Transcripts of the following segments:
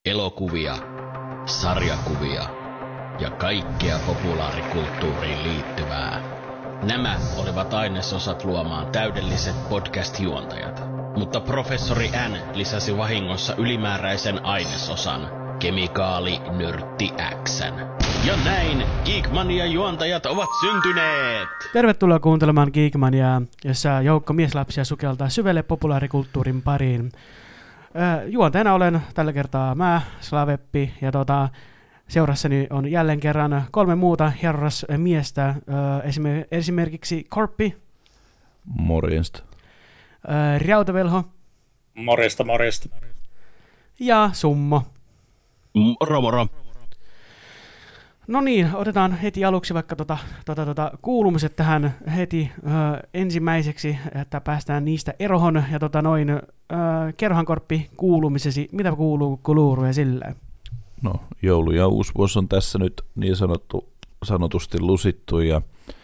elokuvia, sarjakuvia ja kaikkea populaarikulttuuriin liittyvää. Nämä olivat ainesosat luomaan täydelliset podcast-juontajat, mutta professori N lisäsi vahingossa ylimääräisen ainesosan, kemikaalinörtti X:n. Ja näin Geekmania-juontajat ovat syntyneet! Tervetuloa kuuntelemaan Geekmaniaa, jossa joukko mieslapsia sukeltaa syvälle populaarikulttuurin pariin. Juontajana olen tällä kertaa mä, Slaveppi, ja seurassani on jälleen kerran 3 muuta herrasmiestä, esimerkiksi Korppi. Morjesta. Rautavelho. Morjesta. Ja Summo. Moro. No niin, otetaan heti aluksi vaikka kuulumiset tähän heti ensimmäiseksi, että päästään niistä erohon. Ja kerrohan Korppi kuulumisesi, mitä kuuluu ja silleen? No, joulu ja uusi vuosi on tässä nyt niin sanotusti lusittu ja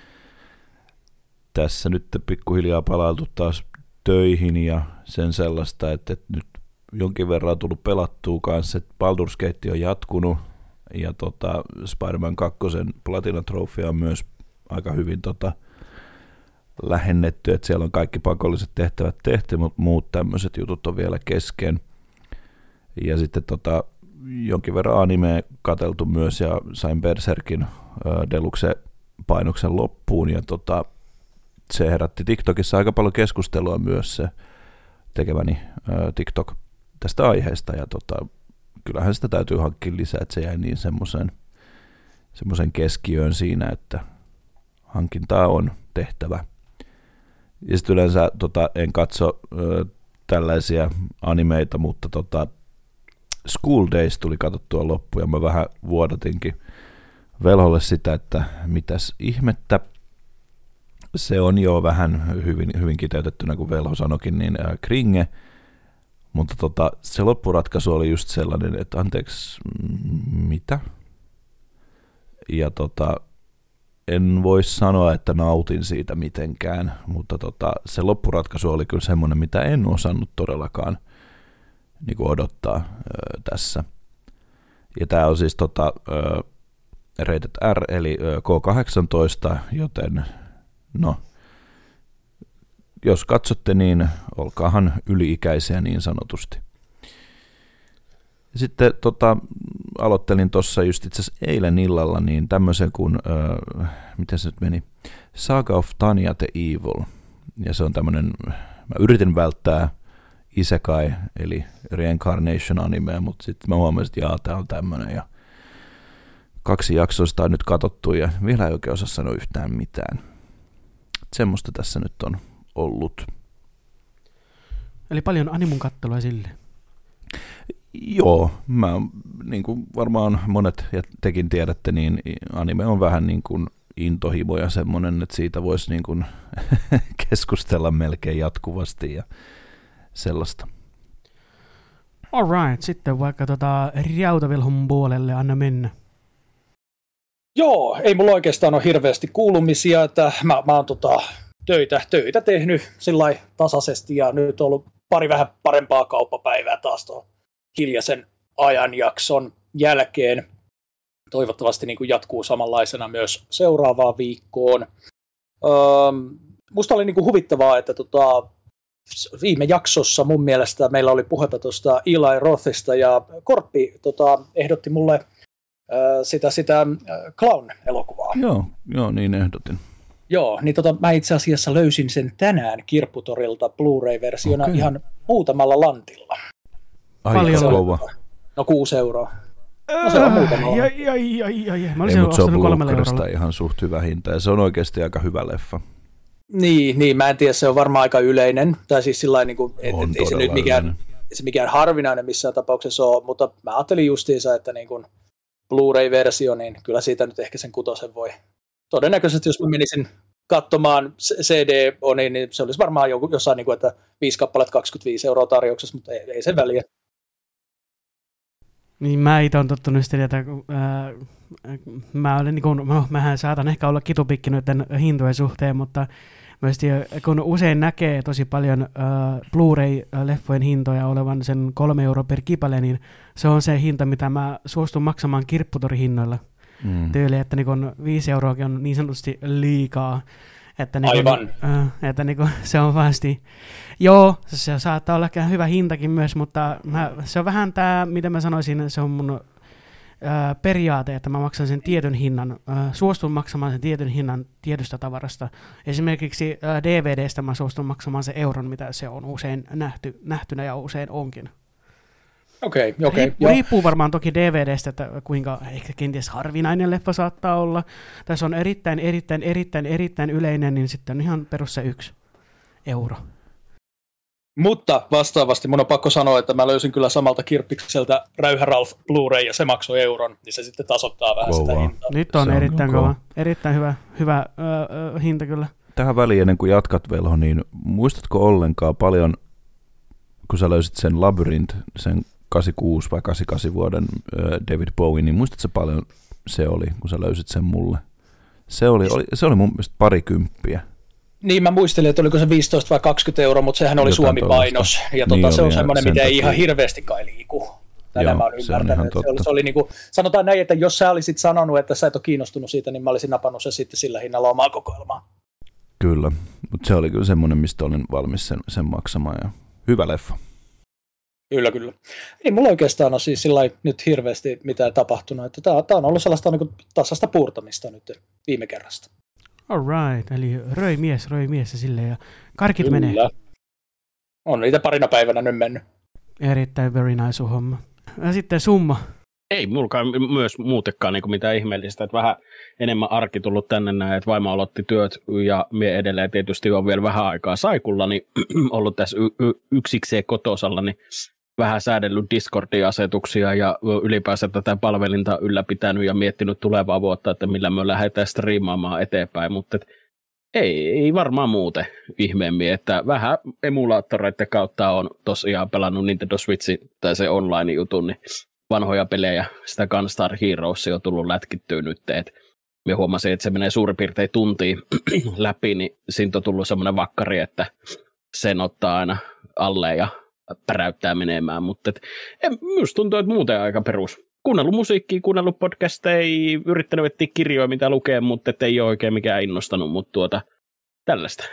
tässä nyt pikkuhiljaa palailtu taas töihin ja sen sellaista, että nyt jonkin verran on tullut pelattua kanssa, että Baldur's Gate on jatkunut ja Spider-Man 2 Platinum Trophy on myös aika hyvin lähennetty, että siellä on kaikki pakolliset tehtävät tehty, mutta muut tämmöiset jutut on vielä kesken. Ja sitten jonkin verran animea katseltu myös ja sain Berserkin Deluxe-painoksen loppuun ja se herätti TikTokissa aika paljon keskustelua myös se tekemäni TikTok tästä aiheesta ja kyllähän sitä täytyy hankkia lisää, että se jäi niin semmoisen keskiöön siinä, että hankintaa on tehtävä. Ja sitten yleensä en katso tällaisia animeita, mutta School Days tuli katsottua loppuun ja mä vähän vuodatinkin velholle sitä, että mitäs ihmettä. Se on jo vähän hyvin kiteytettynä, kun velho sanokin, niin kringe. Mutta se loppuratkaisu oli just sellainen, että anteeksi, mitä? Ja en voi sanoa, että nautin siitä mitenkään, mutta se loppuratkaisu oli kyllä semmoinen, mitä en osannut todellakaan niin kuin odottaa tässä. Ja tämä on siis rated R, eli K18, joten no, jos katsotte, niin olkaahan yli-ikäisiä niin sanotusti. Ja sitten aloittelin tuossa just itse asiassa eilen illalla niin tämmöisen kuin, miten se nyt meni, Saga of Tanya the Evil. Ja se on tämmöinen, mä yritin välttää isekai, eli reincarnation animea, mutta sitten mä huomasin, että tää on tämmöinen. Ja 2 jaksoista on nyt katsottu ja vielä ei oikein osaa sanoa yhtään mitään. Semmoista tässä nyt on ollut. Eli paljon animun kattelua sille. Joo, niin kuin varmaan monet ja tekin tiedätte, niin anime on vähän niin kuin intohimo ja semmoinen, että siitä voisi niin kuin keskustella melkein jatkuvasti ja sellaista. Alright, sitten vaikka Rautavelhon puolelle anna mennä. Joo, ei mulla oikeastaan ole hirveästi kuulumisia, että mä oon töitä tehnyt sillai tasaisesti ja nyt on ollut pari vähän parempaa kauppapäivää taas tuon hiljaisen ajanjakson jälkeen. Toivottavasti niin kuin jatkuu samanlaisena myös seuraavaan viikkoon. Musta oli niin kuin huvittavaa, että viime jaksossa mun mielestä meillä oli puhetta tuosta Eli Rothista ja Korppi ehdotti mulle sitä Clown-elokuvaa. Joo, niin ehdotin. Joo, niin mä itse asiassa löysin sen tänään Kirpputorilta Blu-ray-versiona ihan muutamalla lantilla. Aika kova. No 6 euroa. No se on muutamalla. Mä olisin mutta se on ostanut 3 eurolla. ihan suht hyvä hinta ja se on oikeasti aika hyvä leffa. Niin, mä en tiedä, se on varmaan aika yleinen. Tai siis sillain, niin kuin, ei se nyt mikään harvinainen missään tapauksessa ole, mutta mä ajattelin justiinsa, että niin kuin Blu-ray-versio, niin kyllä siitä nyt ehkä sen 6 voi. Todennäköisesti, jos mä menisin katsomaan CD, niin se olisi varmaan jossain, niin kuin, että 5 kappaleet 25 euroa tarjouksessa, mutta ei se väliä. Niin mä itse olen tottunut sitä, että mähän saatan ehkä olla kitupikki noiden hintojen suhteen, mutta kun usein näkee tosi paljon Blu-ray-leffojen hintoja olevan sen 3 € per kipale, niin se on se hinta, mitä mä suostun maksamaan kirpputorihinnoilla. Tyyli, että niin 5 € on niin sanotusti liikaa. Että aivan. Että se on vasti. Joo, se saattaa olla hyvä hintakin myös, mutta se on vähän tämä, mitä mä sanoisin, se on mun periaate, että mä maksan sen tietyn hinnan, suostun maksamaan sen tietyn hinnan tietystä tavarasta. Esimerkiksi DVDstä mä suostun maksamaan se euron, mitä se on usein nähtynä ja usein onkin. Okei. Riippuu varmaan toki DVDstä, että kuinka ehkä kenties harvinainen leffa saattaa olla. Tässä on erittäin yleinen, niin sitten on ihan perus se 1 euro. Mutta vastaavasti mun on pakko sanoa, että mä löysin kyllä samalta kirppikseltä Räyhä Ralph Blu-ray ja se maksoi euron, niin se sitten tasoittaa vähän sitä hintaa. Nyt on erittäin hyvä hinta kyllä. Tähän väliin ennen kuin jatkat, Velho, niin muistatko ollenkaan paljon, kun sä löysit sen Labyrinth, sen 86 vai 88 vuoden David Bowie, niin muistatko paljon se oli, kun sä löysit sen mulle? Se oli mun mielestä 20. Niin, mä muistelin, että oliko se 15 vai 20 €, mutta sehän oli Suomi-painos. Ja niin se on semmoinen, mitä ei ihan hirveästi kai liiku. Tänään mä oon ymmärtänyt. Se oli niin kuin, sanotaan näin, että jos sä olisit sanonut, että sä et ole kiinnostunut siitä, niin mä olisin napannut sen sitten sillä hinnalla omaa kokoelmaa. Kyllä, mutta se oli kyllä semmoinen, mistä olin valmis sen maksamaan. Ja hyvä leffa. Kyllä. Ei mulla oikeastaan ole siis sillä nyt hirveästi mitään tapahtunut. Että tää on ollut sellaista niin kuin tasasta puurtamista nyt viime kerrasta. Alright, eli röi mies ja silleen, ja karkit Kyllä. menee. On niitä parina päivänä nyt mennyt. Erittäin very nice homma. Ja sitten summa. Ei mulkaan myös muutenkaan niin mitään ihmeellistä, että vähän enemmän arki tullut tänne näin, että vaimo aloitti työt ja mie edelleen tietysti on vielä vähän aikaa saikulla, niin ollut tässä yksikseen kotosalla, niin vähän säädellyt Discordia-asetuksia ja ylipäänsä tätä palvelinta ylläpitänyt ja miettinyt tulevaa vuotta, että millä me lähdetään striimaamaan eteenpäin, mutta ei varmaan muuten ihmeemmin, että vähän emulaattoreiden kautta on tosiaan pelannut Nintendo Switchin tai se online-jutun, niin vanhoja pelejä, sitä Gunstar Heroesia on tullut lätkittyä nyt, että me huomasin, että se menee suurin piirtein tuntiin läpi, niin siitä on tullut semmoinen vakkari, että sen ottaa aina alle ja päräyttää menemään, mutta minusta tuntuu, että muuten aika perus. Kuunnellut musiikkia, kuunnellut podcasteja, yrittänyt etsiä kirjoja, mitä lukee, mutta ei ole oikein mikään innostanut, mutta tällaista.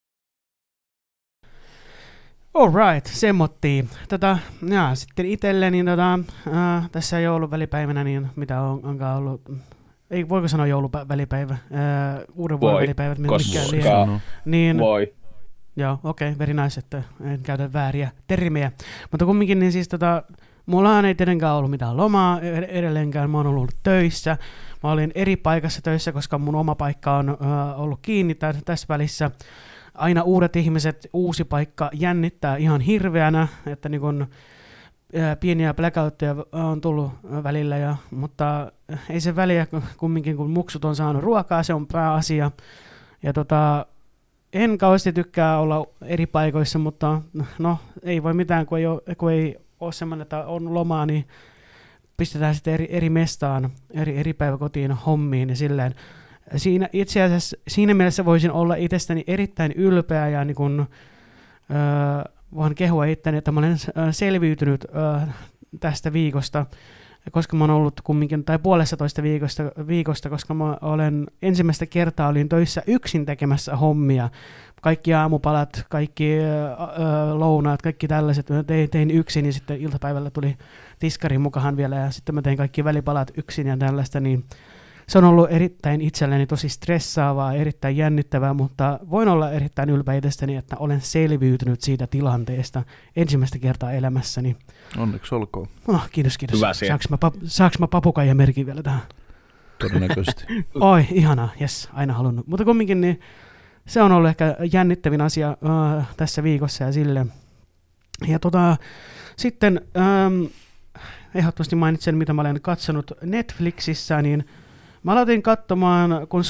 Alright, semmottiin. Sitten itselleni tässä jouluvälipäivänä, niin mitä onkaan ollut, ei voiko sanoa jouluvälipäivä, uuden vuoden välipäivät, niin voi. Joo, okei, very nice, että en käytä vääriä termejä. Mutta kumminkin, niin siis mulla ei tietenkään ollut mitään lomaa edelleenkään, mä oon ollut töissä. Mä olin eri paikassa töissä, koska mun oma paikka on ollut kiinni tässä välissä. Aina uudet ihmiset, uusi paikka jännittää ihan hirveänä, että niin kun, pieniä blackoutteja on tullut välillä, mutta ei se väliä kumminkin, kun muksut on saanut ruokaa, se on pääasia. Ja en kauheasti tykkää olla eri paikoissa, mutta no ei voi mitään, kun ei ole semmoinen, että on lomaa, niin pistetään sitten eri mestaan, eri päiväkotiin hommiin ja silleen. Itse asiassa siinä mielessä voisin olla itsestäni erittäin ylpeä ja niin kun, voin kehua itteni, että mä olen selviytynyt tästä viikosta, koska mä oon ollut kumminkin, tai 1,5 viikosta, koska mä olen ensimmäistä kertaa olin töissä yksin tekemässä hommia. Kaikki aamupalat, kaikki lounaat, kaikki tällaiset tein yksin ja sitten iltapäivällä tuli tiskarin mukaan vielä ja sitten mä tein kaikki välipalat yksin ja tällaista, niin se on ollut erittäin itselleni tosi stressaavaa, erittäin jännittävää, mutta voin olla erittäin ylpeä itsestäni, että olen selviytynyt siitä tilanteesta ensimmäistä kertaa elämässäni. Onneksi olkoon. Kiitos. Saanko mä papukaijamerkin vielä tähän? Todennäköisesti. Oi, ihanaa, jes, aina halunnut. Mutta kumminkin niin se on ollut ehkä jännittävin asia tässä viikossa ja silleen. Ja sitten ehdottomasti mainitsen, mitä mä olen katsonut Netflixissä, niin mä aloitin katsomaan, kun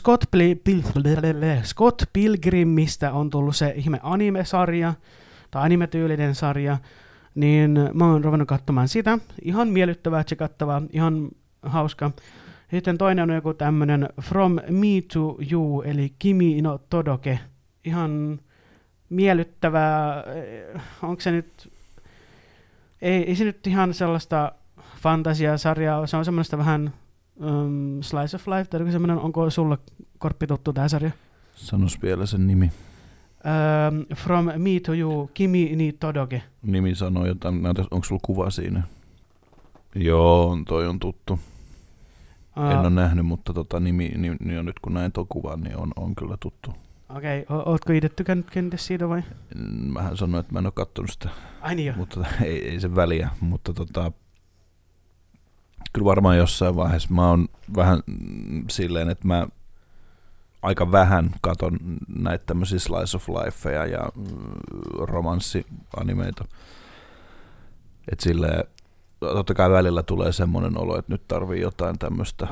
Scott Pilgrimistä on tullut se ihme anime-sarja, tai anime-tyylinen sarja, niin mä oon ruvennut katsomaan sitä. Ihan miellyttävää, tsekattavaa, ihan hauska. Sitten toinen on joku tämmönen From Me to You, eli Kimi no Todoke. ihan miellyttävää, onko se nyt, ei se nyt ihan sellaista fantasiasarjaa, se on semmoista vähän slice of life, tai semmoinen, onko sulla Korppi tuttu tämä sarja? Sanois vielä sen nimi. From Me to You, Kimi ni Todoke. Nimi sanoo jotain, onko sulla kuva siinä? Joo, toi on tuttu. En ole nähnyt, mutta nimi on nyt kun näin tuon kuvan, niin on kyllä tuttu. Okei, ootko itse tykännyt kenties siitä vai? Mähän sanoin, että mä en ole kattonut sitä, Ai niin jo. mutta ei se väliä, mutta kyllä varmaan jossain vaiheessa mä oon vähän silleen, että mä aika vähän katon näitä tämmöisiä slice of lifeja ja romanssianimeita. Että silleen, totta kai välillä tulee semmoinen olo, että nyt tarvii jotain tämmöistä.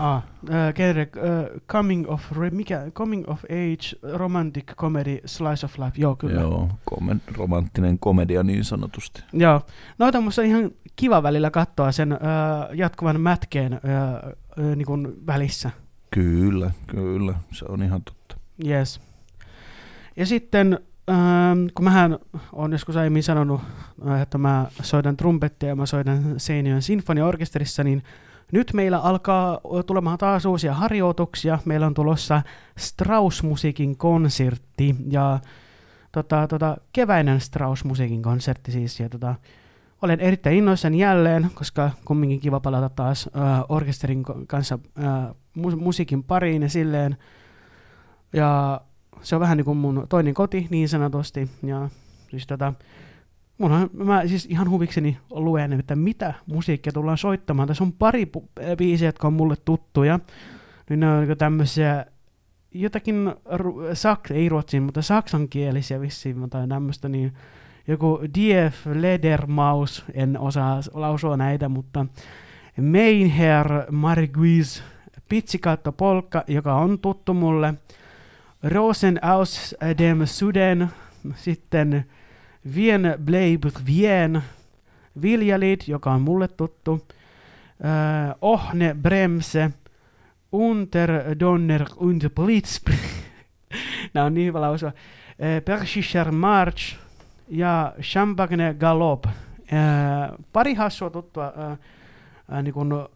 Coming of Age, Romantic Comedy, Slice of Life, joo kyllä. Joo, romanttinen komedia niin sanotusti. Joo, noita musta ihan kiva välillä katsoa sen jatkuvan mätkeen niin kuin välissä. Kyllä, se on ihan totta. Yes. Ja sitten, kun mähän olen joskus aiemmin sanonut, että mä soitan trumpettia ja mä soitan Seinäjoen sinfoniaorkesterissa, niin nyt meillä alkaa tulemaan taas uusia harjoituksia. Meillä on tulossa Strauss-musiikin konsertti ja keväinen Strauss-musiikin konsertti siis. Ja olen erittäin innoissani jälleen, koska kumminkin kiva palata taas orkesterin kanssa musiikin pariin ja silleen. Ja se on vähän niin kuin mun toinen koti niin sanotusti. Ja siis mä siis ihan huvikseni luen, että mitä musiikkia tullaan soittamaan. Tässä on pari biisiä, jotka on mulle tuttuja. Niin ne on niin tämmöisiä jotakin, ei ruotsin, mutta saksankielisiä vissiin tai tämmöistä, niin joku Die Fledermaus, en osaa lausua näitä, mutta Mein Herr Marguise, Pizzicato Polka, joka on tuttu mulle, Rosen aus dem Süden, sitten Wien bleibt Wien, Viljalied, joka on mulle tuttu, Ohne Bremse, Unter Donner und Blitzkrieg, nämä on niin hyvä lausua, Persischer March ja Champagne Galop. Pari hassua tuttua niin kun,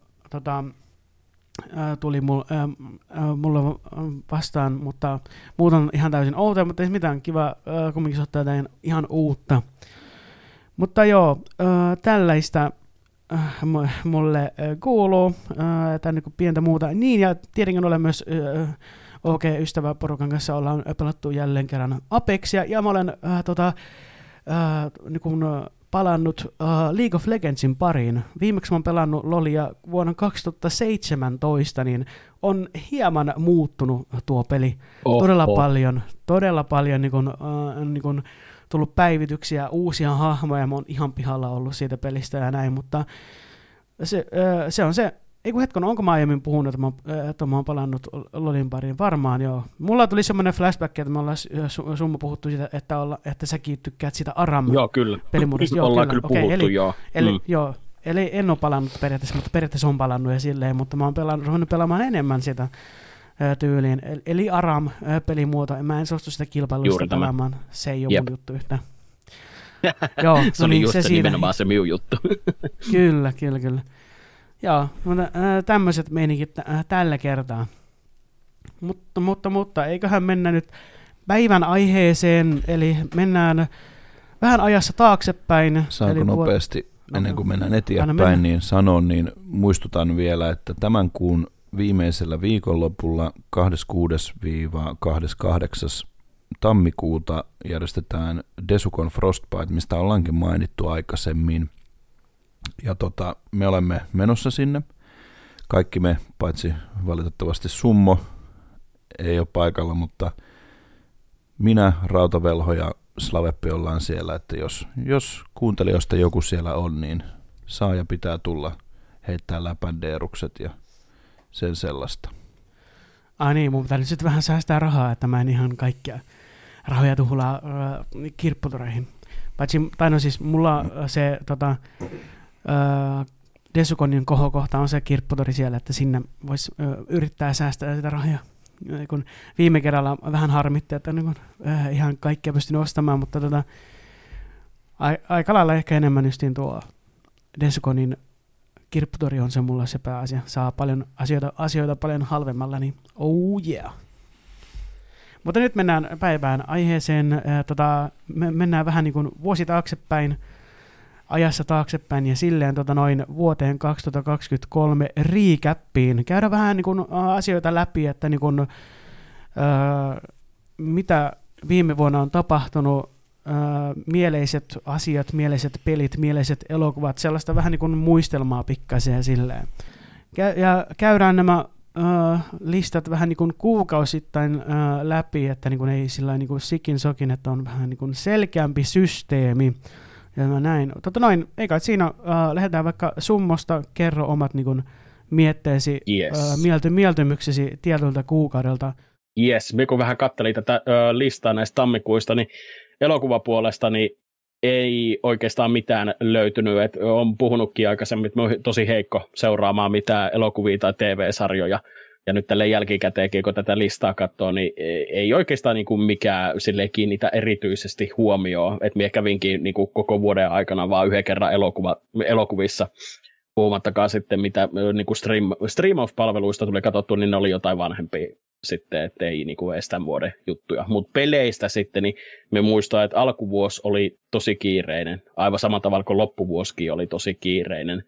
tuli mulle vastaan, mutta muut on ihan täysin outoja, mutta ei mitään, kiva kumminkin soittaa jotain ihan uutta. Mutta joo, tällaista mulle kuuluu, tämän niin pientä muuta. Niin, ja tietenkin olen myös ystäväporukan kanssa ollaan pelattu jälleen kerran Apexia, ja mä olen niin palannut League of Legendsin pariin. Viimeksi mä oon pelannut LoLia vuonna 2017, niin on hieman muuttunut tuo peli. Todella paljon niin kun tullut päivityksiä, uusia hahmoja, mä oon ihan pihalla ollut siitä pelistä ja näin, mutta se on se. Eiku hetken, onko mä aiemmin puhunut, että mä oon palannut LoLin pariin? Varmaan joo. Mulla tuli semmoinen flashback, että me ollaan Summa puhuttu siitä, että säkin tykkäät sitä Aram-pelimuodosta. Joo, ollaan kyllä puhuttu, joo. Eli en ole palannut periaatteessa, mutta periaatteessa on palannut ja silleen, mutta mä oon ruvennut pelaamaan enemmän sitä tyyliin. Eli Aram-pelimuoto, mä en suostu sitä kilpailusta pelaamaan, se ei ole mun juttu yhtään. Joo, se oli just se nimenomaan se minun juttu. Kyllä. Joo, mutta tämmöiset meininkin tällä kertaa. Mutta eiköhän mennä nyt päivän aiheeseen, eli mennään vähän ajassa taaksepäin. Saanko nopeasti, ennen kuin mennään eteenpäin, niin sanon, niin muistutan vielä, että tämän kuun viimeisellä viikonlopulla 26-28. tammikuuta järjestetään Desukon Frostbite, mistä ollaankin mainittu aikaisemmin. Ja me olemme menossa sinne. Kaikki me, paitsi valitettavasti Summo, ei ole paikalla, mutta minä, Rautavelho ja Slaveppi ollaan siellä, että jos kuuntelijoista joku siellä on, niin saa ja pitää tulla heittää läpändeerukset ja sen sellaista. Niin, mun pitää nyt sitten vähän säästää rahaa, että mä en ihan kaikkia rahoja tuhlaa kirpputoreihin. Siis mulla se Desukonin kohokohta on se kirpputori siellä, että sinne voisi yrittää säästää sitä rahoja. kun viime kerralla vähän harmitti, että niin kun, ihan kaikkea pystynyt ostamaan, mutta aika lailla ehkä enemmän justiin tuo Desukonin kirpputori on se mulla se pääasia. Saa paljon asioita paljon halvemmalla, niin oh yeah. Mutta nyt mennään päivään aiheeseen. Mennään vähän niin kuin vuosi taaksepäin, ajassa taaksepäin ja silleen noin vuoteen 2023 recappiin. Käydään vähän niin kuin asioita läpi, että niin kuin, mitä viime vuonna on tapahtunut, mieleiset asiat, mieleiset pelit, mieleiset elokuvat, sellaista vähän niin kuin muistelmaa pikkasen ja silleen. Ja käydään nämä listat vähän niin kuin kuukausittain läpi, että niin kuin ei sillä niin kuin sikin sokin, että on vähän niin kuin selkeämpi systeemi. Ja näin. Ei kai siinä lähdetään vaikka Summosta, kerro omat niin kuin mietteesi, mieltymyksesi tietyltä kuukaudelta. Yes, me kun vähän katselin tätä listaa näistä tammikuista, niin elokuvapuolesta niin ei oikeastaan mitään löytynyt. Olen puhunutkin aikaisemmin, että olen tosi heikko seuraamaan mitään elokuvia tai TV-sarjoja. Ja nyt tälle jälkikäteenkin, kun tätä listaa katsoo, niin ei oikeastaan niin kuin mikään silleen kiinnitä erityisesti huomioon. Että minä kävinkin niin kuin koko vuoden aikana vaan yhden kerran elokuvissa. Puhumattakaan sitten, mitä niin kuin striimauspalveluista tuli katsottua, niin ne oli jotain vanhempia sitten, ettei niin kuin edes tämän vuoden juttuja. Mutta peleistä sitten, niin me muistaa, että alkuvuosi oli tosi kiireinen. Aivan samalla tavalla kuin loppuvuosikin oli tosi kiireinen.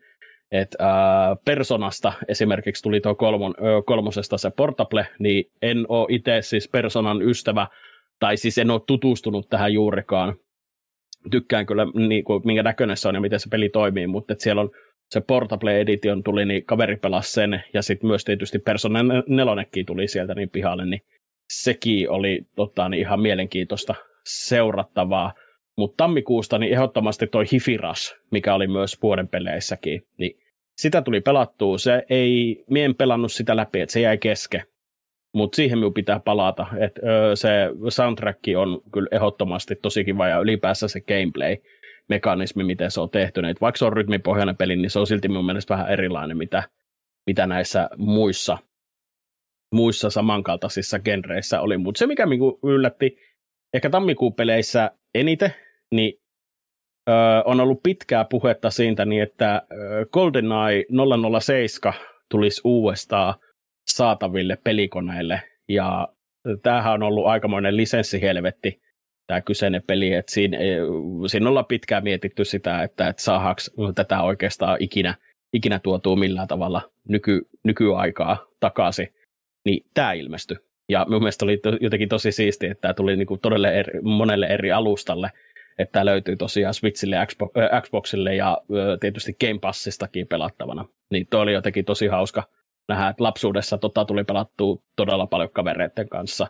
Personasta esimerkiksi tuli tuo kolmosesta se Portable, niin en ole itse siis Personan ystävä, tai siis en ole tutustunut tähän juurikaan. Tykkään kyllä, niin kuin, minkä näköinen se on ja miten se peli toimii, mutta siellä on se Portable Edition tuli, niin kaveri pelasi sen, ja sitten myös tietysti Persona 4 tuli sieltä niin pihalle, niin sekin oli niin ihan mielenkiintoista seurattavaa. Mutta tammikuusta niin ehdottomasti toi Hifiras, mikä oli myös vuoden peleissäkin, niin sitä tuli pelattua. Mie en pelannut sitä läpi, että se jäi kesken, mutta siihen minun pitää palata. Se soundtrack on kyllä ehdottomasti tosi kiva ja ylipäänsä se gameplay-mekanismi, miten se on tehty. Et vaikka se on rytmipohjainen peli, niin se on silti minun mielestä vähän erilainen, mitä näissä muissa samankaltaisissa genreissä oli. Mutta se, mikä minun yllätti ehkä tammikuun peleissä eniten, niin on ollut pitkää puhetta siitä, niin että GoldenEye 007 tulisi uudestaan saataville pelikoneille, ja tämähän on ollut aikamoinen lisenssihelvetti, tämä kyseinen peli, että siinä ollaan pitkään mietitty sitä, että saadaanko tätä oikeastaan ikinä tuotua millään tavalla nykyaikaa takaisin, niin tämä ilmestyi. Ja minun mielestä oli jotenkin tosi siistiä, että tämä tuli niinku todella monelle eri alustalle, että tämä löytyy tosiaan Switchille, Xboxille ja tietysti Game Passistakin pelattavana. Niin toi oli jotenkin tosi hauska nähdä, että lapsuudessa tuli pelattua todella paljon kavereiden kanssa.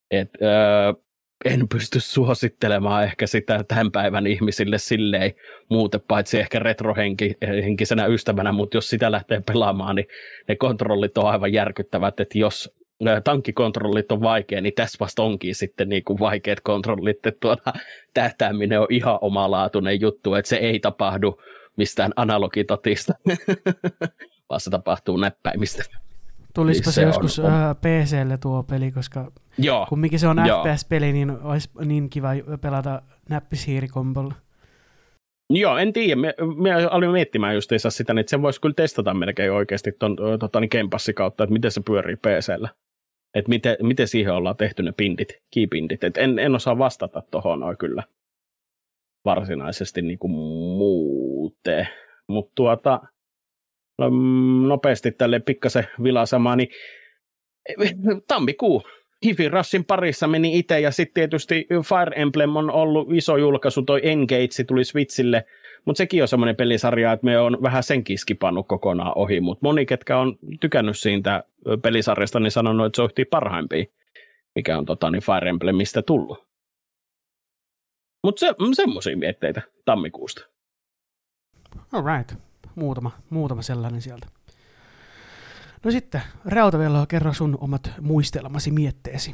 En pysty suosittelemaan ehkä sitä tämän päivän ihmisille silleen muuten, paitsi ehkä retrohenkisenä ystävänä, mutta jos sitä lähtee pelaamaan, niin ne kontrollit on aivan järkyttävät, että jos tankkikontrollit on vaikea, niin tässä vasta onkin sitten niin kuin vaikeat kontrollit, että tähtääminen on ihan omalaatuinen juttu, että se ei tapahdu mistään analogitotista, vaan se tapahtuu näppäimistä. Tulisiko se joskus PC:lle tuo peli, koska kumminkin se on FPS-peli, niin olisi niin kiva pelata näppisiirikombolla. Joo, en tiedä. Minä olin miettimään justiinsa sitä, että sen voisi kyllä testata melkein oikeasti tuon Game Passin kautta, että miten se pyörii PC:llä. Että miten siihen ollaan tehty ne keybindit. Et en osaa vastata tuohon kyllä varsinaisesti niin kuin muuten. Mutta nopeasti tälle pikkasen vilasamaan, niin tammikuu. Hifirassin parissa meni itse, ja sitten tietysti Fire Emblem on ollut iso julkaisu, toi Engage tuli Switchille, mutta sekin on semmoinen pelisarja, että me on vähän senkin skipannut kokonaan ohi, mutta moni, ketkä on tykännyt siitä pelisarjasta, niin sanonut, että se on parhaimpia, mikä on Fire Emblemistä tullut. Mutta semmoisia mietteitä tammikuusta. All right. Muutama sellainen sieltä. No sitten, Rautavello, kerro sun omat muistelmasi mietteesi.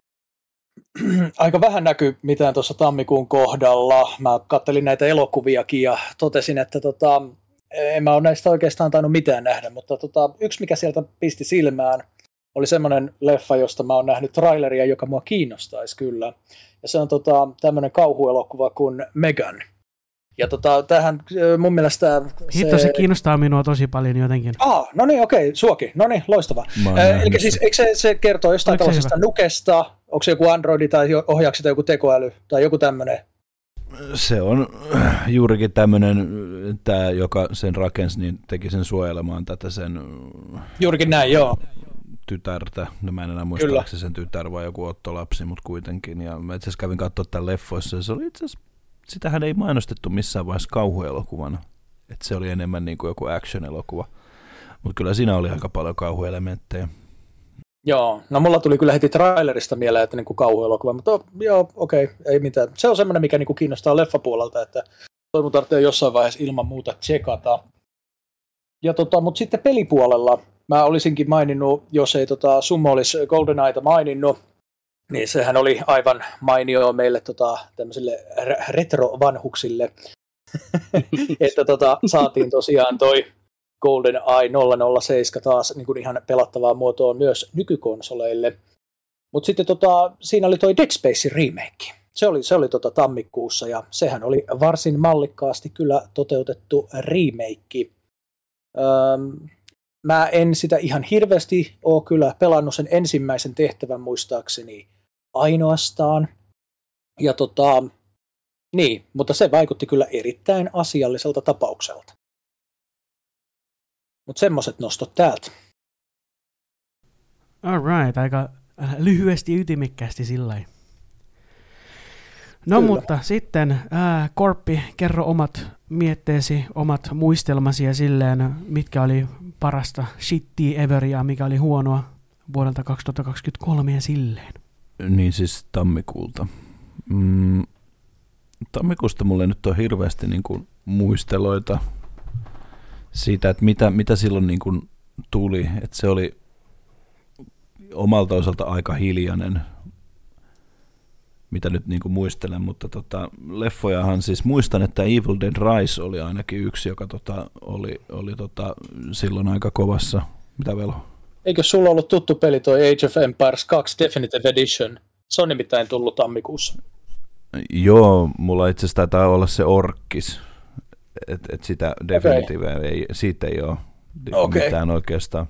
Aika vähän näkyy mitään tuossa tammikuun kohdalla. Mä kattelin näitä elokuviakin ja totesin, että en mä ole näistä oikeastaan tainnut mitään nähdä, mutta yksi mikä sieltä pisti silmään oli semmoinen leffa, josta mä oon nähnyt traileria, joka mua kiinnostaisi kyllä. Ja se on tämmöinen kauhuelokuva kuin Megan. Ja tähän mun mielestä... Hitto, se kiinnostaa minua tosi paljon jotenkin. No niin, okei, suokin. No niin, loistavaa. Eli siis, eikö se kertoo jostain tällaisesta nukesta? Onko se joku Androidi tai ohjaako sitä joku tekoäly tai joku tämmöinen? Se on juurikin tämmöinen, tämä, joka sen rakensi, niin teki sen suojelemaan tätä sen... Juurikin näin, joo. Tytärtä, no mä en enää muista, onko se sen tytär vai joku ottolapsi, mutta kuitenkin. Ja mä itse asiassa kävin katsoa tämän leffoissa, ja se oli itse asiassa, sitähän ei mainostettu missään vaiheessa kauhuelokuvana. Että se oli enemmän niin kuin joku action-elokuva. Mutta kyllä siinä oli aika paljon kauhuelementtejä. Joo, no mulla tuli kyllä heti trailerista mieleen, että niinku kauhuelokuva, mutta joo, okei, ei mitään. Se on semmoinen, mikä niinku kiinnostaa leffapuolelta, että toi mun tarvitsee jossain vaiheessa ilman muuta tsekata. Ja mutta sitten pelipuolella mä olisinkin maininnut, jos ei Summo olisi GoldenEyeta maininnut, niin sehän oli aivan mainio meille tämmöisille retrovanhuksille, että saatiin tosiaan toi GoldenEye 007 taas niin kuin ihan pelattavaa muotoa myös nykykonsoleille. Mutta sitten siinä oli toi Dead Space remake. Se oli tammikuussa ja sehän oli varsin mallikkaasti kyllä toteutettu remake. Mä en sitä ihan hirveästi ole kyllä pelannut sen ensimmäisen tehtävän muistaakseni ainoastaan. Ja niin, mutta se vaikutti kyllä erittäin asialliselta tapaukselta. Mutta semmoiset nostot täältä. All right, aika lyhyesti ja ytimekkäästi sillä. No kyllä. Mutta sitten Korppi, kerro omat mietteesi, omat muistelmasi ja silleen, mitkä oli parasta shittiä ever ja mikä oli huonoa vuodelta 2023 ja silleen. Niin siis tammikuulta. Tammikuusta mulle nyt on hirveästi niin kuin muisteloita siitä, että mitä silloin niin kuin tuli, että se oli omalta osalta aika hiljainen, mitä nyt niin kuin muistelen, mutta leffojahan siis muistan, että Evil Dead Rise oli ainakin yksi, joka oli silloin aika kovassa. Mitä velo? Eikö sulla ollut tuttu peli toi Age of Empires 2 Definitive Edition? Se on nimittäin tullut tammikuussa. Joo, mulla itse asiassa taitaa olla se Orkkis. Et sitä Definitive siitä ei ole mitään oikeastaan.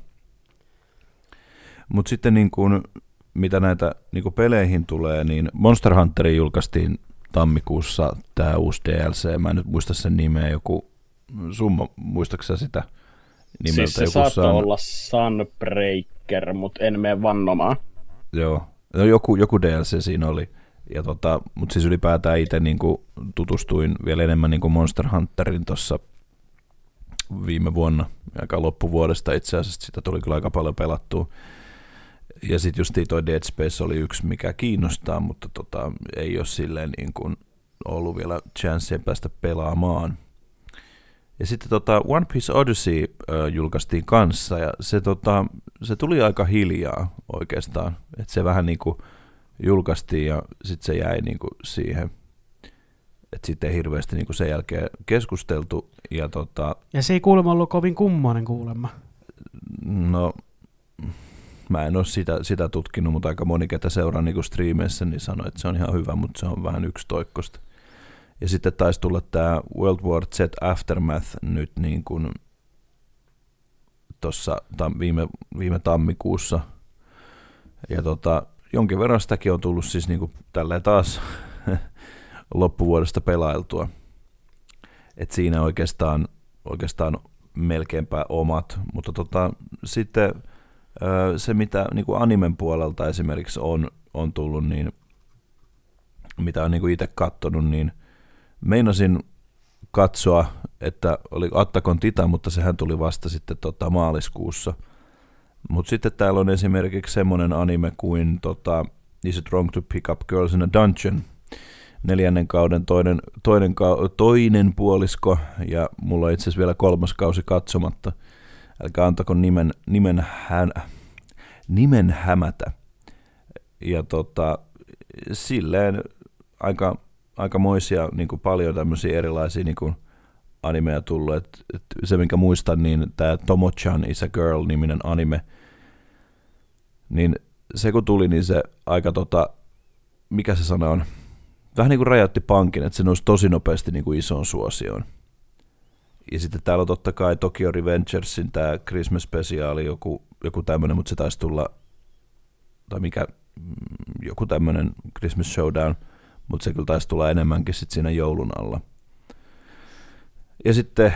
Mutta sitten niin kun, mitä näitä niin kun peleihin tulee, niin Monster Hunterin julkaistiin tammikuussa tämä uusi DLC. Mä en nyt muista sen nimeä, joku Summa, muistaaksä sitä nimeltä? Siis se saattoi olla Sunbreaker, mutta en mene vannomaan. Joo, no, joku DLC siinä oli. Mutta siis ylipäätään itse niinku tutustuin vielä enemmän niinku Monster Hunterin tuossa viime vuonna, aika loppuvuodesta itse asiassa, sitä tuli kyllä aika paljon pelattua. Ja sitten justiin toi Dead Space oli yksi, mikä kiinnostaa, mutta ei ole silleen niin kuin ollut vielä chanssia päästä pelaamaan. Ja sitten One Piece Odyssey julkaistiin kanssa, ja se tuli aika hiljaa oikeastaan, että se vähän niin kuin julkaistiin ja sitten se jäi niin kuin siihen, että sitten ei hirveästi niin kuin sen jälkeen keskusteltu. Ja se ei kuulemma ollut kovin kummoinen kuulemma. No, mä en ole sitä tutkinut, mutta aika moni, ketä seuraa niin kuin striimeissä, niin sanoi, että se on ihan hyvä, mutta se on vähän yksitoikkoista. Ja sitten taisi tulla tämä World War Z Aftermath nyt niin kuin tuossa viime tammikuussa. Ja jonkin verran sitäkin on tullut siis niin kuin tälleen taas loppuvuodesta pelailtua. Et siinä oikeastaan melkeinpä omat, mutta sitten se, mitä niin kuin animen puolelta esimerkiksi on tullut, niin mitä on niin kuin itse katsonut, niin meinasin katsoa, että oli Attack on Titan, mutta sehän tuli vasta sitten maaliskuussa. Mutta sitten täällä on esimerkiksi semmoinen anime kuin Is it wrong to pick up girls in a dungeon? 4. kauden toinen puolisko, ja mulla on itse asiassa vielä 3. kausi katsomatta. Älkää antako nimen hämätä. Ja silleen aikamoisia niin kuin paljon tämmöisiä erilaisia niin kuin animeja tullut. Et se, minkä muistan, niin tämä Tomo-chan is a Girl -niminen anime, Niin se kun tuli, niin se aika mikä se sana on, vähän niin kuin räjäytti pankin, että se nousi tosi nopeasti niin kuin isoon suosioon. Ja sitten täällä on totta kai Tokyo Revengersin tämä Christmas Special, joku tämmöinen, mutta se taisi tulla, tai joku tämmöinen Christmas Showdown, mutta se kyllä taisi tulla enemmänkin sitten siinä joulun alla. Ja sitten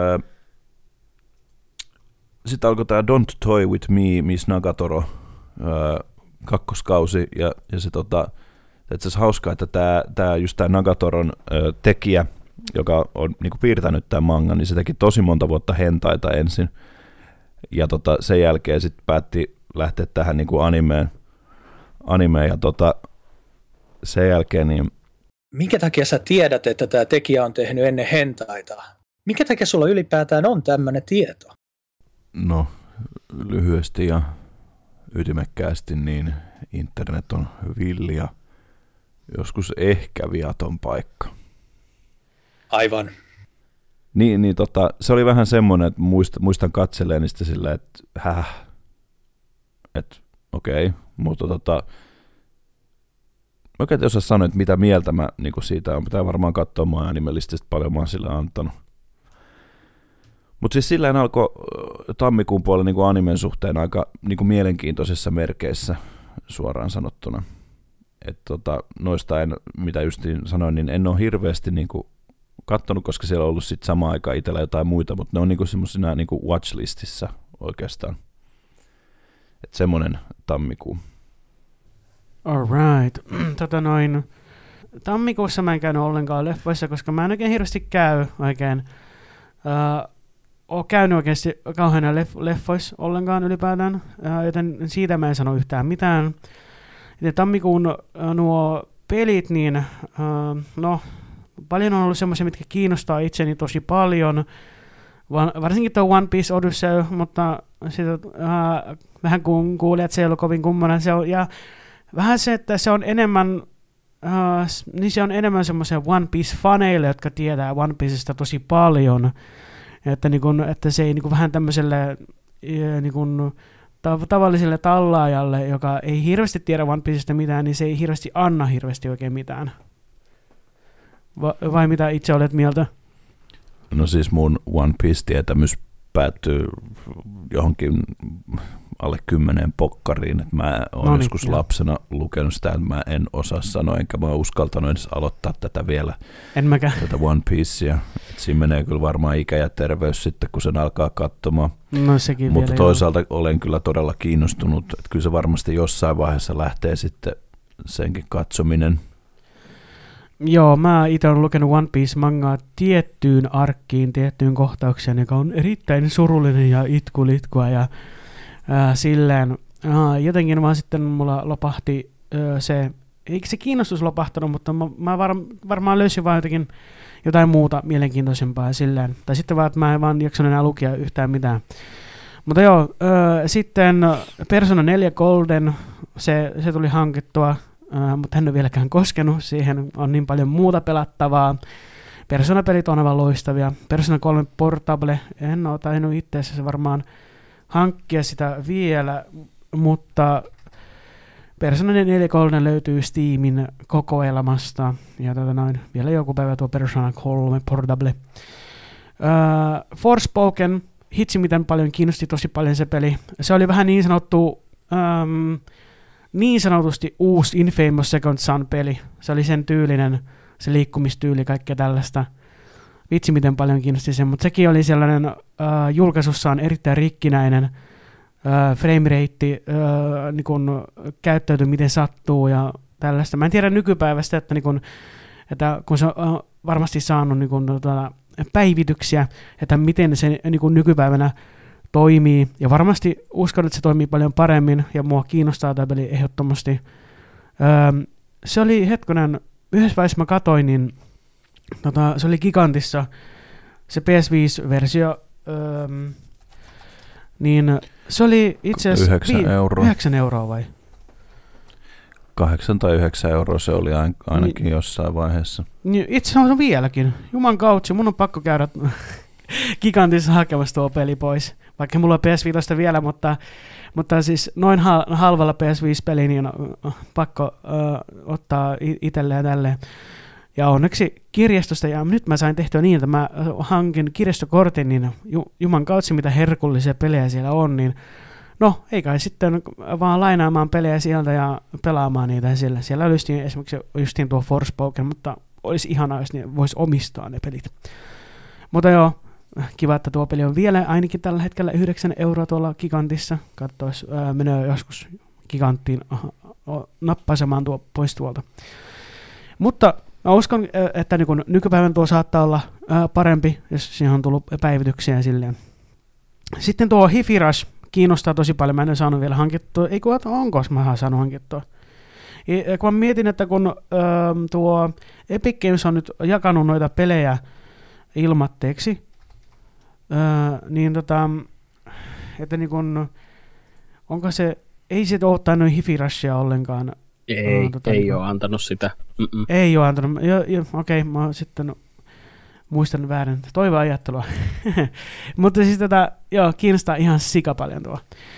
alkoi tämä Don't Toy With Me, Miss Nagatoro, kakkoskausi, ja se itse asiassa hauskaa, että tämä Nagatoron tekijä, joka on niinku piirtänyt tämän mangan, niin se teki tosi monta vuotta hentaita ensin, ja sen jälkeen sitten päätti lähteä tähän niinku animeen, ja sen jälkeen niin... Minkä takia sä tiedät, että tämä tekijä on tehnyt ennen hentaita? Minkä takia sulla ylipäätään on tämmöinen tieto? No, lyhyesti ja ytimekkäästi, niin internet on villi ja joskus ehkä viaton paikka. Aivan. Niin, se oli vähän semmoinen, että muistan katselleen sitä sillä, että okei, mutta oikein jos sä sanoit, mitä mieltä mä niin siitä on, pitää varmaan katsoa mua animelististä paljon mä oon sillä antanut. Mutta siis silleen alkoi tammikuun puolella niin animen suhteen aika niin mielenkiintoisissa merkeissä suoraan sanottuna. Että noista mitä justiin sanoin, niin en ole hirveästi niin katsonut, koska siellä on ollut sit samaan aikaan itsellä jotain muita, mutta ne on niin semmoisina niin watchlistissa oikeastaan. Että semmoinen tammikuu. Alright. Tammikuussa mä en käynyt ollenkaan leffoissa, koska mä en oikein hirveästi käy oikein. Ole käynyt oikeasti kauheana leffoissa ollenkaan ylipäätään, joten siitä mä en sano yhtään mitään. Ja tammikuun nuo pelit, niin paljon on ollut semmoisia, mitkä kiinnostaa itseni tosi paljon. Varsinkin tuo One Piece Odyssey, mutta sitä, vähän kun kuulee, että se ei ollut kovin kummonen. Ja vähän se, että se on enemmän, niin se on enemmän semmoisia One Piece-faneille, jotka tietää One Piecesta tosi paljon. Että se ei vähän tämmöiselle tavalliselle tallaajalle, joka ei hirveästi tiedä One Piecesta mitään, niin se ei hirveästi anna hirveästi oikein mitään. Vai mitä itse olet mieltä? No siis mun One Piece-tietämys päättyy johonkin alle 10 pokkariin. Et mä oon joskus lapsena lukenut sitä, että mä en osaa sanoa, enkä mä oon uskaltanut edes aloittaa tätä vielä. En mäkään. Tätä One Piecea. Siinä menee kyllä varmaan ikä ja terveys sitten, kun sen alkaa katsomaan. No sekin mutta vielä, toisaalta olen kyllä todella kiinnostunut, että kyllä se varmasti jossain vaiheessa lähtee sitten senkin katsominen. Joo, mä itse olen lukenut One Piece-mangaa tiettyyn arkkiin, tiettyyn kohtaukseen, joka on erittäin surullinen ja itkulitkua ja silleen. Jotenkin vaan sitten mulla lopahti se, eikä se kiinnostus lopahtanut, mutta mä varmaan löysin vaan jotain muuta mielenkiintoisempaa silleen. Tai sitten vaan, että mä en vaan jaksanut enää lukea yhtään mitään. Mutta joo, sitten Persona 4 Golden, se tuli hankittua. Mutta en ole vieläkään koskenut, siihen on niin paljon muuta pelattavaa. Persona-pelit on aivan loistavia. Persona 3 Portable, en ole tainnut itse asiassa varmaan hankkia sitä vielä, mutta Persona 4 Golden löytyy Steamin kokoelmasta, ja vielä joku päivä tuo Persona 3 Portable. Forspoken, hitsi miten paljon kiinnosti tosi paljon se peli. Se oli vähän niin sanotusti uusi Infamous Second Son-peli. Se oli sen tyylinen, se liikkumistyyli, kaikkea tällaista. Vitsi, miten paljon kiinnosti sen, mutta sekin oli sellainen julkaisussaan erittäin rikkinäinen framerate, käyttäytyi miten sattuu ja tällaista. Mä en tiedä nykypäivästä, että kun se on varmasti saanut päivityksiä, että miten se nykypäivänä toimii, ja varmasti uskon, että se toimii paljon paremmin, ja mua kiinnostaa tämä peli ehdottomasti. Se oli yhdessä vaiheessa mä katoin, niin se oli Gigantissa, se PS5-versio, niin se oli itse asiassa 9 euroa vai? 8 tai 9 euroa se oli ainakin jossain vaiheessa. Itse asiassa on vieläkin. Juman kautsi, mun on pakko käydä Gigantissa hakemassa tuo peli pois. vaikka mulla on PS5 vielä, mutta siis noin halvalla PS5-peli, niin on pakko ottaa itselleen tälleen. Ja onneksi kirjastosta, ja nyt mä sain tehtyä niin, että mä hankin kirjastokortin, niin juman kautsi mitä herkullisia pelejä siellä on, niin no, ei kai sitten vaan lainaamaan pelejä sieltä ja pelaamaan niitä siellä. Siellä oli esimerkiksi justiin tuo Forspoken, mutta olisi ihanaa, jos ne voisi omistaa ne pelit. Mutta joo, kiva, että tuo peli on vielä ainakin tällä hetkellä 9 € tuolla Gigantissa. Katsois, menee joskus Giganttiin nappaisemaan tuo pois tuolta. Mutta mä uskon, että nykypäivän tuo saattaa olla parempi, jos siihen on tullut päivityksiä silleen. Sitten tuo Hi-Fi Rush kiinnostaa tosi paljon. Mä en saanut vielä hankittua. Ei kun, onko mä saanut hankittua. Kun mä mietin, että kun tuo Epic Games on nyt jakanut noita pelejä ilmatteeksi, niin että niin kun, onko se, ei se ole ottanut Hi-Fi Rushia ollenkaan. Ei ole antanut sitä. Ei ole antanut. Okei, mä sitten muistan väärin. Toivoa ajattelua. Mutta siis kiinnostaa ihan sika paljon tuo.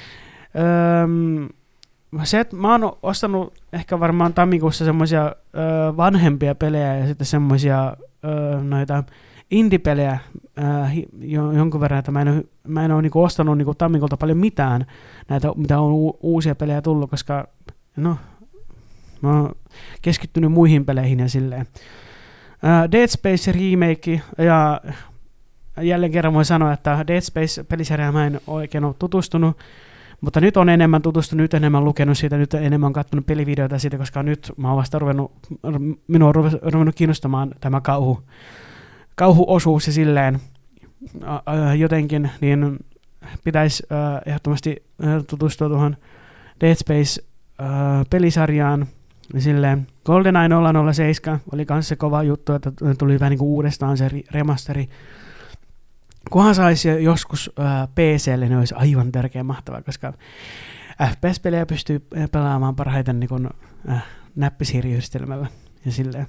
Se, että mä oon ostanut ehkä varmaan tammikuussa semmoisia vanhempia pelejä ja sitten semmoisia noita indie-pelejä jonkun verran, että mä en ole niinku ostanut niinku tammikuulta paljon mitään näitä, mitä on uusia pelejä tullut, koska no, mä oon keskittynyt muihin peleihin ja silleen. Dead Space remake, ja jälleen kerran voi sanoa, että Dead Space-pelisarjaa mä en oikein ole tutustunut, mutta nyt on enemmän tutustunut, nyt enemmän lukenut siitä, nyt enemmän katsonut pelivideoita siitä, koska nyt mä oon vasta minua on ruvennut kiinnostamaan tämä kauhuosuus ja silleen jotenkin, niin pitäisi ehdottomasti tutustua tuohon Dead Space-pelisarjaan. Silleen GoldenEye 007 oli kanssa se kova juttu, että tuli vähän niin kuin uudestaan se remasteri. Kunhan saisi joskus PC:lle, niin olisi aivan tärkeä mahtavaa, koska FPS-pelejä pystyy pelaamaan parhaiten niin kuin, näppisiiriyhdistelmällä ja silleen.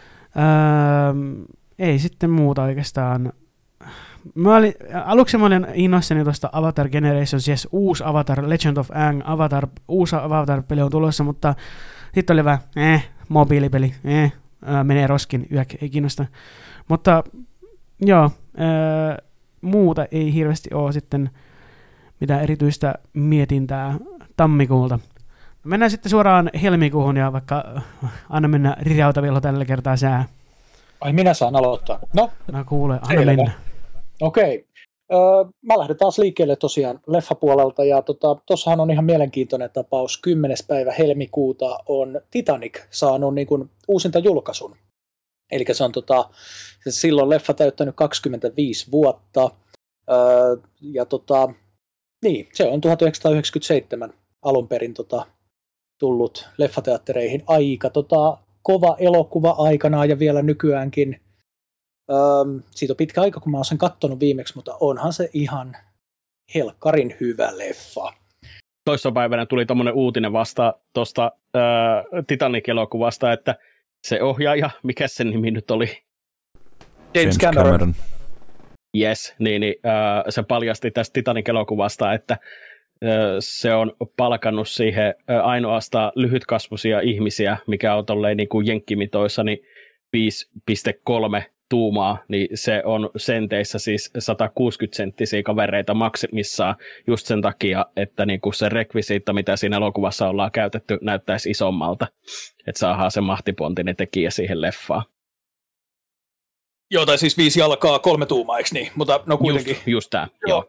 Ei sitten muuta oikeastaan. Aluksi mä olin innoissani tuosta Avatar Generations, yes, uusi Avatar, Legend of Aang, uusi Avatar-peli on tulossa, mutta sitten oli vähän, mobiilipeli, menee roskin, ei kiinnosta. Mutta joo, muuta ei hirveästi ole sitten mitään erityistä mietintää tammikuulta. Mennään sitten suoraan helmikuuhun ja vaikka anna mennä Rirautavilla tällä kertaa sää. Ai minä saan aloittaa. No kuule, anna mennä. Okei. Mä lähden taas liikkeelle tosiaan leffapuolelta, ja tossahan on ihan mielenkiintoinen tapaus. 10. päivä helmikuuta on Titanic saanut niin kuin uusinta julkaisun. Eli se on silloin leffa täyttänyt 25 vuotta, ja niin, se on 1997 alun perin tullut leffateattereihin aika kova elokuva aikanaan ja vielä nykyäänkin. Siitä on pitkä aika, kun mä oon sen kattonut viimeksi, mutta onhan se ihan helkkarin hyvä leffa. Toissapäivänä tuli tommonen uutinen vasta tuosta Titanic-elokuvasta, että se ohjaaja, mikä sen nimi nyt oli? James Cameron. Yes, niin se paljasti tästä Titanic-elokuvasta, että se on palkannut siihen ainoastaan lyhytkasvuisia ihmisiä, mikä on tolleen niin kuin jenkkimitoissa, niin 5,3 tuumaa, niin se on senteissä siis 160-senttisiä kavereita maksimissaan just sen takia, että niinku se rekvisiitta, mitä siinä elokuvassa ollaan käytetty, näyttäisi isommalta, että saadaan se mahtipontinen tekijä siihen leffaan. Joo, tai siis 5 jalkaa 3 tuumaa, eikö niin? Mutta no kuitenkin. Just tämä.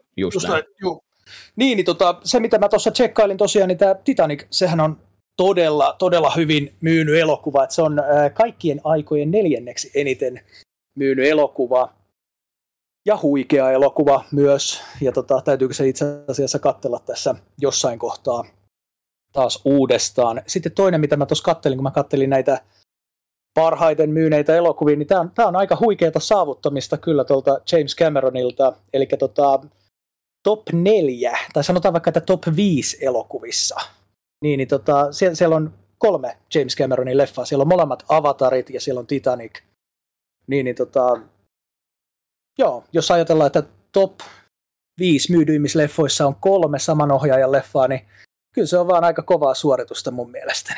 Niin, se mitä mä tuossa tsekkailin tosiaan, niin tämä Titanic, sehän on todella hyvin myynyt elokuva, että se on kaikkien aikojen 4. eniten myynyt elokuva ja huikea elokuva myös, ja täytyykö se itse asiassa katsella tässä jossain kohtaa taas uudestaan. Sitten toinen, mitä mä tuossa kattelin, kun mä kattelin näitä parhaiten myyneitä elokuvia, niin tämä on aika huikeata saavuttamista kyllä tuolta James Cameronilta, eli top 4, tai sanotaan vaikka, että top 5 elokuvissa, niin siellä on 3 James Cameronin leffaa, siellä on molemmat Avatarit ja siellä on Titanic, joo, jos ajatellaan, että top 5 myydyimmissä leffoissa on 3 saman ohjaajan leffaa, niin kyllä se on vaan aika kovaa suoritusta mun mielestäni.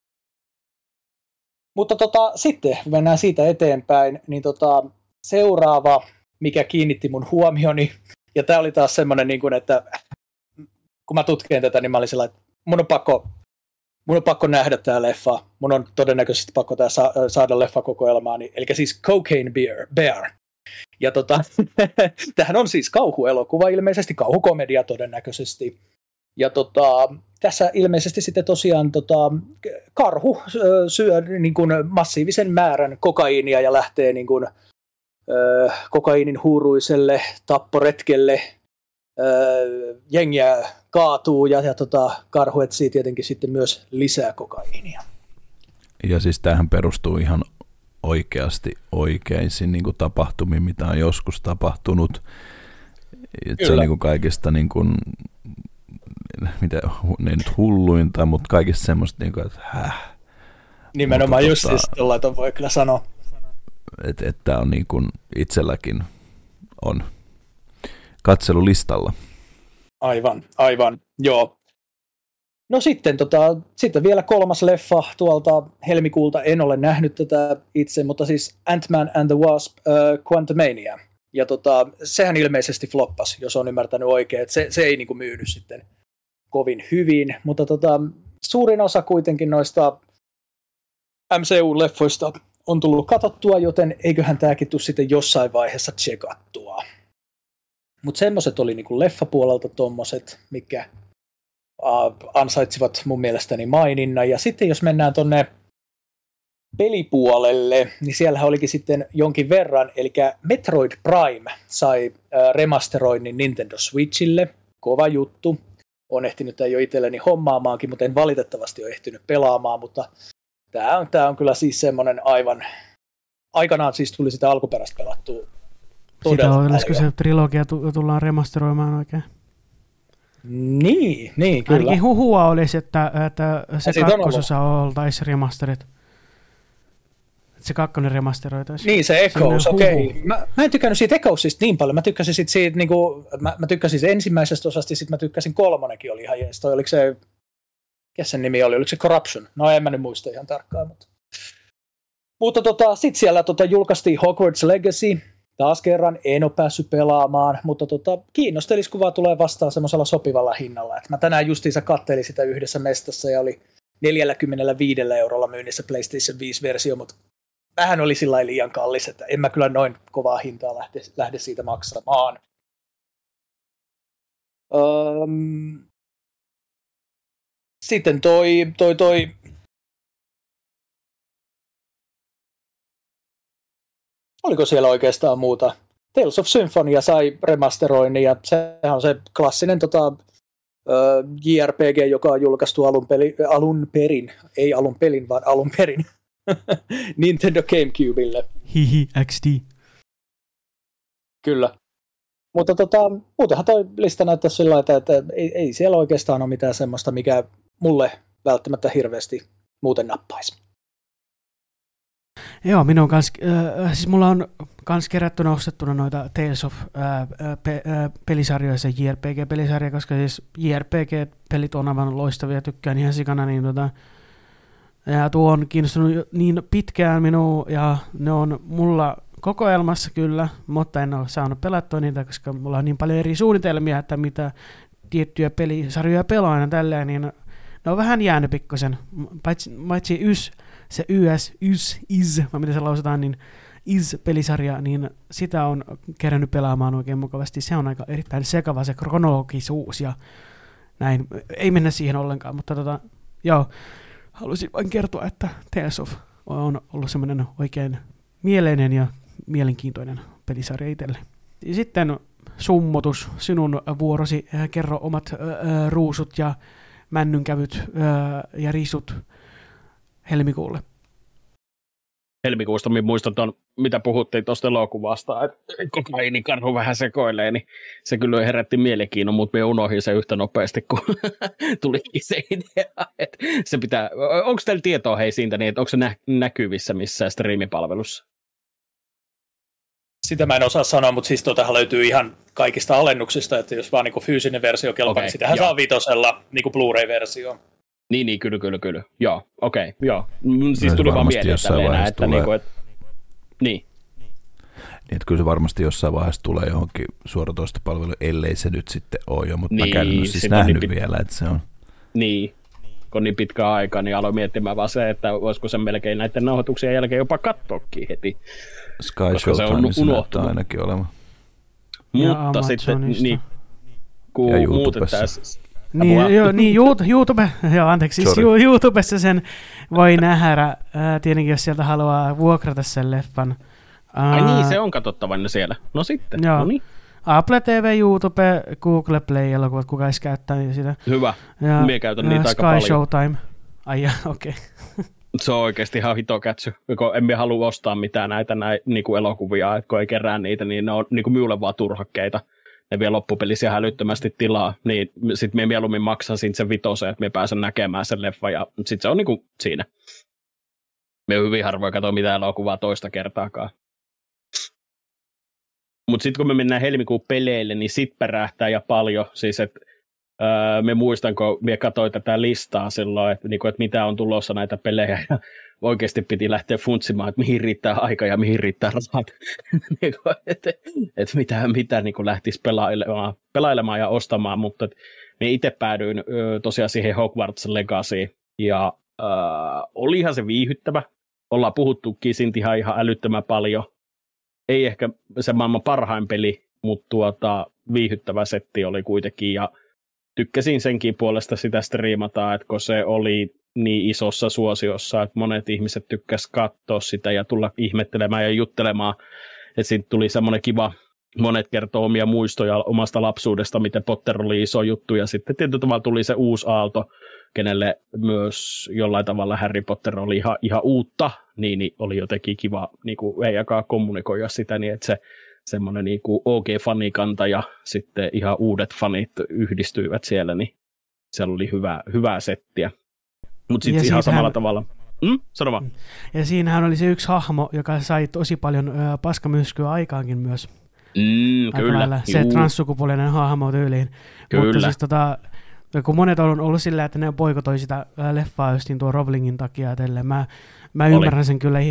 Mutta sitten mennään siitä eteenpäin, niin seuraava, mikä kiinnitti mun huomioni, ja tämä oli taas semmoinen, niin kuin, että kun mä tutkin tätä, niin mä olin sellainen, että mun on pakko nähdä tämä leffa, mun on todennäköisesti pakko saada leffakokoelmaan, eli siis Cocaine Bear. Ja tämähän on siis kauhuelokuva, ilmeisesti kauhukomedia todennäköisesti. Ja tässä ilmeisesti sitten tosiaan karhu syö niin kuin massiivisen määrän kokaiinia ja lähtee niin kuin, kokaiinin huuruiselle tapporetkelle. Jengiä kaatuu ja karhu etsii tietenkin sitten myös lisää kokaiinia. Ja siis tämähän perustuu ihan oikeasti oikeisiin niin kuin tapahtumiin, mitä on joskus tapahtunut. Se on niin kuin kaikista niin kuin, mitä, ne nyt hulluinta, mutta kaikista semmoista, niin kuin, että nimenomaan just siis tuollaita voi kyllä sanoa. Että on niin kuin itselläkin on katselulistalla. Aivan, joo. No sitten, sitten vielä 3. leffa tuolta helmikuulta, en ole nähnyt tätä itse, mutta siis Ant-Man and the Wasp Quantumania. Ja sehän ilmeisesti floppasi, jos on ymmärtänyt oikein, että se ei niinku myydy sitten kovin hyvin, mutta suurin osa kuitenkin noista MCU-leffoista on tullut katsottua, joten eiköhän tämäkin tule sitten jossain vaiheessa tsekattua. Mutta semmoiset oli niinku leffapuolelta tommoset, mikä ansaitsivat mun mielestäni maininnan. Ja sitten jos mennään tonne pelipuolelle, niin siellähän olikin sitten jonkin verran, eli Metroid Prime sai remasteroinnin Nintendo Switchille. Kova juttu. Olen ehtinyt jo itselleni hommaamaankin, mutta en valitettavasti ole ehtinyt pelaamaan, mutta tämä on kyllä siis semmoinen aikanaan siis tuli sitä alkuperäistä pelattua todella paljon. Olisiko se trilogia tullaan remasteroimaan oikein? Niin, kyllä. Ainakin huhua olisi, että se kakkososa oltaisi remasterit. Se 2 remasteroitaisi. Niin, se Echoes, okei. Mä en tykännyt siitä Echoesista niin paljon. Mä tykkäsin siitä niinku, mä tykkäsin ensimmäisestä osasta, sitten mä tykkäsin 3 oli ihan jees. Oliko se, mikä sen nimi oli? Oliko se Corruption? No en mä nyt muista ihan tarkkaan. Mutta sitten siellä julkaistiin Hogwarts Legacy. Taas kerran en ole päässyt pelaamaan, mutta kiinnostelis, kun vaan tulee vastaan semmoisella sopivalla hinnalla. Et mä tänään justiinsa kattelin sitä yhdessä mestassa ja oli 45 € myynnissä PlayStation 5-versio, mutta vähän oli sillä liian kallis, että en mä kyllä noin kovaa hintaa lähde siitä maksamaan. Sitten toi oliko siellä oikeastaan muuta? Tales of Symphonia sai remasteroinnin, ja sehän on se klassinen JRPG, joka on julkaistu alun perin Nintendo GameCubelle. Hihi, XD. Kyllä. Mutta muutenhan toi lista näyttää sillä lailla, että ei siellä oikeastaan ole mitään semmoista, mikä mulle välttämättä hirveästi muuten nappaisi. Joo, minun kanssa, siis mulla on kans kerättynä ostettuna noita Tales of pelisarjoja, se JRPG-pelisarja, koska siis JRPG-pelit on aivan loistavia, tykkään ihan sikana, niin ja tuo on kiinnostunut niin pitkään minua, ja ne on mulla kokoelmassa kyllä, mutta en ole saanut pelattua niitä, koska mulla on niin paljon eri suunnitelmia, että mitä tiettyjä pelisarjoja pelaan ja tälleen, niin ne on vähän jäänyt pikkusen, paitsi se vai miten se lausutaan, niin pelisarja, niin sitä on kerännyt pelaamaan oikein mukavasti. Se on aika erittäin sekava se kronologisuus ja näin. Ei mennä siihen ollenkaan, mutta joo, haluaisin vain kertoa, että Tales of on ollut semmoinen oikein mieleinen ja mielenkiintoinen pelisarja itselle. Sitten summotus, sinun vuorosi, kerro omat ruusut ja männynkävyt ja risut helmikuulle. Helmikuusta minä muistan tuon, mitä puhuttiin tuosta elokuvasta, että kokaiinikarhu vähän sekoilee, niin se kyllä herätti mielenkiinnon, mutta minä unohdin se yhtä nopeasti, kun tulikin se idea, että se pitää, onko teillä tietoa siitä, niin että onko se näkyvissä missään striimipalvelussa? Sitä mä en osaa sanoa, mutta siis löytyy ihan kaikista alennuksista, että jos vaan niinku fyysinen versio kelpaa, niin sitähän saa 5 niinku Blu-ray-versio. Niin, kyllä. Joo, okei, joo. Siis tuli vaan mieleen, että niinku, et, niin. Niin, että kyllä se varmasti jossain vaiheessa tulee johonkin suoratoistopalveluun, ellei se nyt sitten ole jo, mutta niin, mä en siis nähnyt vielä, että se on. Niin, kun niin pitkä aika, niin aloin miettimään vaan se, että olisiko se melkein näiden nauhoituksien jälkeen jopa katsoakin heti. Sky Showtimeissa näyttää ainakin olemaan. Mutta sitten, niin, kun muutettaisiin. Niin, YouTube, siis YouTubessa sen voi nähdä, tietenkin jos sieltä haluaa vuokrata sen leffan. Ai niin, se on katsottavana siellä. No sitten, joo. No niin. Apple TV, YouTube, Google Play-elokuvat, kuka edes käyttää sitä. Hyvä, mie käytän niitä aika paljon. Sky Showtime, okei. Se on oikeasti ihan hito kätsy, kun emme halua ostaa mitään näitä niinku elokuvia, että kun ei kerää niitä, niin ne on niinku minulle vaan turhakkeita. Ne vie loppupelissä hälyttömästi tilaa, niin sitten minä mieluummin maksasin sen 5, että minä pääsen näkemään sen leffan, ja sitten se on niinku siinä. Minä hyvin harvoin katsoa mitään elokuvaa toista kertaakaan. Mutta sitten kun me mennään helmikuun peleille, niin sit pärähtää ja paljon. Siis että me muistan, kun me katsoin tätä listaa silloin, että mitä on tulossa näitä pelejä. Ja oikeasti piti lähteä funtsimaan, että mihin riittää aika ja mihin riittää rahat. että mitä niin lähtisi pelailemaan ja ostamaan. Mutta me itse päädyin tosiaan siihen Hogwarts Legacyin. Ja olihan se viihyttävä. Ollaan puhuttukin siitä ihan älyttömän paljon. Ei ehkä se maailman parhain peli, mutta viihyttävä setti oli kuitenkin, ja tykkäsin senkin puolesta sitä striimataan, että kun se oli niin isossa suosiossa, että monet ihmiset tykkäs katsoa sitä ja tulla ihmettelemään ja juttelemaan, että siitä tuli semmoinen kiva, monet kertoo omia muistoja omasta lapsuudesta, miten Potter oli iso juttu, ja sitten tietyllä tavalla tuli se uusi aalto, kenelle myös jollain tavalla Harry Potter oli ihan uutta, niin oli jotenkin kiva niin kuin ei jakaa kommunikoida sitä, niin että se semmoinen niin kuin OG-fanikanta ja sitten ihan uudet fanit yhdistyivät siellä, niin siellä oli hyvää settiä. Mutta sitten ihan samalla tavalla. Sano vaan. Ja siinähän oli se yksi hahmo, joka sai tosi paljon paskamyrskyä aikaankin myös. Kyllä. Se transsukupuolinen hahmo tyyliin. Kyllä. Mutta siis kun monet on ollut sillä, että ne boikotoi sitä leffaa justiin tuon Rowlingin takia. Mä ymmärrän sen kyllä,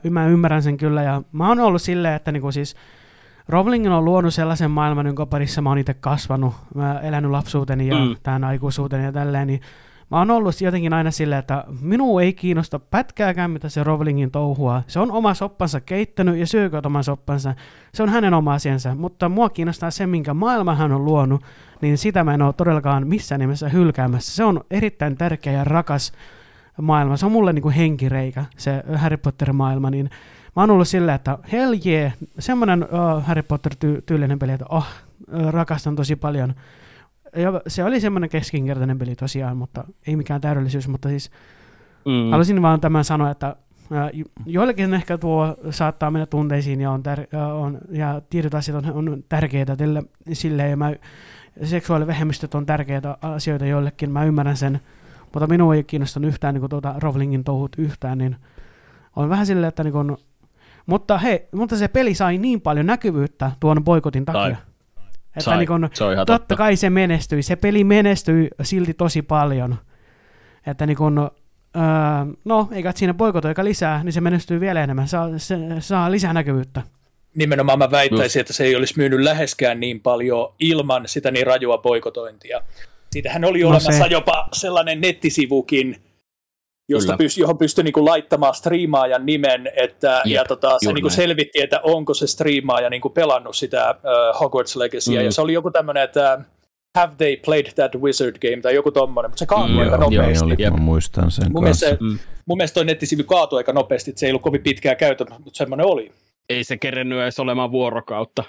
ja mä oon ollut silleen, että niinku siis Rowling on luonut sellaisen maailman, jonka parissa mä oon itse kasvanut. Mä elänyt lapsuuteni ja tämän aikuisuuteni ja tälleen, niin mä oon ollut jotenkin aina silleen, että minua ei kiinnosta pätkääkään, mitä se Rowlingin touhua. Se on oma soppansa keittänyt ja syököt oman soppansa. Se on hänen oma asiansa, mutta mua kiinnostaa se, minkä maailman hän on luonut, niin sitä mä en ole todellakaan missään nimessä hylkäämässä. Se on erittäin tärkeä ja rakas maailma. Se on mulle niin kuin henkireikä, se Harry Potter-maailma, niin mä oon ollut silleen, että hell yeah, semmoinen Harry Potter-tyylinen peli, että rakastan tosi paljon. Ja se oli semmoinen keskinkertainen peli tosiaan, mutta ei mikään täydellisyys, mutta siis halusin vaan tämän sanoa, että joillekin ehkä tuo saattaa mennä tunteisiin ja tietyt asiat on tärkeitä sille, ja seksuaalivähemmistöt on tärkeitä asioita joillekin, mä ymmärrän sen, mutta minua ei kiinnostanut yhtään niin Rowlingin touhut yhtään, niin on vähän silleen, että niin kuin, mutta se peli sai niin paljon näkyvyyttä tuon boikotin takia. Että niin kun, totta kai se menestyi. Se peli menestyi silti tosi paljon. Että niin kun, eikä siinä boikotoika lisää, niin se menestyy vielä enemmän. Se saa lisää näkyvyyttä. Nimenomaan mä väittäisin, että se ei olisi myynyt läheskään niin paljon ilman sitä niin rajua boikotointia. Siitähän oli olemassa jopa sellainen nettisivukin, johon pystyi niinku laittamaan striimaajan nimen, ja se niinku selvitti, että onko se striimaaja niinku pelannut sitä Hogwarts Legacya, ja se oli joku tämmöinen, että have they played that wizard game, tai joku tommoinen, mutta se kaatui aika nopeasti. Mä muistan sen kanssa. Mun mielestä toi nettisivu kaatui aika nopeasti, että se ei ollut kovin pitkää käytössä, mutta semmoinen oli. Ei se kerennyt edes olemaan vuorokautta.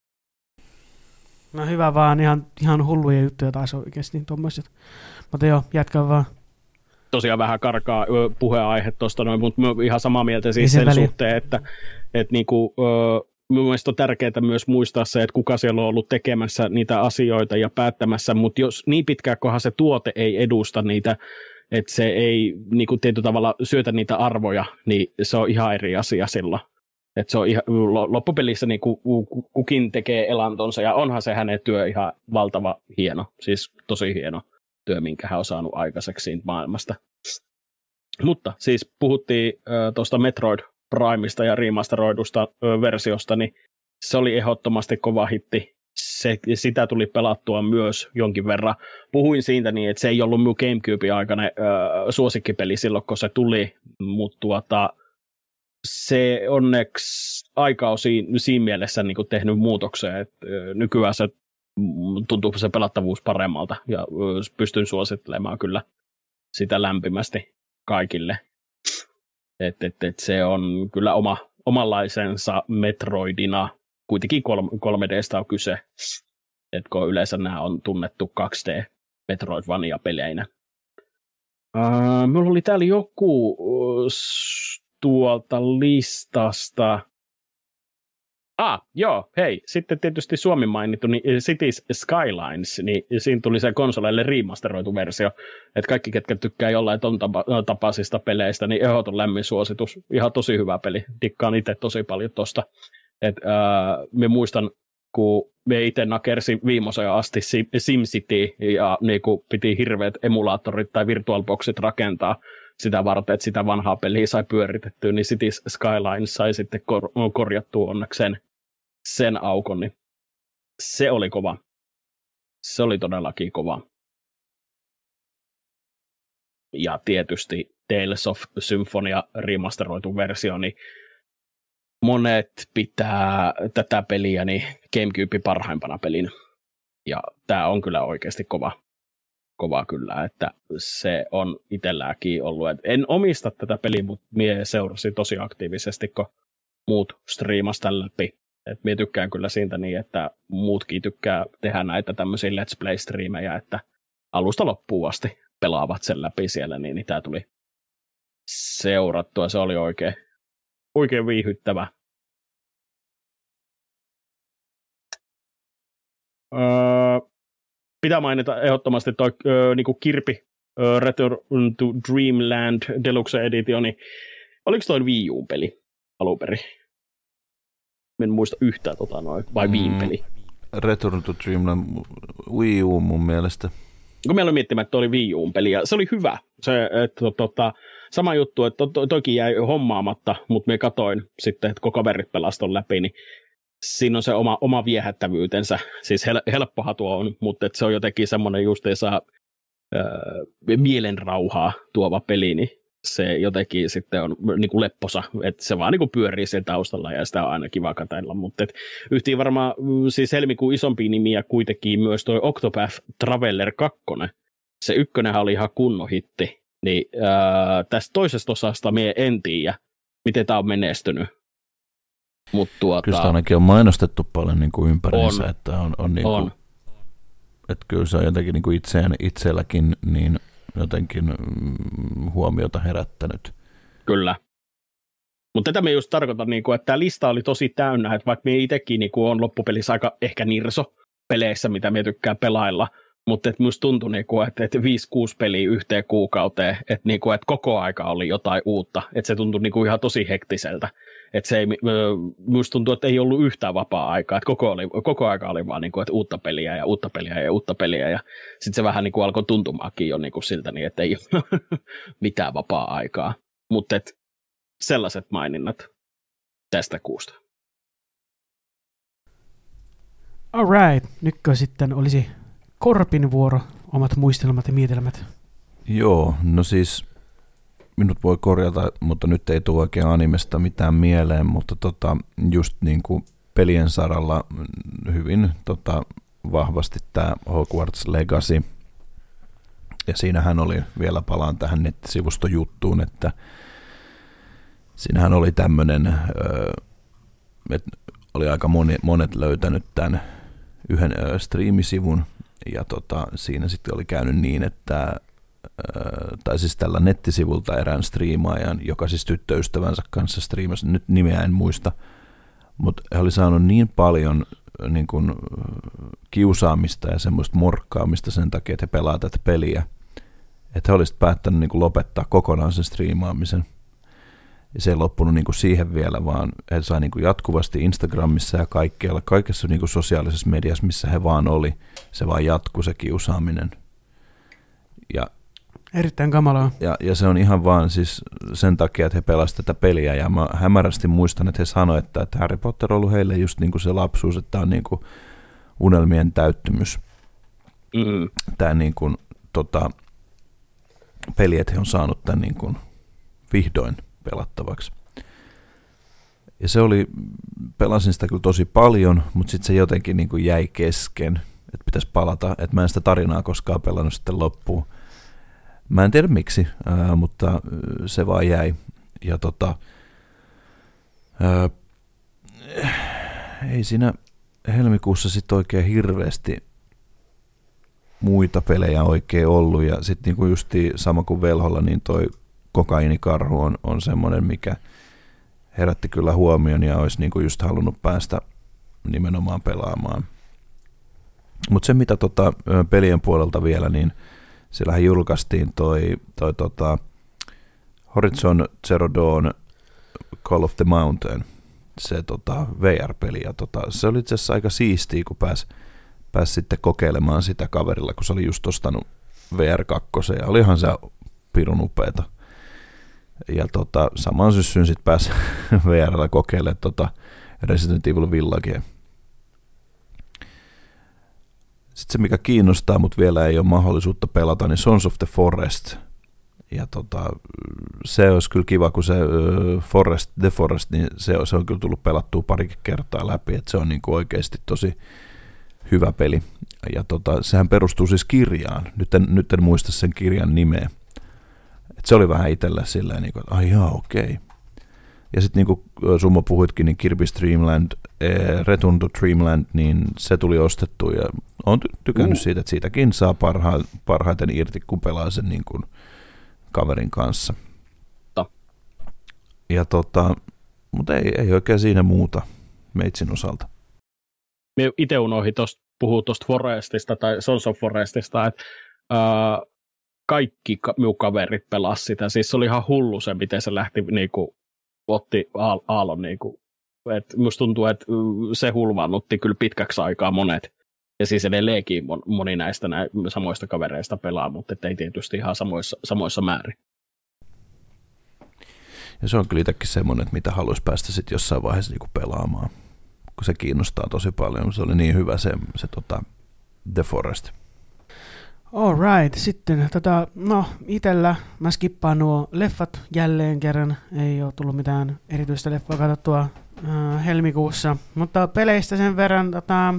No hyvä vaan, ihan hulluja juttuja taas oikeasti, niin tommoiset. Mutta joo, jatkaa vaan. Tosiaan vähän karkaa puheenaihe tuosta noin, mutta ihan samaa mieltä siis sen suhteen, että niinku, mun mielestä on tärkeää myös muistaa se, että kuka siellä on ollut tekemässä niitä asioita ja päättämässä, mutta jos niin pitkään, kohan se tuote ei edusta niitä, että se ei niinku tietyllä tavalla syötä niitä arvoja, niin se on ihan eri asia silloin. Että se on ihan, loppupelissä niin kukin tekee elantonsa, ja onhan se hänen työ ihan valtava hieno, siis tosi hieno työ, minkä hän on saanut aikaiseksi siitä maailmasta. Mutta siis puhuttiin tuosta Metroid Primeista ja remasteroidusta versiosta, niin se oli ehdottomasti kova hitti. Sitä tuli pelattua myös jonkin verran. Puhuin siitä niin, että se ei ollut minun GameCuben aikainen suosikkipeli silloin, kun se tuli, mutta se onneksi aika on siinä mielessä niin kuin tehnyt muutoksia, että nykyään se tuntuu se pelattavuus paremmalta ja pystyn suosittelemaan kyllä sitä lämpimästi kaikille. Et se on kyllä omanlaisensa Metroidina, kuitenkin 3D:stä on kyse, että kun yleensä nämä on tunnettu 2D Metroidvania-peleinä. Minulla oli täällä joku tuolta listasta. Joo, hei, sitten tietysti Suomi mainittu, niin Cities Skylines, niin siinä tuli se konsoleille remasteroitu versio, että kaikki, ketkä tykkää jollain ton tapaisista peleistä, niin ehdoton lämmin suositus, ihan tosi hyvä peli, dikkaan itse tosi paljon tosta, että me muistan, kun me itse nakersin viimeiseen asti SimCity ja niin kuin piti hirveät emulaattorit tai virtualboxit rakentaa sitä varten, että sitä vanhaa peliä sai pyöritettyä, niin Cities Skylines sai sitten korjattua onneksi sen aukon, niin se oli kova. Se oli todellakin kova. Ja tietysti Tales of Symphonia remasteroitu versio, niin monet pitää tätä peliä niin GameCube parhaimpana pelin. Ja tämä on kyllä oikeasti kova kyllä, että se on itselläänkin ollut. Et en omista tätä peliä, mutta mie seurasin tosi aktiivisesti, kun muut striimasi tämän läpi. Et mie tykkään kyllä siitä niin, että muutkin tykkää tehdä näitä tämmöisiä Let's Play-striimejä, että alusta loppuun asti pelaavat sen läpi siellä, niin tämä tuli seurattua. Se oli oikein viihyttävä. Pitää mainita ehdottomasti toi niinku Kirby Return to Dreamland Deluxe Edition, niin oliko toi Wii U-peli alun perin? En muista yhtään vai Wiiin peli. Return to Dreamland Wii U mun mielestä. Kun meillä oli miettimään, että toi oli Wii U-peli, ja se oli hyvä. Se, sama juttu, että toki jäi hommaamatta, mutta me katoin sitten, että kun kaverit pelaston läpi, niin siinä on se oma viehättävyytensä. Siis helppohan tuo on, mutta se on jotenkin semmoinen justiinsa mielenrauhaa tuova peli, niin se jotenkin sitten on niin kuin lepposa, että se vaan niin kuin pyörii siellä taustalla ja sitä on aina kiva katsella, mutta yhtiin varmaan siis helmikuun isompia nimiä kuitenkin myös toi Octopath Traveler 2. Se ykkönenhän oli ihan kunnon hitti, niin tästä toisesta osasta mie en tiedä, miten tämä on menestynyt. Kyllä sitä ainakin on mainostettu paljon niin kuin ympäriinsä, että on niin kuin, että kyllä se on jotenkin niin kuin itselläkin niin jotenkin huomiota herättänyt. Kyllä. Mutta tätä me just tarkoitan, että tämä lista oli tosi täynnä, että vaikka me itsekin on loppupelissä aika ehkä nirso peleissä, mitä me tykkään pelailla, mutta musta tuntui, että 5-6 peliä yhteen kuukauteen, että koko aika oli jotain uutta, että se tuntui ihan tosi hektiseltä. Että se ei, musta tuntuu, että ei ollut yhtään vapaa-aikaa, että koko aika oli vaan että uutta peliä ja uutta peliä ja uutta peliä, ja sitten se vähän alkoi tuntumaakin jo siltä, niin että ei ole mitään vapaa-aikaa. Mutta sellaiset maininnat tästä kuusta. Alright, nytkö sitten olisi Korpin vuoro, omat muistelmat ja mietelmät? Joo, no siis minut voi korjata, mutta nyt ei tule oikein animesta mitään mieleen, mutta just niin kuin pelien saralla hyvin vahvasti tämä Hogwarts Legacy. Ja siinähän oli, vielä palaan tähän nettisivustojuttuun, että siinähän oli tämmöinen, että oli aika monet löytänyt tämän yhden striimisivun, ja siinä sitten oli käynyt niin, että tai siis tällä nettisivulta erään striimaajan, joka siis tyttöystävänsä kanssa striimasi, nyt nimeä en muista, mutta he oli saanut niin paljon niin kuin kiusaamista ja semmoista morkkaamista sen takia, että he pelaa tätä peliä, että he olisivat päättänyt niin kuin lopettaa kokonaan sen striimaamisen. Ja se ei loppunut niin kuin siihen vielä, vaan he sai niin kuin jatkuvasti Instagramissa ja kaikessa niin kuin sosiaalisessa mediassa, missä he vaan oli. Se vaan jatkui se kiusaaminen. Ja erittäin kamalaa. Ja se on ihan vaan siis sen takia, että he pelasivat tätä peliä. Ja mä hämärästi muistan, että he sanoivat, että Harry Potter on ollut heille just niin kuin se lapsuus, että tämä on niin kuin unelmien täyttymys. Tämä niin kuin, peli, että he on saanut tämän niin kuin vihdoin pelattavaksi. Ja se oli, pelasin sitä kyllä tosi paljon, mutta sitten se jotenkin niin kuin jäi kesken, että pitäisi palata, että mä en sitä tarinaa koskaan pelannut sitten loppuun. Mä en tiedä miksi, mutta se vaan jäi. Ja ei siinä helmikuussa sitten oikein hirveästi muita pelejä ollut, ja sitten niinku justi sama kuin Velholla, niin toi Kokaiinikarhu on semmoinen, mikä herätti kyllä huomion ja olisi niinku just halunnut päästä nimenomaan pelaamaan. Mutta se mitä pelien puolelta vielä, niin siellähän julkaistiin toi Horizon Zero Dawn Call of the Mountain, se VR-peli, ja se oli itse asiassa aika siistiä, kun pääsi sitten kokeilemaan sitä kaverilla, kun se oli just ostanut VR2, ja olihan se pirun upeeta. Ja saman syssyn sitten pääsi VR:llä kokeilemaan Resident Evil Villagea. Sitten se, mikä kiinnostaa, mutta vielä ei ole mahdollisuutta pelata, niin Sons of the Forest. Ja se olisi kyllä kiva, kun se The Forest, niin se on kyllä tullut pelattua parikin kertaa läpi, että se on niin kuin oikeasti tosi hyvä peli. Ja sehän perustuu siis kirjaan. Nyt en muista sen kirjan nimeä. Et se oli vähän itsellä silleen, niin kuin, että ai jaa, okei. Ja sitten niin kuin Summo puhuitkin, niin Kirby's Dream Land, Return to Dreamland, niin se tuli ostettua ja olen tykännyt siitä, että siitäkin saa parhaiten irti, kun pelaa sen niin kuin kaverin kanssa. Ja mutta ei oikein siinä muuta meitsin osalta. Me itse unohdin puhua tuosta Forestista tai Sons of Forestista, että kaikki minun kaverit pelasivat sitä. Siis se oli ihan hullu se, miten se lähti niinku, otti aallon. Niinku. Minusta tuntuu, että se hulvaannutti kyllä pitkäksi aikaa monet. Ja siis edelleenkin moni näistä samoista kavereista pelaa, mutta ei tietysti ihan samoissa määrin. Ja se on kyllä itsekin semmoinen, että mitä haluaisi päästä sitten jossain vaiheessa niinku pelaamaan. Kun se kiinnostaa tosi paljon. Se oli niin hyvä se The Forest. All right. Sitten itellä mä skippaan nuo leffat jälleen kerran. Ei ole tullut mitään erityistä leffaa katsottua helmikuussa. Mutta peleistä sen verran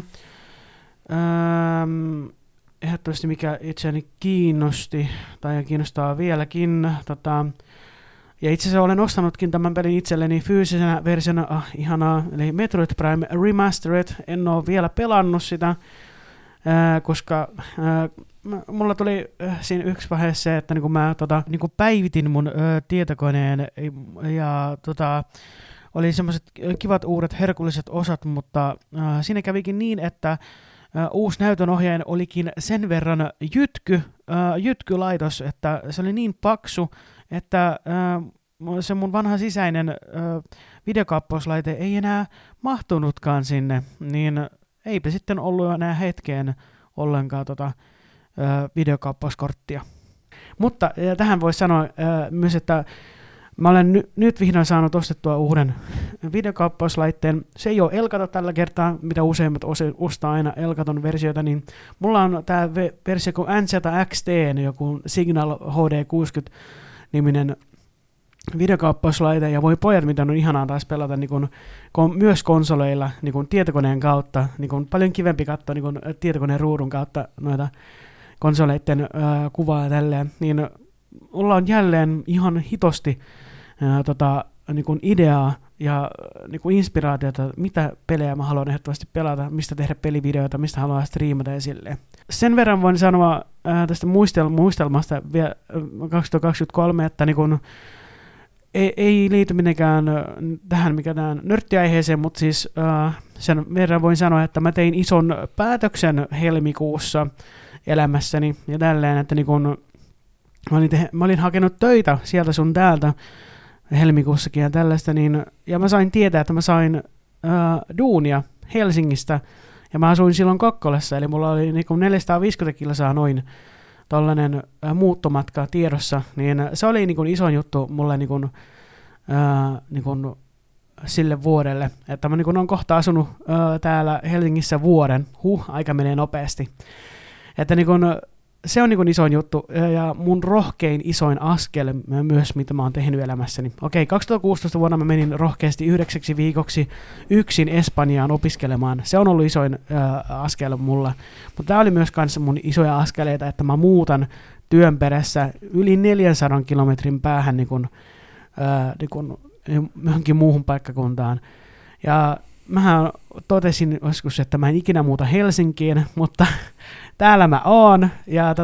ehdottomasti mikä itseäni kiinnosti tai kiinnostaa vieläkin. Ja itse asiassa olen ostanutkin tämän pelin itselleni fyysisenä versiona, ihanaa, eli Metroid Prime Remastered. En ole vielä pelannut sitä, koska mulla tuli siinä yksi vaiheessa se, että mä päivitin mun tietokoneen ja oli semmoiset kivat uudet herkulliset osat, mutta siinä kävikin niin, että uusi näytönohjaaja olikin sen verran jytkylaitos, että se oli niin paksu, että se mun vanha sisäinen videokaappauslaite ei enää mahtunutkaan sinne, niin eipä sitten ollut enää hetkeen ollenkaan videokaappauskorttia. Mutta tähän voisi sanoa myös, että mä olen nyt vihdoin saanut ostettua uuden videokaappauslaitteen. Se ei ole Elgato tällä kertaa, mitä useimmat ostaa aina Elgaton versioita, niin mulla on tämä versio kuin NZXT, joku Signal HD60-niminen videokaappauslaite, ja voi pojat, mitä on ihanaa taas pelata niin myös konsoleilla niin tietokoneen kautta, niin paljon kivempi katsoa niin tietokoneen ruudun kautta noita konsoleiden kuvaa tälleen, niin mulla on jälleen ihan hitosti niin ideaa ja niin inspiraatiota, mitä pelejä mä haluan ehdottomasti pelata, mistä tehdä pelivideoita, mistä haluan striimata ja silleen. Sen verran voin sanoa tästä muistelmasta vielä 2023, että niin ei liity mitenkään tähän mikään nörttiaiheeseen, mutta siis sen verran voin sanoa, että mä tein ison päätöksen helmikuussa elämässäni ja tälleen, että niin kun mä olin hakenut töitä sieltä sun täältä helmikuussakin ja tällaista, niin, ja mä sain tietää, että mä sain duunia Helsingistä, ja mä asuin silloin Kokkolassa, eli mulla oli niin kuin 450 kilsaa noin tollainen muuttomatka tiedossa, niin se oli niin kuin iso juttu mulle niin kuin sille vuodelle, että mä niin kuin olen kohta asunut täällä Helsingissä vuoden, aika menee nopeasti, että niin kuin, se on niin kuin isoin juttu ja mun rohkein isoin askel myös, mitä mä oon tehnyt elämässäni. Okei, 2016 vuonna mä menin rohkeasti 9 viikoksi yksin Espanjaan opiskelemaan. Se on ollut isoin askel mulla. Mutta tää oli myös kanssa mun isoja askeleita, että mä muutan työn perässä yli 400 kilometrin päähän niin kuin johonkin muuhun paikkakuntaan. Ja mähän totesin joskus, että mä en ikinä muuta Helsinkiin, mutta täällä mä oon, ja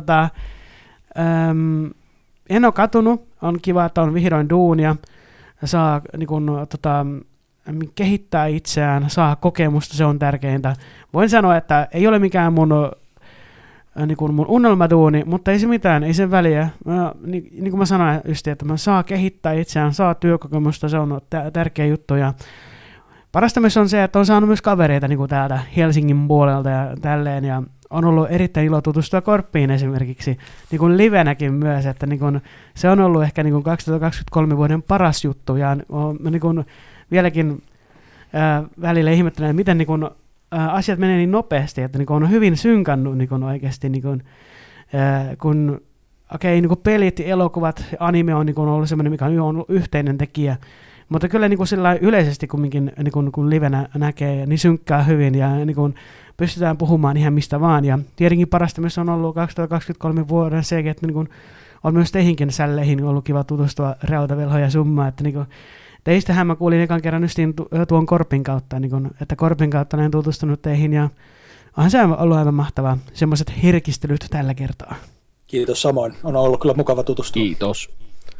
en ole katunut, on kiva, että on vihdoin duunia, saa niin kun, kehittää itseään, saa kokemusta, se on tärkeintä. Voin sanoa, että ei ole mikään mun unelmaduuni, mutta ei se mitään, ei sen väliä. Niin kuin mä sanoin just, että mä saa kehittää itseään, saa työkokemusta, se on tärkeä juttu, ja parasta myös on se, että on saanut myös kavereita niin kuin täältä Helsingin puolelta ja tälleen, ja on ollut erittäin ilo tutustua Korppiin esimerkiksi, niin kuin livenäkin myös, että niin kuin, se on ollut ehkä niin kuin 2023 vuoden paras juttu, ja niin kuin vieläkin välillä ihmettelen, miten niin kuin, asiat menee niin nopeasti, että niin kuin on hyvin synkannut niin kuin oikeasti, niin kuin, kun niin kuin pelit, elokuvat, anime on niin kuin ollut sellainen, mikä on ollut yhteinen tekijä, mutta kyllä niin kuin yleisesti kumminkin niin kun livenä näkee, niin synkkää hyvin ja niin kun pystytään puhumaan ihan mistä vaan. Ja tietenkin parasta myös on ollut 2023 vuoden se, että niin kun on myös teihinkin sälleihin ollut kiva tutustua Rautavelho ja Summa. Että niin kun teistähän mä kuulin ekan kerran justiin tuon Korpin kautta, niin kun, että Korpin kautta olen tutustunut teihin ja onhan se ollut aivan mahtavaa. Semmoiset herkistelyt tällä kertaa. Kiitos samoin. On ollut kyllä mukava tutustua. Kiitos.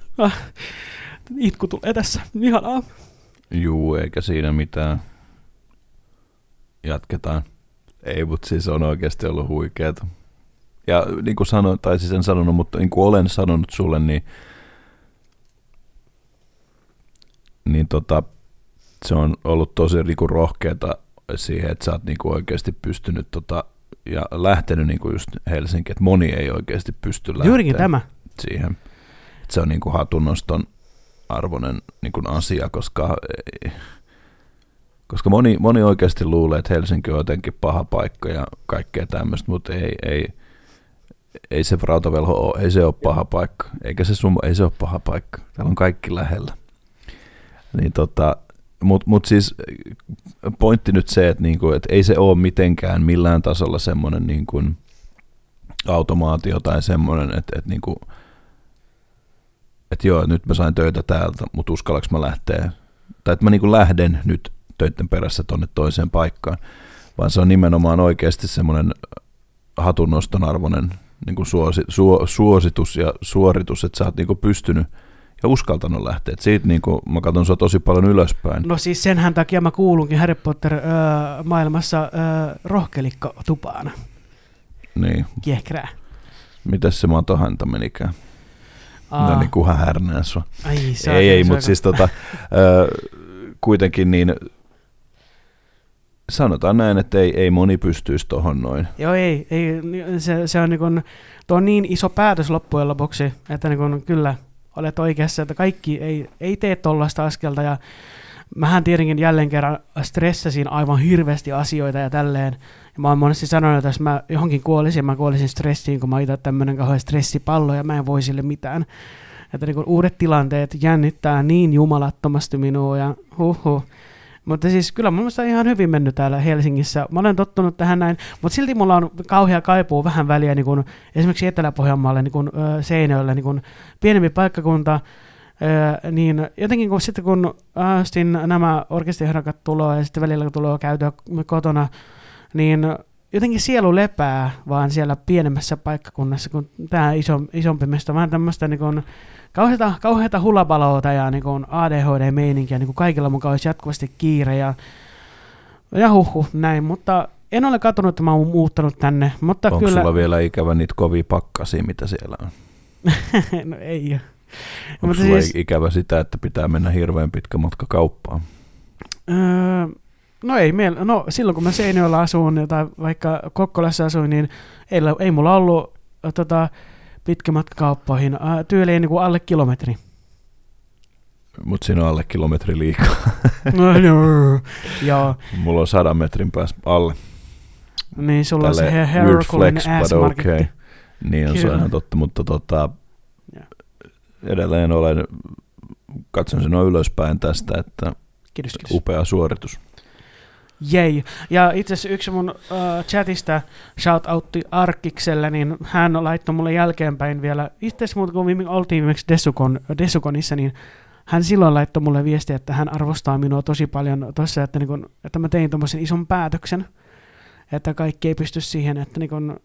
Itku tulee tässä. Ihanaa. Juu, eikä siinä mitään. Jatketaan. Ei, mutta siis on oikeasti ollut huikeeta. Ja niin kuin sanoin, tai siis en sanonut, mutta niin kuin olen sanonut sulle, niin se on ollut tosi niin kuin rohkeata siihen, että sä oot niin kuin oikeasti pystynyt ja lähtenyt niin kuin just Helsinkiin, että moni ei oikeasti pysty lähteä juurikin tämä siihen. Että se on niin kuin hatunnoston arvoinen niin kuin asia, koska moni oikeasti luulee, että Helsinki on jotenkin paha paikka ja kaikkea tämmöistä, mutta ei se Rautavelho ole, ei se ole paha paikka, eikä se Summa, ei se ole paha paikka, täällä on kaikki lähellä. Niin mutta siis pointti nyt se, että, niinku, että ei se ole mitenkään millään tasolla semmoinen niinku automaatio tai semmoinen, että niinku, että joo, nyt mä sain töitä täältä, mutta uskallaks mä lähteä, tai että mä niinku lähden nyt töiden perässä tonne toiseen paikkaan, vaan se on nimenomaan oikeasti semmoinen hatunnoston arvoinen niinku suositus ja suoritus, että sä oot niinku pystynyt ja uskaltanut lähteä. Et siitä niinku, mä katson sua tosi paljon ylöspäin. No siis senhän takia mä kuulunkin Harry Potter-maailmassa rohkelikko-tupaan. Niin. Kiehkrää. Mitäs se matohäntä menikään? No niin, kunhan härnää sua. Ei, mutta siis kuitenkin niin sanotaan näin, että ei moni pystyisi tohon noin. Joo, ei se on, tuo on niin iso päätös loppujen lopuksi, että kyllä olet oikeassa, että kaikki ei tee tollaista askelta, ja mähän tietenkin jälleen kerran stressasin aivan hirveästi asioita ja tälleen, ja mä oon monesti sanonut, että jos mä johonkin mä kuolisin stressiin, kun mä oon itse tämmönen kauhean stressipallo, ja mä en voi sille mitään. Että uudet tilanteet jännittää niin jumalattomasti minua, ja Mutta siis kyllä mun mielestä on ihan hyvin mennyt täällä Helsingissä. Mä olen tottunut tähän näin, mutta silti mulla on kauhea kaipuu vähän väliä niin kun esimerkiksi Etelä-Pohjanmaalle, niin kun Seinäjoelle, niin kun pienempi paikkakunta, niin jotenkin sitten kun nämä orkesteriharakat tulee ja sitten välillä tulee käytyä kotona, niin jotenkin sielu lepää vaan siellä pienemmässä paikkakunnassa, kun tämä isompi mestä, vähän tämmöistä niin kun kauheata hulapaloota ja niin kuin ADHD-meininkiä, niin kuin kaikilla mukaan olisi jatkuvasti kiire ja näin, mutta en ole katsonut, että mä oon muuttanut tänne, mutta onko kyllä... sulla vielä ikävä niitä kovia pakkasia, mitä siellä on? No ei. Onko sulla ikävä sitä, että pitää mennä hirveän pitkä matka kauppaan? No ei meillä, silloin kun mä Seinäjoella asuin tai vaikka Kokkolassa asuin, niin ei mulla ollut pitkä matka kauppoihin, tyyliin niin kuin alle kilometri. Mutta siinä on alle kilometri liikaa. Joo. Mulla on 100 metrin päässä alle. Niin, sulla on se Herculean ass-marketti. Okay. Niin on, se ihan totta, mutta edelleen katson sen ylöspäin tästä, että Kiitos. upea suoritus. Jei. Ja itse asiassa yksi mun chatista shoutoutti Arkkikselle, niin hän laittoi mulle jälkeenpäin vielä, itse asiassa kun oltiin viimeksi Desukonissa, niin hän silloin laittoi mulle viestiä, että hän arvostaa minua tosi paljon tuossa, että mä tein tommosen ison päätöksen, että kaikki ei pysty siihen, että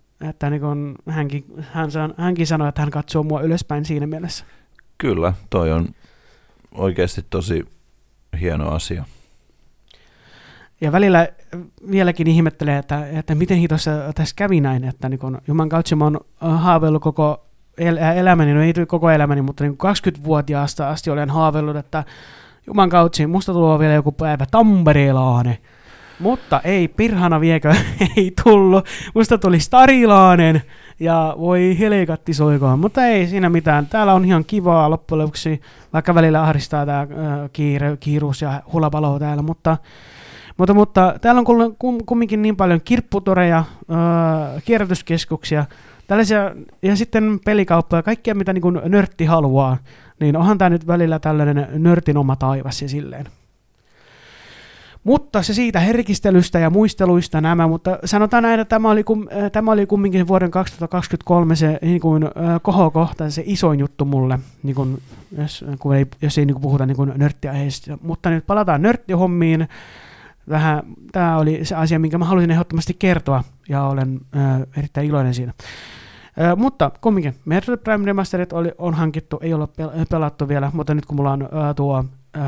hänkin sanoi, että hän katsoo mua ylöspäin siinä mielessä. Kyllä, toi on oikeasti tosi hieno asia. Ja välillä vieläkin ihmettelee, että miten hitossa tässä kävi näin, että Juman kautta mä oon haaveillut koko elämäni, no ei koko elämäni, mutta 20-vuotiaasta asti olen haaveillut, että Juman kautta musta tulee vielä joku päivä Tampereelainen. Mutta ei, pirhana viekö, ei tullut. Musta tuli Starilainen ja voi helekatti soikoon, mutta ei siinä mitään. Täällä on ihan kivaa loppujen lopuksi, vaikka välillä ahdistaa tämä kiiruus ja hulapalo täällä, mutta täällä on kumminkin niin paljon kirpputoreja, kierrätyskeskuksia, tällaisia, ja sitten pelikauppoja, kaikkea mitä niin nörtti haluaa, niin onhan tämä nyt välillä tällainen nörtin oma taivas ja silleen. Mutta se siitä herkistelystä ja muisteluista nämä, mutta sanotaan näin, että tämä oli kumminkin vuoden 2023 se niin kuin, kohokohta, se isoin juttu mulle, niin kuin, jos ei niin kuin puhuta niin kuin nörttiaiheista. Mutta nyt palataan nörttihommiin. Tämä oli se asia, minkä mä halusin ehdottomasti kertoa, ja olen erittäin iloinen siinä. Mutta kumminkin, Metroid Prime Remastered on hankittu, ei ole pelattu vielä, mutta nyt kun mulla on tuo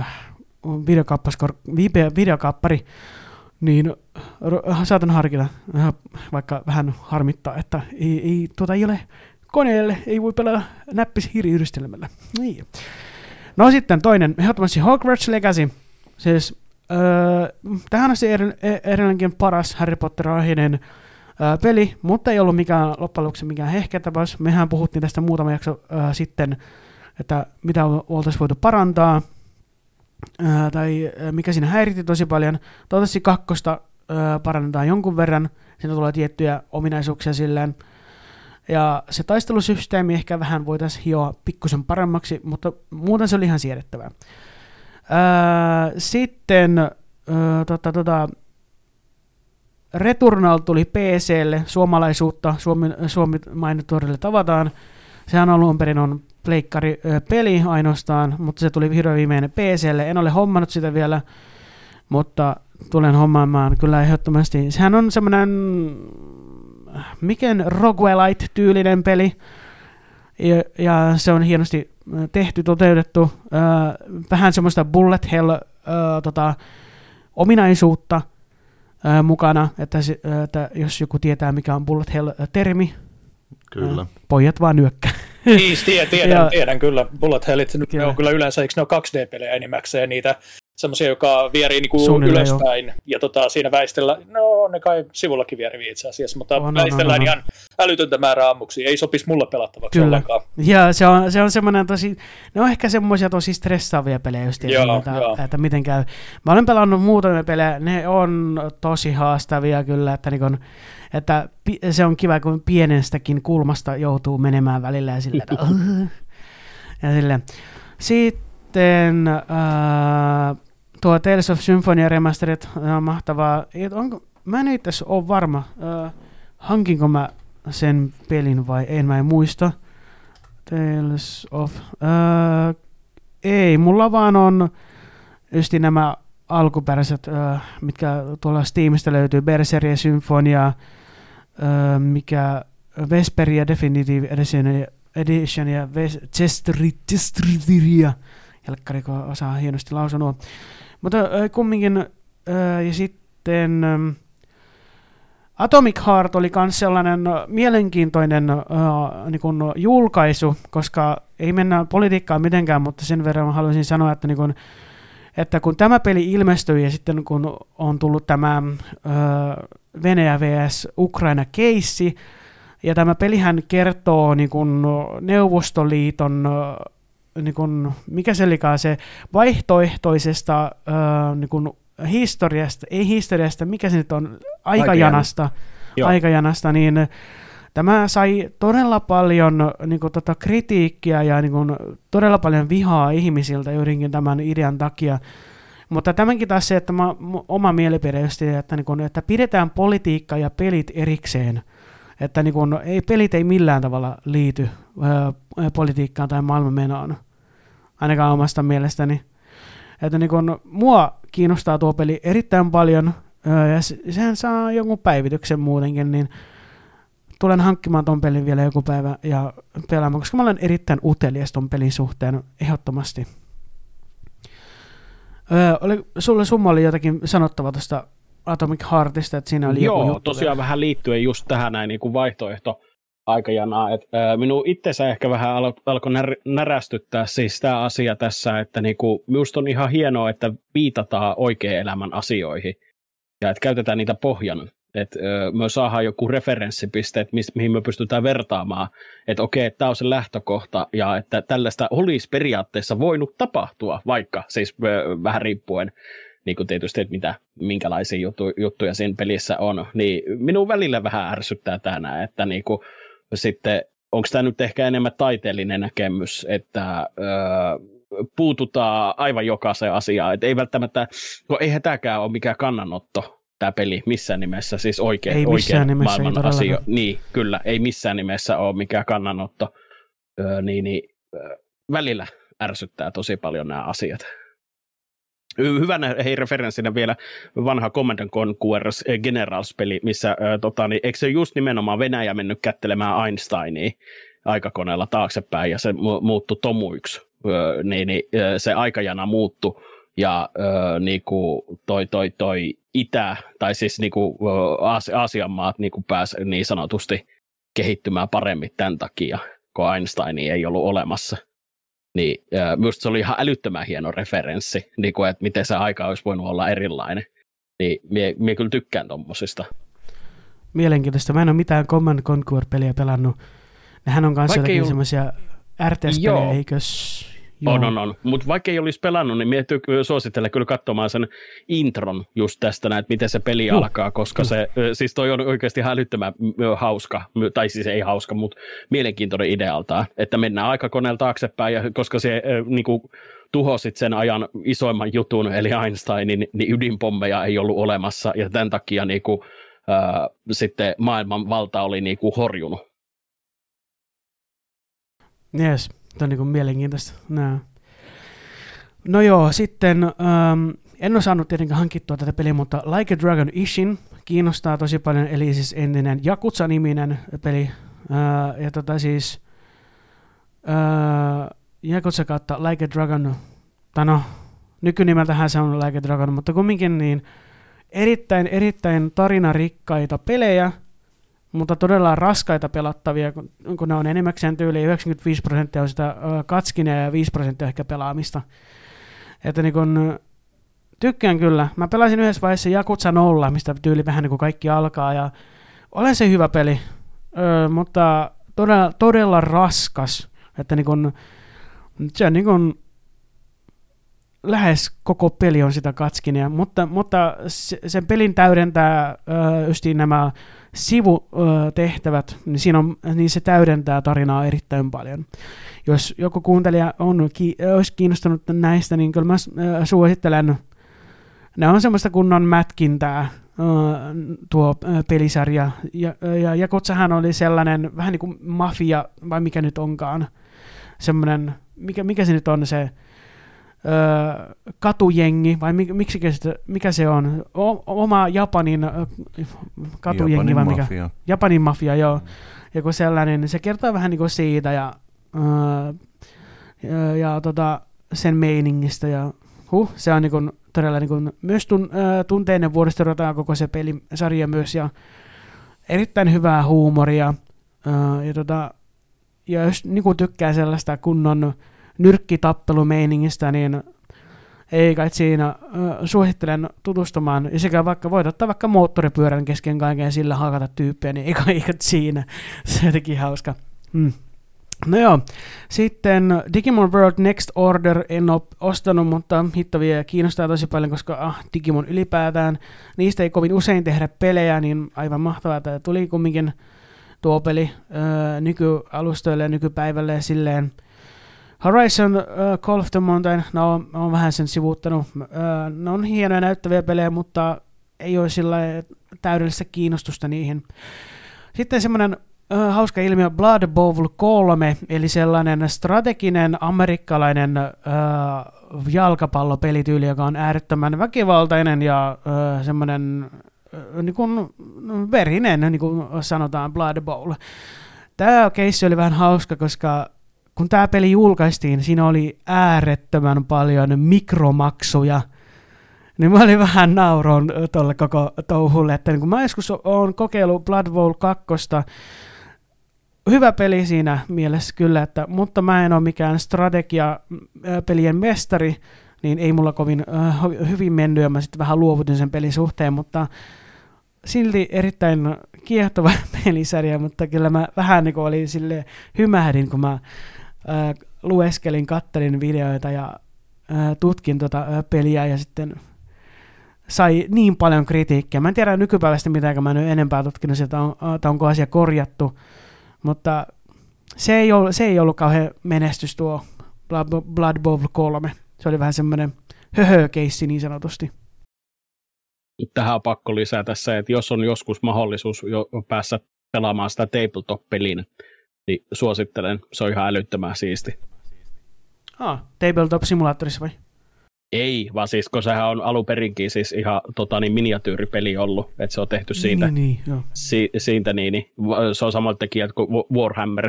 videokaappari, niin saatan harkita, vaikka vähän harmittaa, että ei ole koneelle, ei voi pelata näppis-hiiriyhdistelmällä. Niin. No sitten toinen, ehdottomasti Hogwarts Legacy, siis tähän on se edelleenkin paras Harry Potter-aiheinen peli, mutta ei ollut loppujen lopuksi mikään hehkätapaus. Mehän puhuttiin tästä muutama jakso sitten, että mitä oltaisiin voitu parantaa, tai mikä siinä häiritti tosi paljon. Toivottavasti kakkosta parannetaan jonkun verran, siinä tulee tiettyjä ominaisuuksia silleen, ja se taistelusysteemi ehkä vähän voitaisiin hioa pikkusen paremmaksi, mutta muuten se oli ihan siedettävää. Sitten Returnal tuli PC:lle, suomalaisuutta Suomi mainituudelle tavataan. Sehän alun perin on pleikkari-peli ainoastaan, mutta se tuli vihdoin viimeinen PC:lle. En ole hommannut sitä vielä, mutta tulen hommaamaan kyllä ehdottomasti. Sehän on semmoinen roguelite-tyylinen peli, ja se on hienosti tehty, toteutettu. Vähän semmoista bullet hell ominaisuutta mukana, että jos joku tietää mikä on bullet hell-termi, kyllä. Pojat vaan nyökkää. Niin, tiedän kyllä. Bullet hellit, ne on kyllä yleensä, eikö ne ole 2D-pelejä enimmäkseen, niitä semmoisia, joka vierii niinku ylöspäin, ja siinä väistellä, no ne kai sivullakin vierivii itse asiassa, mutta väistellään ihan älytöntä määrää ammuksia, ei sopisi mulle pelattavaksi ollenkaan. Ja se on semmoinen tosi, ne on ehkä semmoisia tosi stressaavia pelejä, just että miten käy. Mä olen pelannut muutamia pelejä, ne on tosi haastavia kyllä, että se on kiva, kun pienestäkin kulmasta joutuu menemään välillä ja silleen, ja silleen. Sitten tuo Tales of Symphonia Remastered on mahtavaa. Mä en itse asiassa ole varma, hankinko mä sen pelin vai en, mä en muista. Tales of... ei, mulla vaan on just nämä alkuperäiset, mitkä tuolla Steamista löytyy, Berseria, Symphonia, mikä Vesperia Definitive Edition ja Chestriria. Jälkkariko osaa hienosti lausunua. Mutta kumminkin, ja sitten Atomic Heart oli myös sellainen mielenkiintoinen niin kuin julkaisu, koska ei mennä politiikkaan mitenkään, mutta sen verran haluaisin sanoa, että, niin kuin, että kun tämä peli ilmestyi ja sitten kun on tullut tämä Venäjä vs. Ukraina-keissi, ja tämä pelihän kertoo niin kuin Neuvostoliiton, niin kuin, mikä se olikaan se vaihtoehtoisesta niin kuin historiasta, ei historiasta, mikä se nyt on, aikajanasta, niin tämä sai todella paljon niin kuin, kritiikkiä ja niin kuin, todella paljon vihaa ihmisiltä juurikin tämän idean takia. Mutta tämänkin taas se, että oma mielipide just, että, niin kuin, että pidetään politiikka ja pelit erikseen. Että niin kuin, pelit ei millään tavalla liity politiikkaan tai maailmanmenoon, ainakaan omasta mielestäni. Että niin kun, mua kiinnostaa tuo peli erittäin paljon, ja sehän saa jonkun päivityksen muutenkin, niin tulen hankkimaan ton pelin vielä joku päivä ja pelaamaan, koska mä olen erittäin utelias ton pelin suhteen ehdottomasti. Sulla oli jotakin sanottavaa tuosta Atomic Heartista, että siinä oli joku juttu. Tosiaan vähän liittyen just tähän näin niin kuin vaihtoehto aikajanaa, että minun itsensä ehkä vähän alkoi närästyttää siis tämä asia tässä, että niinku, minusta on ihan hienoa, että viitataan oikean elämän asioihin ja että käytetään niitä pohjana, että me saadaan joku referenssipiste, että mihin me pystytään vertaamaan, että okei, tämä on se lähtökohta ja että tällaista olisi periaatteessa voinut tapahtua, vaikka siis vähän riippuen niin kuin tietysti, että minkälaisia juttuja siinä pelissä on, niin minun välillä vähän ärsyttää tänään, että niinku, sitten onko tämä nyt ehkä enemmän taiteellinen näkemys, että puututaan aivan jokaiseen asiaan, että ei välttämättä, eihän tämäkään ole mikään kannanotto, tämä peli missään nimessä, siis oikein maailman asia. Niin, kyllä, ei missään nimessä ole mikään kannanotto, välillä ärsyttää tosi paljon nämä asiat. Hyvänä referenssinä vielä vanha Command & Conquer Generals-peli, missä eikö se just nimenomaan Venäjä mennyt kättelemään Einsteinia aikakoneella taaksepäin ja se muuttui tomuiksi, se aikajana muuttui ja niinku toi itä, tai siis niinku Aasian maat niinku pääsi niin sanotusti kehittymään paremmin tämän takia, kun Einsteinia ei ollut olemassa. Niin minusta se oli ihan älyttömän hieno referenssi, niin kuin, että miten se aika olisi voinut olla erilainen. Niin minä kyllä tykkään tommosista. Mielenkiintoista. Mä en ole mitään Command Conquer-peliä pelannut. Nehän on kanssa jotakin semmoisia RTS-pelejä, eikös? On. Mutta vaikka ei olisi pelannut, niin minä suosittelen kyllä katsomaan sen intron just tästä, että miten se peli alkaa, koska se, siis toi on oikeasti ihan älyttömän hauska, tai siis ei hauska, mutta mielenkiintoinen idealtaan, että mennään aikakoneella taaksepäin, ja koska se niinku tuhosit sen ajan isoimman jutun, eli Einsteinin, niin ydinpommeja ei ollut olemassa, ja tämän takia niinku, sitten maailman valta oli niinku horjunut. Yes. Tämä on niin kuin mielenkiintoista. No joo, sitten en ole saanut tietenkään hankittua tätä peliä, mutta Like a Dragon Ishin kiinnostaa tosi paljon, eli siis entinen Yakuza-niminen peli. Ja siis Yakuza kautta Like a Dragon, tai no, nykynimeltähän se on Like a Dragon, mutta kumminkin niin erittäin tarinarikkaita pelejä, mutta todella raskaita pelattavia, kun ne on enemmäkseen tyyliin 95% on sitä katskinea ja 5% ehkä pelaamista. Että niin kun, tykkään kyllä. Mä pelasin yhdessä vaiheessa Yakuza 0, mistä tyyli vähän niin kuin kaikki alkaa, ja olen se hyvä peli, mutta todella raskas. Että niin kun, se on niin kun, lähes koko peli on sitä katskinea, mutta sen pelin täydentää justiin nämä sivutehtävät, niin se täydentää tarinaa erittäin paljon. Jos joku kuuntelija olisi kiinnostunut näistä, niin kyllä mä suosittelen. Ne on semmoista kunnon mätkintää, tuo pelisarja. Ja Yakuzahan oli sellainen vähän niin kuin mafia, vai mikä nyt onkaan. Semmoinen, mikä se nyt on se katujengi, vai mikä se on? Oma Japanin katujengi, vai mikä? Mafia. Japanin mafia, joo. Joku sellainen, se kertoo vähän niin kuin siitä ja sen meiningistä. Ja, se on niin kuin, todella niin kuin, myös tunteinen vuodesta koko se pelisarja myös. Ja erittäin hyvää huumoria. Ja jos niin kuin tykkää sellaista kunnon nyrkkitappelumeiningistä, niin ei kai siinä suosittelen tutustumaan. Ja sekä vaikka voit ottaa vaikka moottoripyörän kesken kaiken ja sillä hakata tyyppejä, niin ei kai siinä. Se on jotenkin hauska. No joo, sitten Digimon World Next Order en ole ostanut, mutta hitto vielä kiinnostaa tosi paljon, koska Digimon ylipäätään, niistä ei kovin usein tehdä pelejä, niin aivan mahtavaa, että tuli kumminkin tuo peli nykyalustoille ja nykypäivälle ja silleen. Horizon Call of the Mountain, no olen vähän sen sivuuttanut, ne on hienoja näyttäviä pelejä, mutta ei ole sillä täydellistä kiinnostusta niihin. Sitten semmoinen hauska ilmiö Blood Bowl 3, eli sellainen strateginen amerikkalainen jalkapallopelityyli, joka on äärettömän väkivaltainen ja semmoinen niin kuin verinen, niin kuin sanotaan Blood Bowl. Tämä keissi oli vähän hauska, koska kun tämä peli julkaistiin, siinä oli äärettömän paljon mikromaksuja. Niin mä olin vähän nauroon tuolle koko touhulle, että niin kun mä joskus olen kokeillut Blood Bowl 2, hyvä peli siinä mielessä kyllä, mutta mä en ole mikään strategiapelien mestari, niin ei mulla kovin hyvin mennyt ja mä sitten vähän luovutin sen pelin suhteen, mutta silti erittäin kiehtova pelisarja, mutta kyllä mä vähän niin kuin olin silleen hymähdin, kun mä lueskelin, kattelin videoita ja tutkin peliä ja sitten sai niin paljon kritiikkiä. Mä en tiedä nykypäivästä mitään, mä en ole enempää tutkinut sieltä, onko asia korjattu, mutta se ei ollut kauhean menestys tuo Blood Bowl 3. Se oli vähän semmoinen höhö-keissi niin sanotusti. Tähän on pakko lisätä se, että jos on joskus mahdollisuus päässä pelaamaan sitä tabletop-peliä, niin suosittelen. Se on ihan älyttömän siisti. Tabletop-simulaattorissa vai? Ei, vaan siis, kun sehän on alunperinkin siis ihan miniatyyripeli ollut, että se on tehty siitä, siitä se on samalta tekijät kuin Warhammer,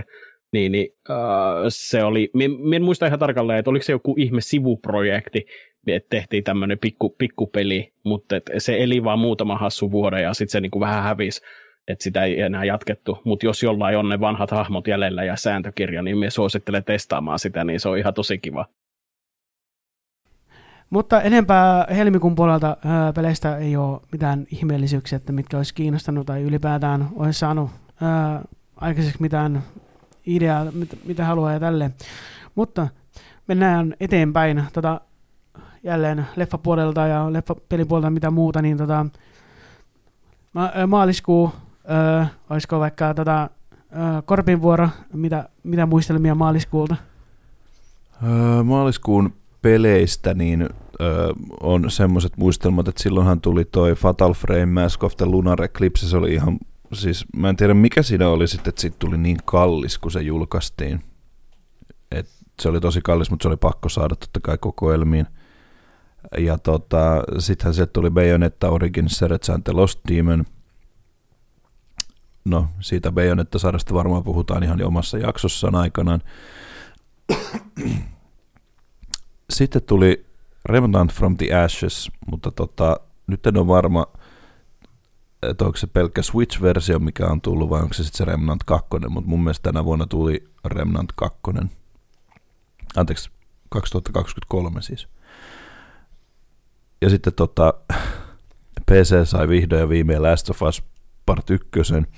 se oli, minä en muista ihan tarkalleen, että oliko se joku ihme sivuprojekti, että tehtiin tämmöinen pikkupeli, mutta se eli vaan muutama hassu vuoden ja sitten se niinku vähän hävisi, että sitä ei enää jatkettu, mutta jos jollain on ne vanhat hahmot jäljellä ja sääntökirja, niin minä suosittelen testaamaan sitä, niin se on ihan tosi kiva. Mutta enempää helmikuun puolelta peleistä ei ole mitään ihmeellisyyksiä, että mitkä olisi kiinnostanut tai ylipäätään olisi saanut aikaiseksi mitään ideaa, mitä haluaa ja tälleen. Mutta mennään eteenpäin jälleen leffapuolelta ja leffapelipuolelta mitä muuta, niin maaliskuu, olisiko vaikka Korpin vuoro, mitä muistelmia maaliskuulta? Maaliskuun peleistä niin on semmoiset muistelmat, että silloinhan tuli toi Fatal Frame Mask of the Lunar Eclipse, se oli ihan, siis mä en tiedä mikä siinä oli sitten, että siitä tuli niin kallis, kun se julkaistiin. Et se oli tosi kallis, mutta se oli pakko saada totta kai kokoelmiin. Ja sittenhän sieltä tuli Bayonetta Origins Search and the Lost Demon. No, siitä Bayonetta-sarjasta varmaan puhutaan ihan omassa jaksossaan aikanaan. Sitten tuli Remnant from the Ashes, mutta nyt en ole varma, että onko se pelkkä Switch-versio, mikä on tullut, vai onko se sitten se Remnant 2, mutta mun mielestä tänä vuonna tuli Remnant 2. Anteeksi, 2023 siis. Ja sitten PC sai vihdoin ja viimein Last of Us Part 1.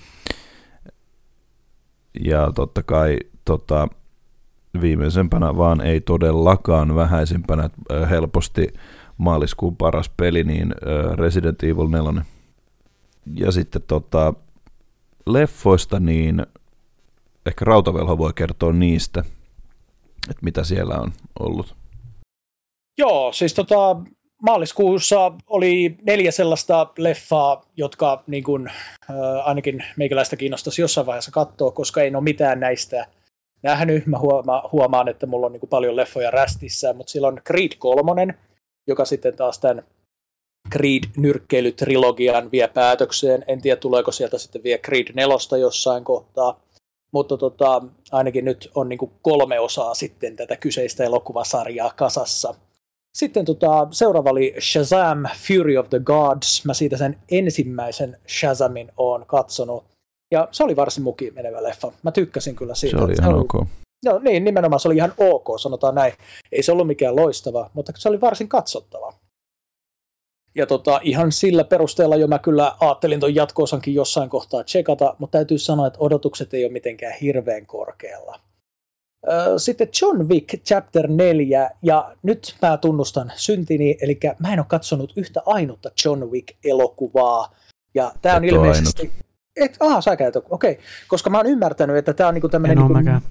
Ja totta kai viimeisempänä vaan ei todellakaan vähäisimpänä helposti maaliskuun paras peli, niin Resident Evil 4. Ja sitten leffoista, niin ehkä Rautavelho voi kertoa niistä, että mitä siellä on ollut. Joo, siis maaliskuussa oli 4 sellaista leffaa, jotka niin kun, ainakin meikäläistä kiinnostaisi jossain vaiheessa katsoa, koska ei ole mitään näistä nähnyt. Mä huomaan, että mulla on niin kuin paljon leffoja rästissä, mutta sillä on Creed 3, joka sitten taas tämän Creed-nyrkkeilytrilogian vie päätökseen. En tiedä, tuleeko sieltä sitten vielä Creed 4 jossain kohtaa, mutta ainakin nyt on niin kuin 3 osaa sitten tätä kyseistä elokuvasarjaa kasassa. Sitten seuraava oli Shazam, Fury of the Gods. Mä siitä sen ensimmäisen Shazamin oon katsonut. Ja se oli varsin mukiin menevä leffa. Mä tykkäsin kyllä siitä. Se oli ihan ok. No niin, nimenomaan se oli ihan ok, sanotaan näin. Ei se ollut mikään loistava, mutta se oli varsin katsottava. Ja ihan sillä perusteella jo mä kyllä ajattelin ton jatko-osankin jossain kohtaa tsekata, mutta täytyy sanoa, että odotukset ei ole mitenkään hirveän korkealla. Sitten John Wick Chapter 4, ja nyt mä tunnustan syntini, eli mä en ole katsonut yhtä ainutta John Wick-elokuvaa, ja tää on ilmeisesti... sä käyt, okei. Koska mä oon ymmärtänyt, että tää on niinku tämmönen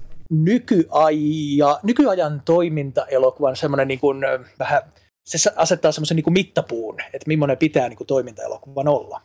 nykyajan toimintaelokuvan semmoinen niinku vähän... Se asettaa semmoisen niinku mittapuun, että millainen pitää niinku toimintaelokuvan olla.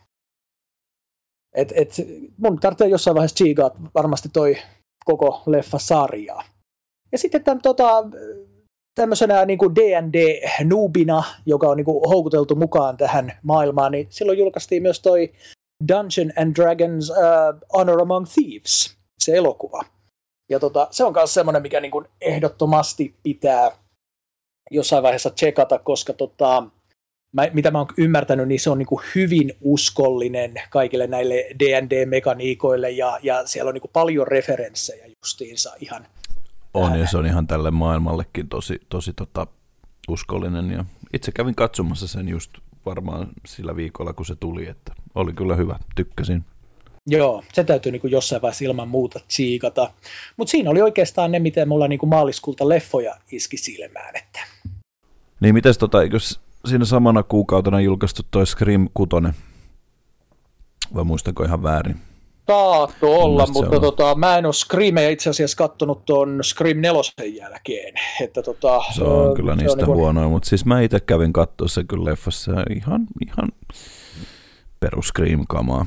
Mun tarvitsee jossain vaiheessa tsiigaa varmasti toi koko leffasarjaa. Ja sitten tämmöisenä niinku D&D-noobina, joka on niinku houkuteltu mukaan tähän maailmaan, niin silloin julkaistiin myös toi Dungeons and Dragons Honor Among Thieves, se elokuva. Ja se on myös semmoinen, mikä niinku ehdottomasti pitää jossain vaiheessa tsekata, koska mitä mä oon ymmärtänyt, niin se on niinku hyvin uskollinen kaikille näille D&D-mekaniikoille, ja siellä on niinku paljon referenssejä justiinsa ihan. On, ja se on ihan tälle maailmallekin tosi uskollinen, ja itse kävin katsomassa sen just varmaan sillä viikolla, kun se tuli, että oli kyllä hyvä, tykkäsin. Joo, se täytyy niinku jossain vaiheessa ilman muuta tsiikata. Mutta siinä oli oikeastaan ne, miten mulla niinku maaliskuulta leffoja iski silmään. Että. Niin, mites eikö siinä samana kuukautena julkaistu toi Scream 6? Vai muistanko ihan väärin? Saatto olla, mutta mä en ole Screamia itse asiassa kattonut tuon Scream 4 jälkeen. Että se on kyllä niistä huonoja, mutta siis mä itse kävin katsoa se kyllä leffassa ihan perus Scream-kamaa.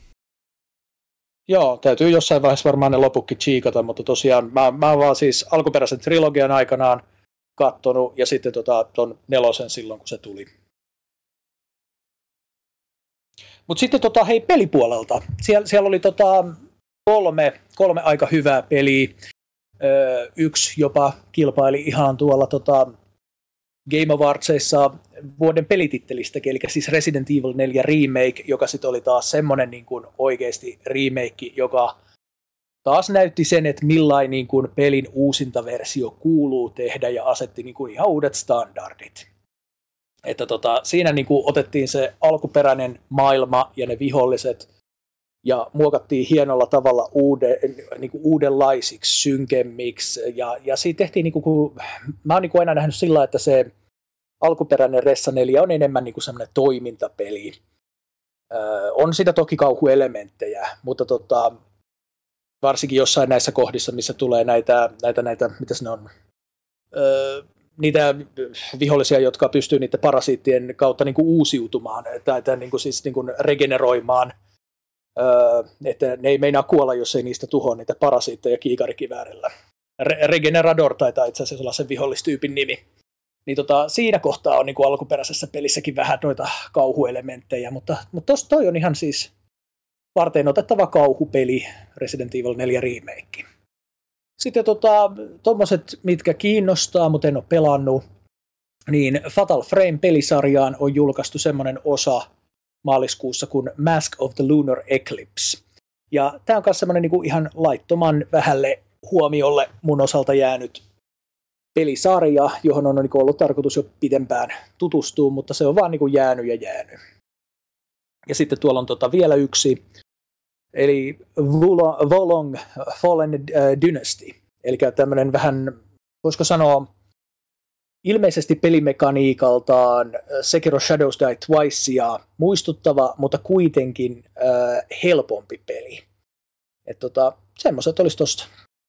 Joo, täytyy jossain vaiheessa varmaan ne lopukki tsiikata, mutta tosiaan mä oon vaan siis alkuperäisen trilogian aikanaan kattonut ja sitten ton 4 silloin, kun se tuli. Mutta sitten hei pelipuolelta. Siellä oli kolme aika hyvää peliä. Yksi jopa kilpaili ihan tuolla Game Awardsissa vuoden pelitittelistäkin, eli siis Resident Evil 4 Remake, joka sitten oli taas semmoinen niin kuin oikeasti remake, joka taas näytti sen, että millain niin kuin pelin uusintaversio kuuluu tehdä ja asetti niin kuin ihan uudet standardit. Että siinä niin kuin otettiin se alkuperäinen maailma ja ne viholliset ja muokattiin hienolla tavalla niin kuin uudenlaisiksi, synkemmiksi ja siitä tehtiin, niin kuin, mä oon niin kuin aina nähnyt sillä, että se alkuperäinen Ressa 4 on enemmän niin kuin semmoinen toimintapeli. On sitä toki kauhuelementtejä, mutta varsinkin jossain näissä kohdissa, missä tulee näitä mitäs ne on, niitä vihollisia, jotka pystyy niiden parasiittien kautta niin kuin uusiutumaan, tai niin kuin siis niin kuin regeneroimaan, että ne ei meinaa kuolla, jos ei niistä tuhoa niitä parasiitteja kiikarikiväärillä. Regenerador taitaa itse asiassa olla sen vihollistyypin nimi. Niin siinä kohtaa on niin kuin alkuperäisessä pelissäkin vähän noita kauhuelementtejä, mutta toi on ihan siis varten otettava kauhupeli Resident Evil 4 Remake. Sitten tommoset, mitkä kiinnostaa, mutta en ole pelannut, niin Fatal Frame-pelisarjaan on julkaistu semmoinen osa maaliskuussa kuin Mask of the Lunar Eclipse. Ja tämä on myös semmoinen niin kuin ihan laittoman vähälle huomiolle mun osalta jäänyt pelisarja, johon on niin kuin ollut tarkoitus jo pidempään tutustua, mutta se on vaan niin kuin jäänyt. Ja sitten tuolla on vielä yksi, eli Wolong Fallen Dynasty, eli tämmöinen vähän, voisiko sanoa, ilmeisesti pelimekaniikaltaan Sekiro Shadows Die Twicea muistuttava, mutta kuitenkin helpompi peli. Että semmoiset olisi tosta.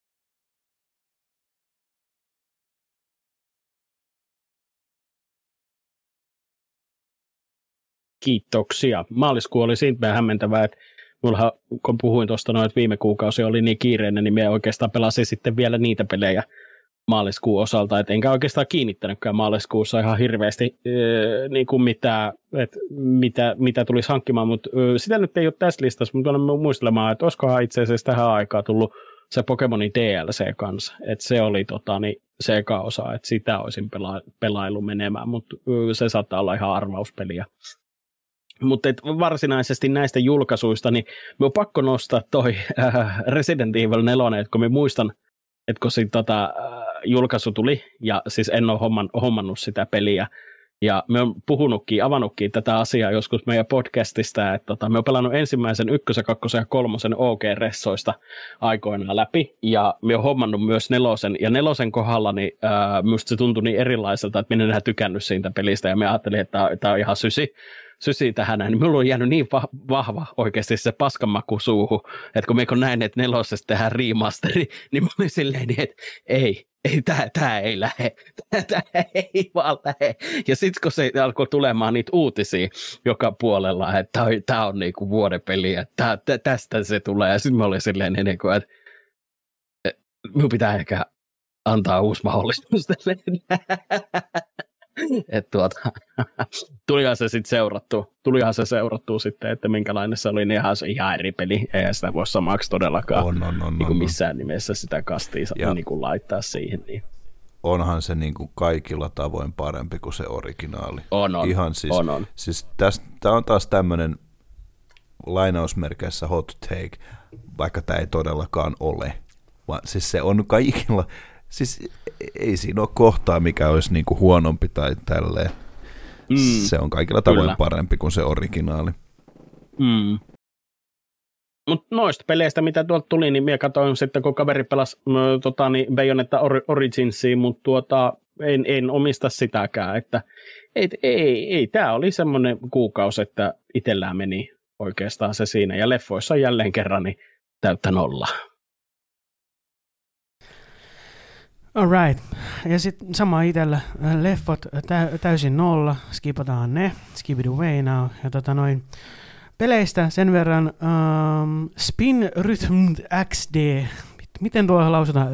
Kiitoksia. Maaliskuu oli siitä hämmentävää, että mullahan, kun puhuin tuosta noin, että viime kuukausi oli niin kiireinen, niin minä oikeastaan pelasin sitten vielä niitä pelejä maaliskuun osalta, et enkä oikeastaan kiinnittänytkään maaliskuussa ihan hirveästi niin kuin mitä tulisi hankkimaan, mutta sitä nyt ei ole tässä listassa, mutta olen muistelemaan, että olisikohan itse asiassa tähän aikaan tullut se Pokemonin DLC kanssa, että se oli se eka osa, että sitä olisin pelailu menemään, mutta se saattaa olla ihan arvauspeliä. Mutta varsinaisesti näistä julkaisuista, niin me on pakko nostaa toi Resident Evil 4, että kun me muistan, että kun se julkaisu tuli, ja siis en ole hommannut sitä peliä, ja me on avannutkin tätä asiaa joskus meidän podcastista, että me on pelannut ensimmäisen 1, 2 ja 3 OG-ressoista aikoinaan läpi, ja me on hommannut myös 4, ja 4 kohdalla, niin minusta se tuntui niin erilaiselta, että minä en enää tykännyt siitä pelistä, ja me ajattelin, että tämä on ihan sysi tähän, niin minulla on jäänyt niin vahva oikeasti se paskanmaku suuhun, että kun näin, että 4 tehdään remasteri, niin mä olin silleen, että ei, tämä ei lähde, tämä ei vaan lähde. Ja sitten kun se alkoi tulemaan niitä uutisia joka puolella, että tämä on niinku vuoden peli, että tästä se tulee, ja sitten mä olin silleen, että minun pitää ehkä antaa uusi mahdollisuus tälle. Että tulihan se seurattua sitten, että minkälainen se oli, niin ihan eri peli. Eihän sitä voi samaksi todellakaan on. Missään nimessä sitä kastia niin kuin laittaa siihen. Niin. Onhan se niin kuin kaikilla tavoin parempi kuin se originaali. On. Ihan siis tämä on taas tämmöinen lainausmerkeissä hot take, vaikka tämä ei todellakaan ole. Vaan siis se on kaikilla. Siis ei siinä ole kohtaa, mikä olisi niinku huonompi tai tälleen. Se on kaikilla tavoin parempi kuin se originaali. Mutta noista peleistä, mitä tuolta tuli, niin minä katsoin sitten, kun kaveri pelasi Bayonetta Originsia, mutta en omista sitäkään. Että ei, tämä oli semmoinen kuukausi, että itsellään meni oikeastaan se siinä. Ja leffoissa jälleen kerran niin täyttä nolla. Alright. Ja sitten sama itsellä. Leffot täysin nolla. Skipataan ne. Skip it away now. Ja peleistä sen verran Spin Rhythm XD. Miten tuo lausutaan?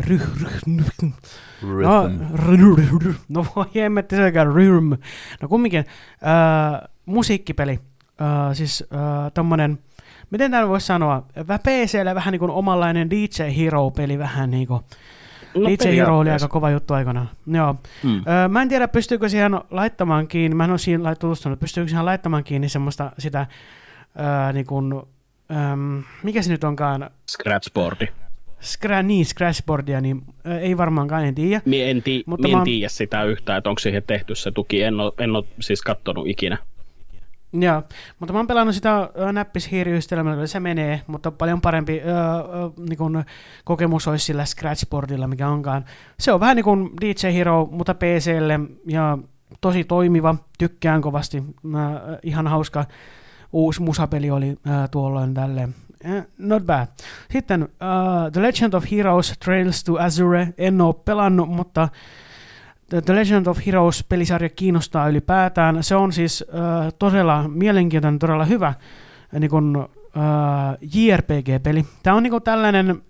No voi hemmetti selkään. No kumminkin. Musiikkipeli. Siis tommonen, miten tämän voisi sanoa? PC:llä vähän niin kuin omanlainen DJ Hero-peli. Vähän niin kuin. DJ Hero oli aika kova juttu aikanaan. Joo. Mä en tiedä, pystyykö siihen laittamaan kiinni, mä en ole siinä tutustunut, pystyykö siihen laittamaan kiinni semmoista sitä, niin kuin, mikä se nyt onkaan? Scratchboardi. Scratchboardia, niin ei varmaankaan, en tiedä. En tiedä sitä yhtään, että onko siihen tehty se tuki, en ole siis katsonut ikinä. Joo, mutta mä oon pelannut sitä näppishiiriyhdistelmällä, se menee, mutta paljon parempi niin kun kokemus olisi sillä Scratchboardilla, mikä onkaan. Se on vähän niin kuin DJ Hero, mutta PC:lle ja tosi toimiva, tykkään kovasti, ihan hauska uusi musapeli oli tuolloin tälleen. Not bad. Sitten The Legend of Heroes Trails to Azure, en ole pelannut, mutta The Legend of Heroes-pelisarja kiinnostaa ylipäätään. Se on siis todella mielenkiintoinen, todella hyvä niin kuin, JRPG-peli. Tämä on niin kuin tällainen,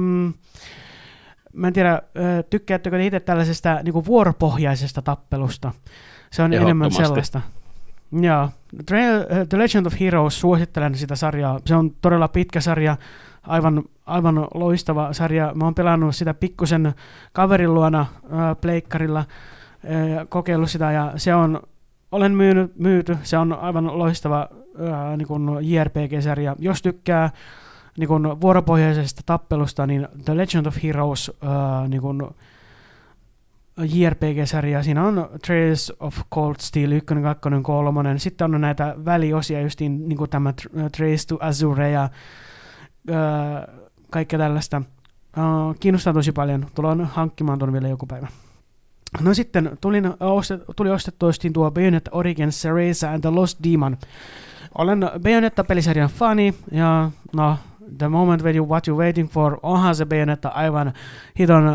mä en tiedä, tykkäättekö itse tällaisesta niin kuin vuoropohjaisesta tappelusta. Se on enemmän sellaista. Joo. The Legend of Heroes, suosittelen sitä sarjaa. Se on todella pitkä sarja, aivan loistava sarja. Mä oon pelannut sitä pikkusen kaverin luona pleikkarilla, kokeillut sitä ja olen myyty. Se on aivan loistava niin kuin JRPG-sarja. Jos tykkää niin kuin vuoropohjaisesta tappelusta, niin The Legend of Heroes niin kuin JRPG-sarja. Siinä on Trails of Cold Steel 1, 2, 3. Sitten on näitä väliosia, just niin kuin tämä Trails to Azure ja kaikkea tällaista. Kiinnostaa tosi paljon. Tulen hankkimaan tuon vielä joku päivä. No sitten tuli ostettua tuo Bayonetta Origins Cereza and the Lost Demon. Olen Bayonetta-pelisarjan fani ja no, the moment when what you're waiting for, onhan se Bayonetta aivan hiton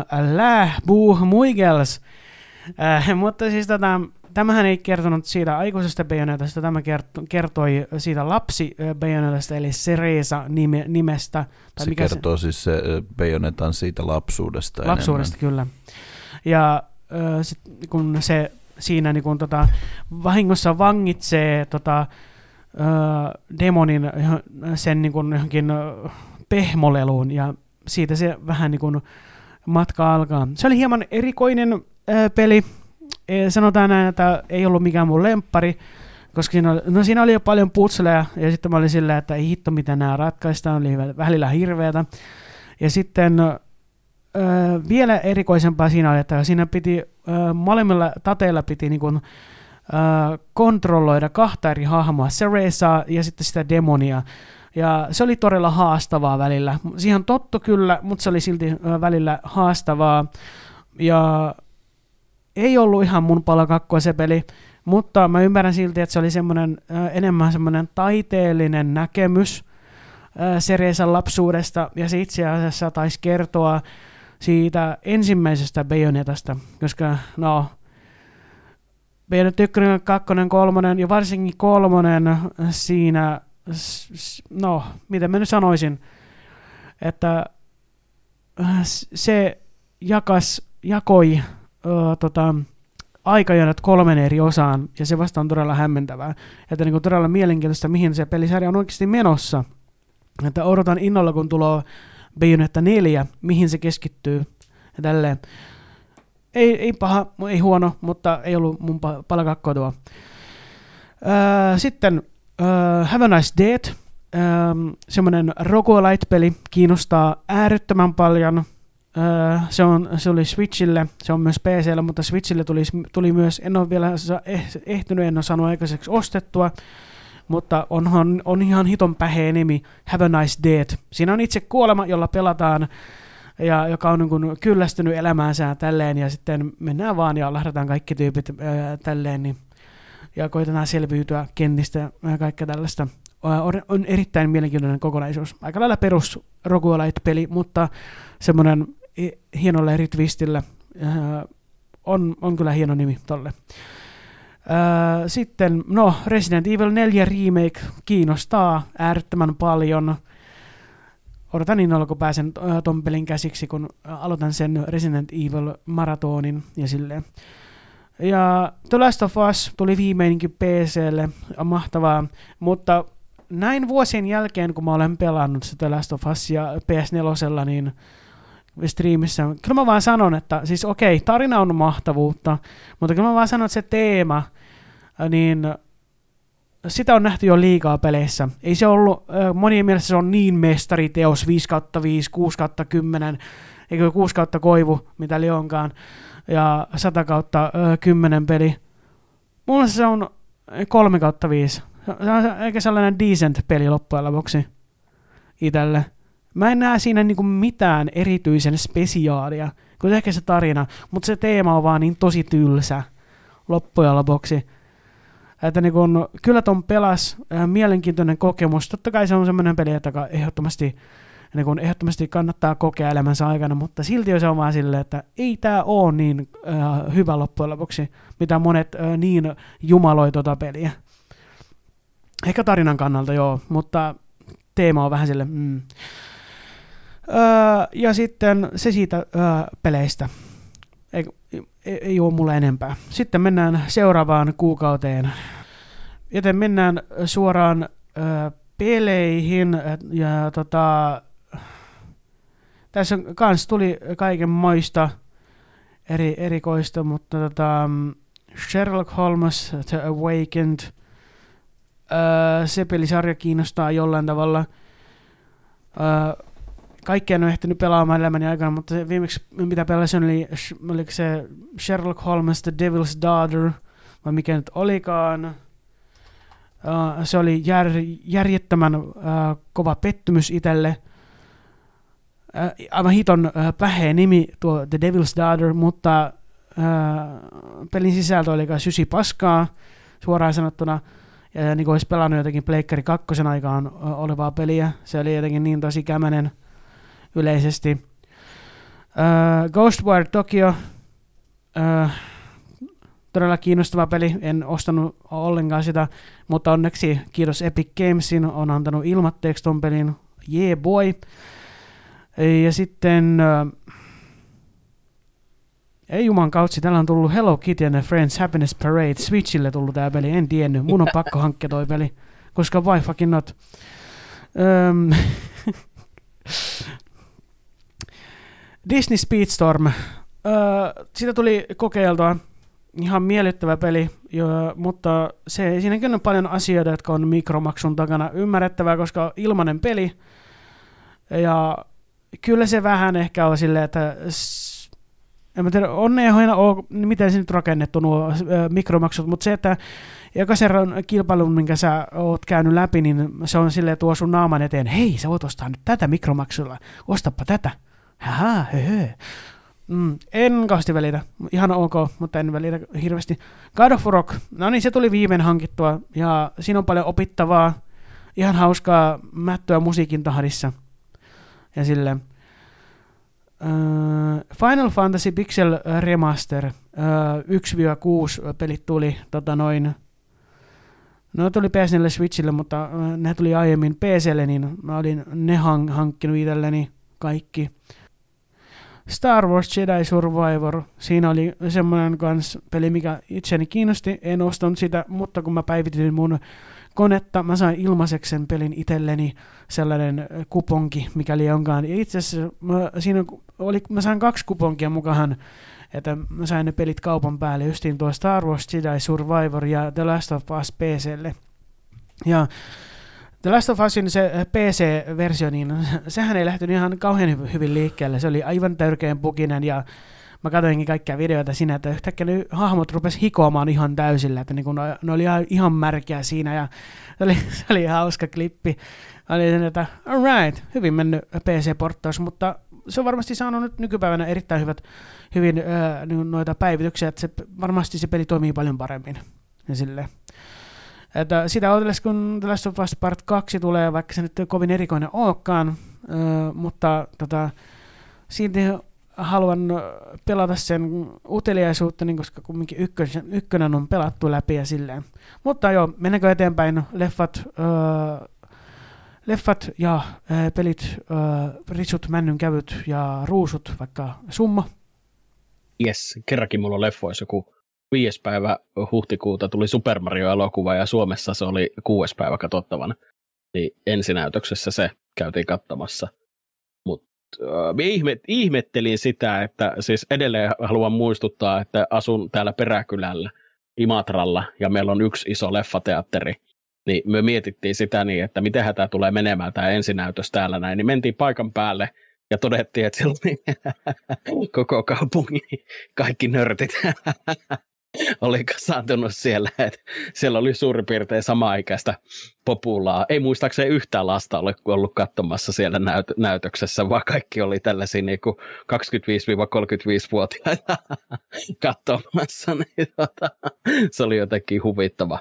muigels. Mutta siis tämähän ei kertonut siitä aikuisesta Bayonetasta, tämä kertoi siitä lapsi Bayonetasta, eli Cereza nimestä. Se kertoo siis se Bayonetan siitä lapsuudesta enemmän. Kyllä. Ja sit, kun se siinä niin kun, vahingossa vangitsee demonin sen niin kun, johonkin pehmoleluun, ja siitä se vähän niin kun, matka alkaa. Se oli hieman erikoinen peli. Sanotaan näin, että ei ollut mikään mun lemppari, koska siinä oli jo paljon putseleja, ja sitten mä olin silleen, että ei hitto miten nämä ratkaistaan, oli välillä hirveätä. Ja sitten vielä erikoisempaa siinä oli, että siinä piti, molemmilla tateilla piti niin kuin, kontrolloida 2 eri hahmoa, Ceresaa ja sitten sitä demonia. Ja se oli todella haastavaa välillä. Siihen on tottu kyllä, mutta se oli silti välillä haastavaa. Ja ei ollut ihan mun palakakkoa se peli, mutta mä ymmärrän silti, että se oli enemmän semmoinen taiteellinen näkemys Ceresan lapsuudesta, ja se itse asiassa taisi kertoa siitä ensimmäisestä Bayonetasta, koska Bayonet 1, 2, 3 ja varsinkin 3 siinä, miten mä nyt sanoisin, että se jakoi aikajanat 3 eri osaan, ja se vasta on todella hämmentävää, että niin kuin todella mielenkiintoista, mihin se pelisarja on oikeasti menossa. Että odotan innolla, kun tulee Bayonetta 4, mihin se keskittyy ja tälleen. Ei paha, ei huono, mutta ei ollut mun palakakkoa tuo. Sitten Have a Nice Death, semmoinen roguelite-peli, kiinnostaa äärettömän paljon. Se oli Switchille, se on myös PC:llä, mutta Switchille tuli myös, en ole vielä ehtinyt, en ole saanut aikaiseksi ostettua, mutta on ihan hiton päheä nimi, Have a Nice Death. Siinä on itse kuolema, jolla pelataan, ja joka on niin kuin kyllästynyt elämäänsä tälleen, ja sitten mennään vaan ja lähdetään kaikki tyypit tälleen, niin, ja koitetaan selviytyä kentistä ja kaikkea tällaista. On erittäin mielenkiintoinen kokonaisuus. Aika lailla perus roguelite-peli, mutta semmoinen hienolla eri twistillä. On kyllä hieno nimi tolle. Sitten, Resident Evil 4 Remake kiinnostaa äärettömän paljon. Odotan innolla, kun pääsen ton pelin käsiksi, kun aloitan sen Resident Evil maratonin ja silleen. Ja The Last of Us tuli viimeinkin PC:lle, mahtavaa, mutta näin vuosien jälkeen, kun mä olen pelannut sitä Last of Us ja PS4, niin striimissä, kyllä mä vaan sanon, että siis okei, tarina on mahtavuutta, mutta kyllä mä vaan sanon, että se teema, niin sitä on nähty jo liikaa peleissä. Ei se ollut, monien mielestä se on niin mestariteos, 5/5, 6/10, eikö 6 kautta koivu, mitä li onkaan, ja 100/10 peli. Mulla se on 3/5. Se on eikä sellainen decent peli loppujen lopuksi itselle. Mä en näe siinä niinku mitään erityisen spesiaalia, kun ehkä se tarina, mutta se teema on vaan niin tosi tylsä loppujen lopuksi. Että niin kun, kyllä ton pelas, mielenkiintoinen kokemus. Totta kai se on semmoinen peli, että ehdottomasti kannattaa kokea elämänsä aikana, mutta silti se on vaan silleen, että ei tää oo niin hyvä loppujen lopuksi, mitä monet niin jumaloi tota peliä. Ehkä tarinan kannalta joo, mutta teema on vähän silleen. Ja sitten se siitä peleistä. Ei ole mulle enempää. Sitten mennään seuraavaan kuukauteen. Joten mennään suoraan peleihin. Ja tässä kans tuli kaikenmoista erikoista, mutta Sherlock Holmes The Awakened, se pelisarja kiinnostaa jollain tavalla. Kaikkea en ole ehtinyt pelaamaan elämäni aikana, mutta se viimeksi mitä pelasin oli se Sherlock Holmes The Devil's Daughter, vai mikä nyt olikaan. Se oli järjettömän kova pettymys itselle. Aivan hiton päheä nimi tuo The Devil's Daughter, mutta pelin sisältö oli kai sysi paskaa suoraan sanottuna. Ja niin kuin olisi pelannut jotenkin Pleikkari 2 aikaan olevaa peliä. Se oli jotenkin niin tosi kämänen yleisesti. Ghostwire Tokyo, todella kiinnostava peli, en ostanut ollenkaan sitä, mutta onneksi kiitos Epic Gamesin, on antanut ilmatteeksi ton pelin, yeah boy. Ja sitten, ei juman kautsi, täällä on tullut Hello Kitty and Friends Happiness Parade, Switchille tullut tää peli, en tiennyt, mun on pakko hankkia toi peli, koska why fucking not. Disney Speedstorm. Sitä tuli kokeiltua. Ihan miellyttävä peli, mutta siinäkin on paljon asioita, jotka on mikromaksun takana ymmärrettävää, koska on ilmainen peli. Ja kyllä se vähän ehkä on silleen, että en mä tiedä, on ne ihan miten se nyt rakennettu nuo mikromaksut, mutta se, että jokaisen kilpailun, minkä sä oot käynyt läpi, niin se on silleen tuo sun naaman eteen, hei, sä voit ostaa nyt tätä mikromaksulla, ostapa tätä. En kauheasti välitä, ihan ok, mutta en välitä hirveästi. God of Rock, no niin, se tuli viimein hankittua, ja siinä on paljon opittavaa, ihan hauskaa mättöä musiikin tahdissa, ja silleen. Final Fantasy Pixel Remaster 1-6 pelit tuli no tuli PS4 Switchille, mutta ne tuli aiemmin PClle, niin mä olin ne hankkinut itselleni kaikki. Star Wars Jedi Survivor, siinä oli semmoinen kans peli, mikä itseni kiinnosti, en ostanut sitä, mutta kun mä päivitin mun konetta, mä sain ilmaiseksi sen pelin itselleni, sellainen kuponki, mikäli onkaan. Ja itse asiassa mä sain 2 kuponkia mukaan, että mä sain ne pelit kaupan päälle, justiin tuo Star Wars Jedi Survivor ja The Last of Us PClle. Ja The Last of Usin se PC-versio, niin sehän ei lähtenyt ihan kauhean hyvin liikkeelle. Se oli aivan törkeän buginen ja mä katsoinkin kaikkia videoita siinä, että yhtäkkiä ne hahmot rupesi hikoamaan ihan täysillä, että niin ne oli ihan märkiä siinä ja se oli hauska klippi. Oli sen, että alright, hyvin mennyt PC-porttaus, mutta se on varmasti saanut nyt nykypäivänä erittäin hyvin noita päivityksiä, että varmasti se peli toimii paljon paremmin. Ja silleen. Että sitä odotellessa, kun The Last of Us Part 2 tulee, vaikka se nyt kovin erikoinen olekaan, mutta siitä haluan pelata sen uteliaisuutta, niin koska kumminkin ykkönen on pelattu läpi ja silleen. Mutta joo, mennäänkö eteenpäin? Leffat ja pelit, ritsut, männynkävyt ja ruusut, vaikka summa. Jes, kerrankin mulla on leffoissa joku 5. päivä huhtikuuta tuli Super Mario-elokuva ja Suomessa se oli 6. päivä katsottavana. Niin ensinäytöksessä se käytiin katsomassa. Mutta ihmettelin sitä, että siis edelleen haluan muistuttaa, että asun täällä peräkylällä Imatralla ja meillä on yksi iso leffateatteri. Niin me mietittiin sitä niin, että mitenhän tämä tulee menemään tämä ensinäytös täällä näin. Niin mentiin paikan päälle ja todettiin, että siellä oli koko kaupungin kaikki nörtit oli kasaantunut siellä, että siellä oli suurin piirtein samaikäistä populaa. Ei muistaakseni yhtään lasta ole ollut katsomassa siellä näytöksessä, vaan kaikki oli tällaisia niin kuin 25-35-vuotiaita katsomassa. Niin se oli jotenkin huvittava.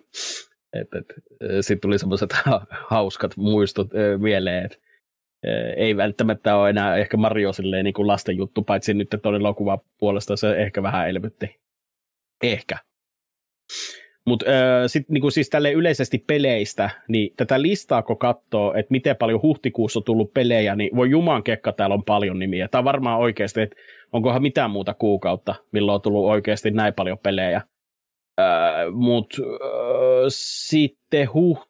Sitten tuli semmoiset hauskat muistot mieleen, että ei välttämättä ole enää ehkä Mario silleen niin kuin lasten juttu, paitsi nyt tuon elokuvan puolesta se ehkä vähän elvytti. Ehkä. Mutta sitten niin siis tälleen yleisesti peleistä, niin tätä listaa kun katsoo, että miten paljon huhtikuussa on tullut pelejä, niin voi juman kekka, täällä on paljon nimiä. Tämä on varmaan oikeasti, että onkohan mitään muuta kuukautta, milloin on tullut oikeasti näin paljon pelejä. Mutta sitten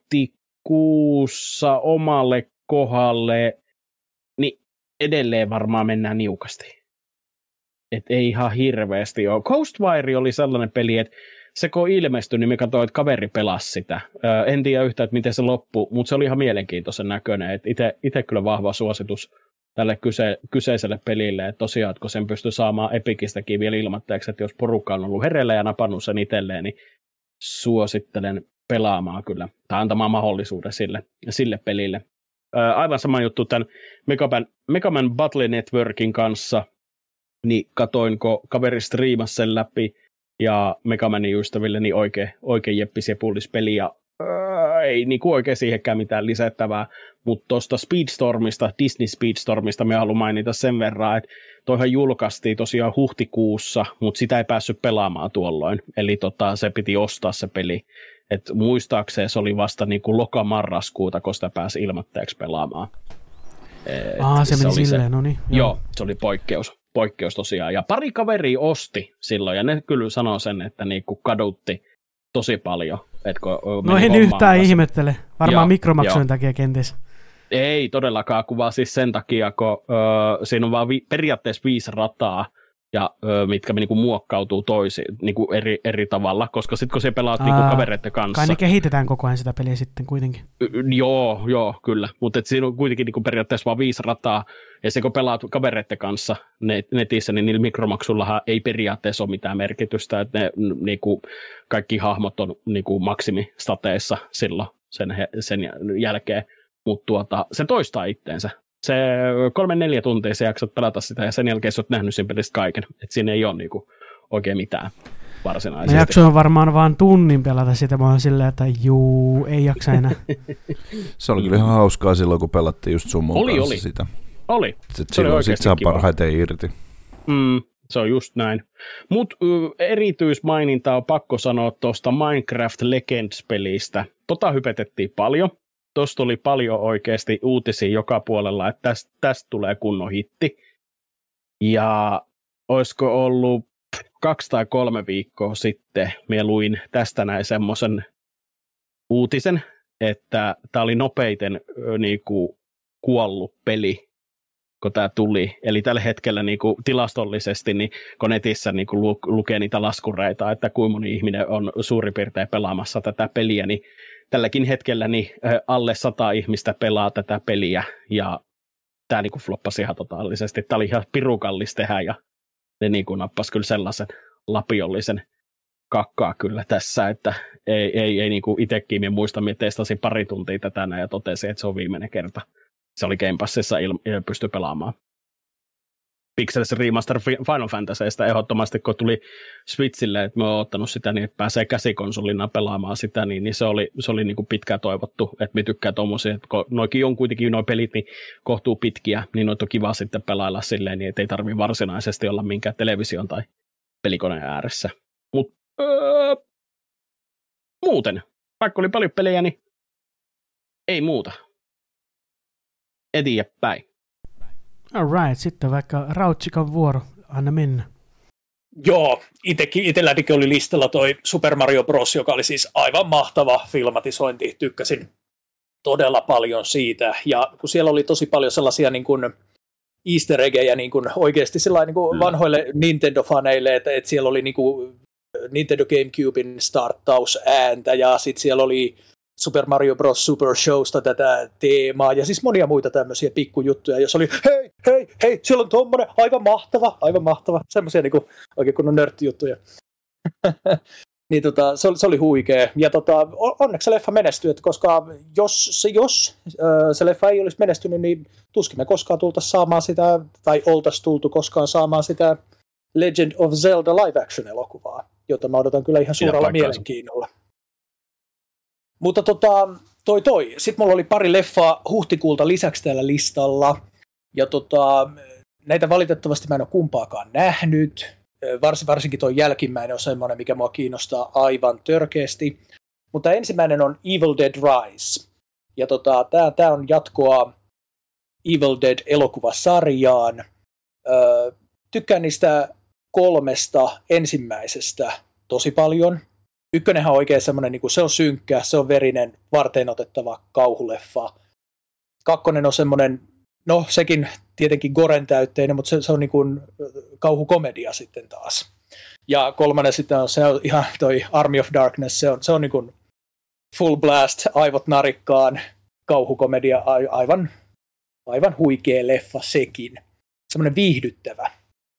huhtikuussa omalle kohdalle, niin edelleen varmaan mennään niukasti. Että ei ihan hirveästi ole. Ghostwire oli sellainen peli, että se kun ilmestyi, niin me katsoin, että kaveri pelasi sitä. En tiedä yhtään, että miten se loppui, mutta se oli ihan mielenkiintoisen näköinen. Itse kyllä vahva suositus tälle kyseiselle pelille, että tosiaan, että kun sen pystyy saamaan Epikistäkin vielä ilmoitteeksi, että jos porukka on ollut hereillä ja napannut sen itselleen, niin suosittelen pelaamaan kyllä, tai antamaan mahdollisuuden sille pelille. Aivan sama juttu tämän Mega Man Battle Networkin kanssa, niin katoinko kaveri striimasi sen läpi, ja Mega Manin ystäville niin oikein jeppis ja pullis peli, ja ei niin kuin oikein siihenkään mitään lisättävää, mutta tuosta Speedstormista, Disney Speedstormista me haluan mainita sen verran, että toihan julkaistiin tosiaan huhtikuussa, mutta sitä ei päässyt pelaamaan tuolloin, eli se piti ostaa se peli, että muistaakseen se oli vasta niin kuin loka-marraskuuta, kun sitä pääsi ilmoitteeksi pelaamaan. Se meni silleen, no niin. Joo, se oli poikkeus tosiaan, ja pari kaveria osti silloin, ja ne kyllä sanoo sen, että niinku kadutti tosi paljon. No en yhtään ihmettele, varmaan mikromaksujen takia kenties. Ei todellakaan kuvaa siis sen takia, kun siinä on vaan periaatteessa 5 rataa, ja mitkä niinku muokkautuu niinku eri tavalla, koska sitten kun se pelaat niinku kavereiden kanssa. Kai ne kehitetään koko ajan sitä peliä sitten kuitenkin. Joo, kyllä. Mutta siinä on kuitenkin niinku periaatteessa vaan 5 rataa, ja se kun pelaat kavereiden kanssa netissä, niin niillä mikromaksullahan ei periaatteessa ole mitään merkitystä, että ne niinku, kaikki hahmot on niinku maksimistateissa silloin sen jälkeen, mutta se toistaa itteensä. Se 3-4 tuntia sä jaksat pelata sitä, ja sen jälkeen sä oot nähnyt sen pelistä kaiken. Että siinä ei ole niinku oikein mitään varsinaisesti. Mä jaksoin varmaan vaan tunnin pelata sitä, mä oon silleen, että ei jaksa enää. Se oli kyllä ihan hauskaa silloin, kun pelattiin just sun kanssa sitä. Oli. Silloin sit saa parhaiten irti. Se on just näin. Mutta erityismaininta on pakko sanoa tuosta Minecraft Legends-pelistä. Hypetettiin paljon. Tuosta oli paljon oikeasti uutisia joka puolella, että tästä tulee kunnon hitti. Ja olisiko ollut 2 tai 3 viikkoa sitten, minä luin tästä näin semmoisen uutisen, että tämä oli nopeiten niinku kuollut peli, kun tämä tuli. Eli tällä hetkellä niinku tilastollisesti, niin kun netissä niinku lukee niitä laskureita, että kuinka moni ihminen on suurin piirtein pelaamassa tätä peliä, niin tälläkin hetkellä niin alle 100 ihmistä pelaa tätä peliä, ja tämä niinku floppasi ihan totaalisesti. Tämä oli ihan pirukallis tehdä, ja ne niinku nappasi kyllä sellaisen lapiollisen kakkaa kyllä tässä, että ei niinku itsekin minä muistan, minä testasin 2 tuntia tätä ja totesin, että se on viimeinen kerta. Se oli Game Passissa pystyi pelaamaan. Pixels Remaster Final Fantasysta ehdottomasti, kun tuli Switchille, että mä oon ottanut sitä niin, että pääsee käsikonsolina pelaamaan sitä, niin se oli niin kuin pitkään toivottu, että mä tykkään tommosia, että kun noikin on kuitenkin noi pelit, niin kohtuu pitkiä, niin noita on kiva sitten pelailla silleen, niin että ei tarvitse varsinaisesti olla minkään television tai pelikoneen ääressä. Mutta muuten, vaikka oli paljon pelejä, niin ei muuta. Eteenpäin. Alright, sitten vaikka Rautsikan vuoro, anna mennä. Joo, itsellänikin oli listalla toi Super Mario Bros., joka oli siis aivan mahtava filmatisointi, tykkäsin todella paljon siitä, ja kun siellä oli tosi paljon sellaisia niin kuin easter eggejä niin kuin oikeasti niin kuin vanhoille Nintendo-faneille, että siellä oli niin kuin Nintendo GameCubein starttausääntä, ja sitten siellä oli Super Mario Bros. Super Showsta tätä teemaa, ja siis monia muita tämmöisiä pikkujuttuja, jos oli hei, siellä on tommonen, aivan mahtava, semmoisia niinku oikein kunnon nörttijuttuja. Niin se oli huikea, ja onneksi se leffa menestyi, koska jos se leffa ei olisi menestynyt, niin tuskin me koskaan tultaisiin saamaan sitä, tai oltaisiin tultu koskaan saamaan sitä Legend of Zelda live action elokuvaa, jota mä odotan kyllä ihan suurella mielenkiinnolla. Mutta sitten mulla oli 2 leffaa huhtikuulta lisäksi täällä listalla, ja näitä valitettavasti mä en ole kumpaakaan nähnyt, varsinkin tuo jälkimmäinen on semmoinen, mikä mua kiinnostaa aivan törkeästi, mutta ensimmäinen on Evil Dead Rise, ja tää on jatkoa Evil Dead-elokuvasarjaan. Tykkään niistä 3 ensimmäisestä tosi paljon. Ykkönenhän on oikein semmoinen, niin kuin se on synkkä, se on verinen, varteenotettava kauhuleffa. 2 on semmoinen, no sekin tietenkin goren täytteinen, mutta se on niin kuin kauhukomedia sitten taas. Ja 3 sitten on, se on ihan toi Army of Darkness, se on niin kuin full blast, aivot narikkaan, kauhukomedia, aivan huikea leffa sekin. Semmoinen viihdyttävä.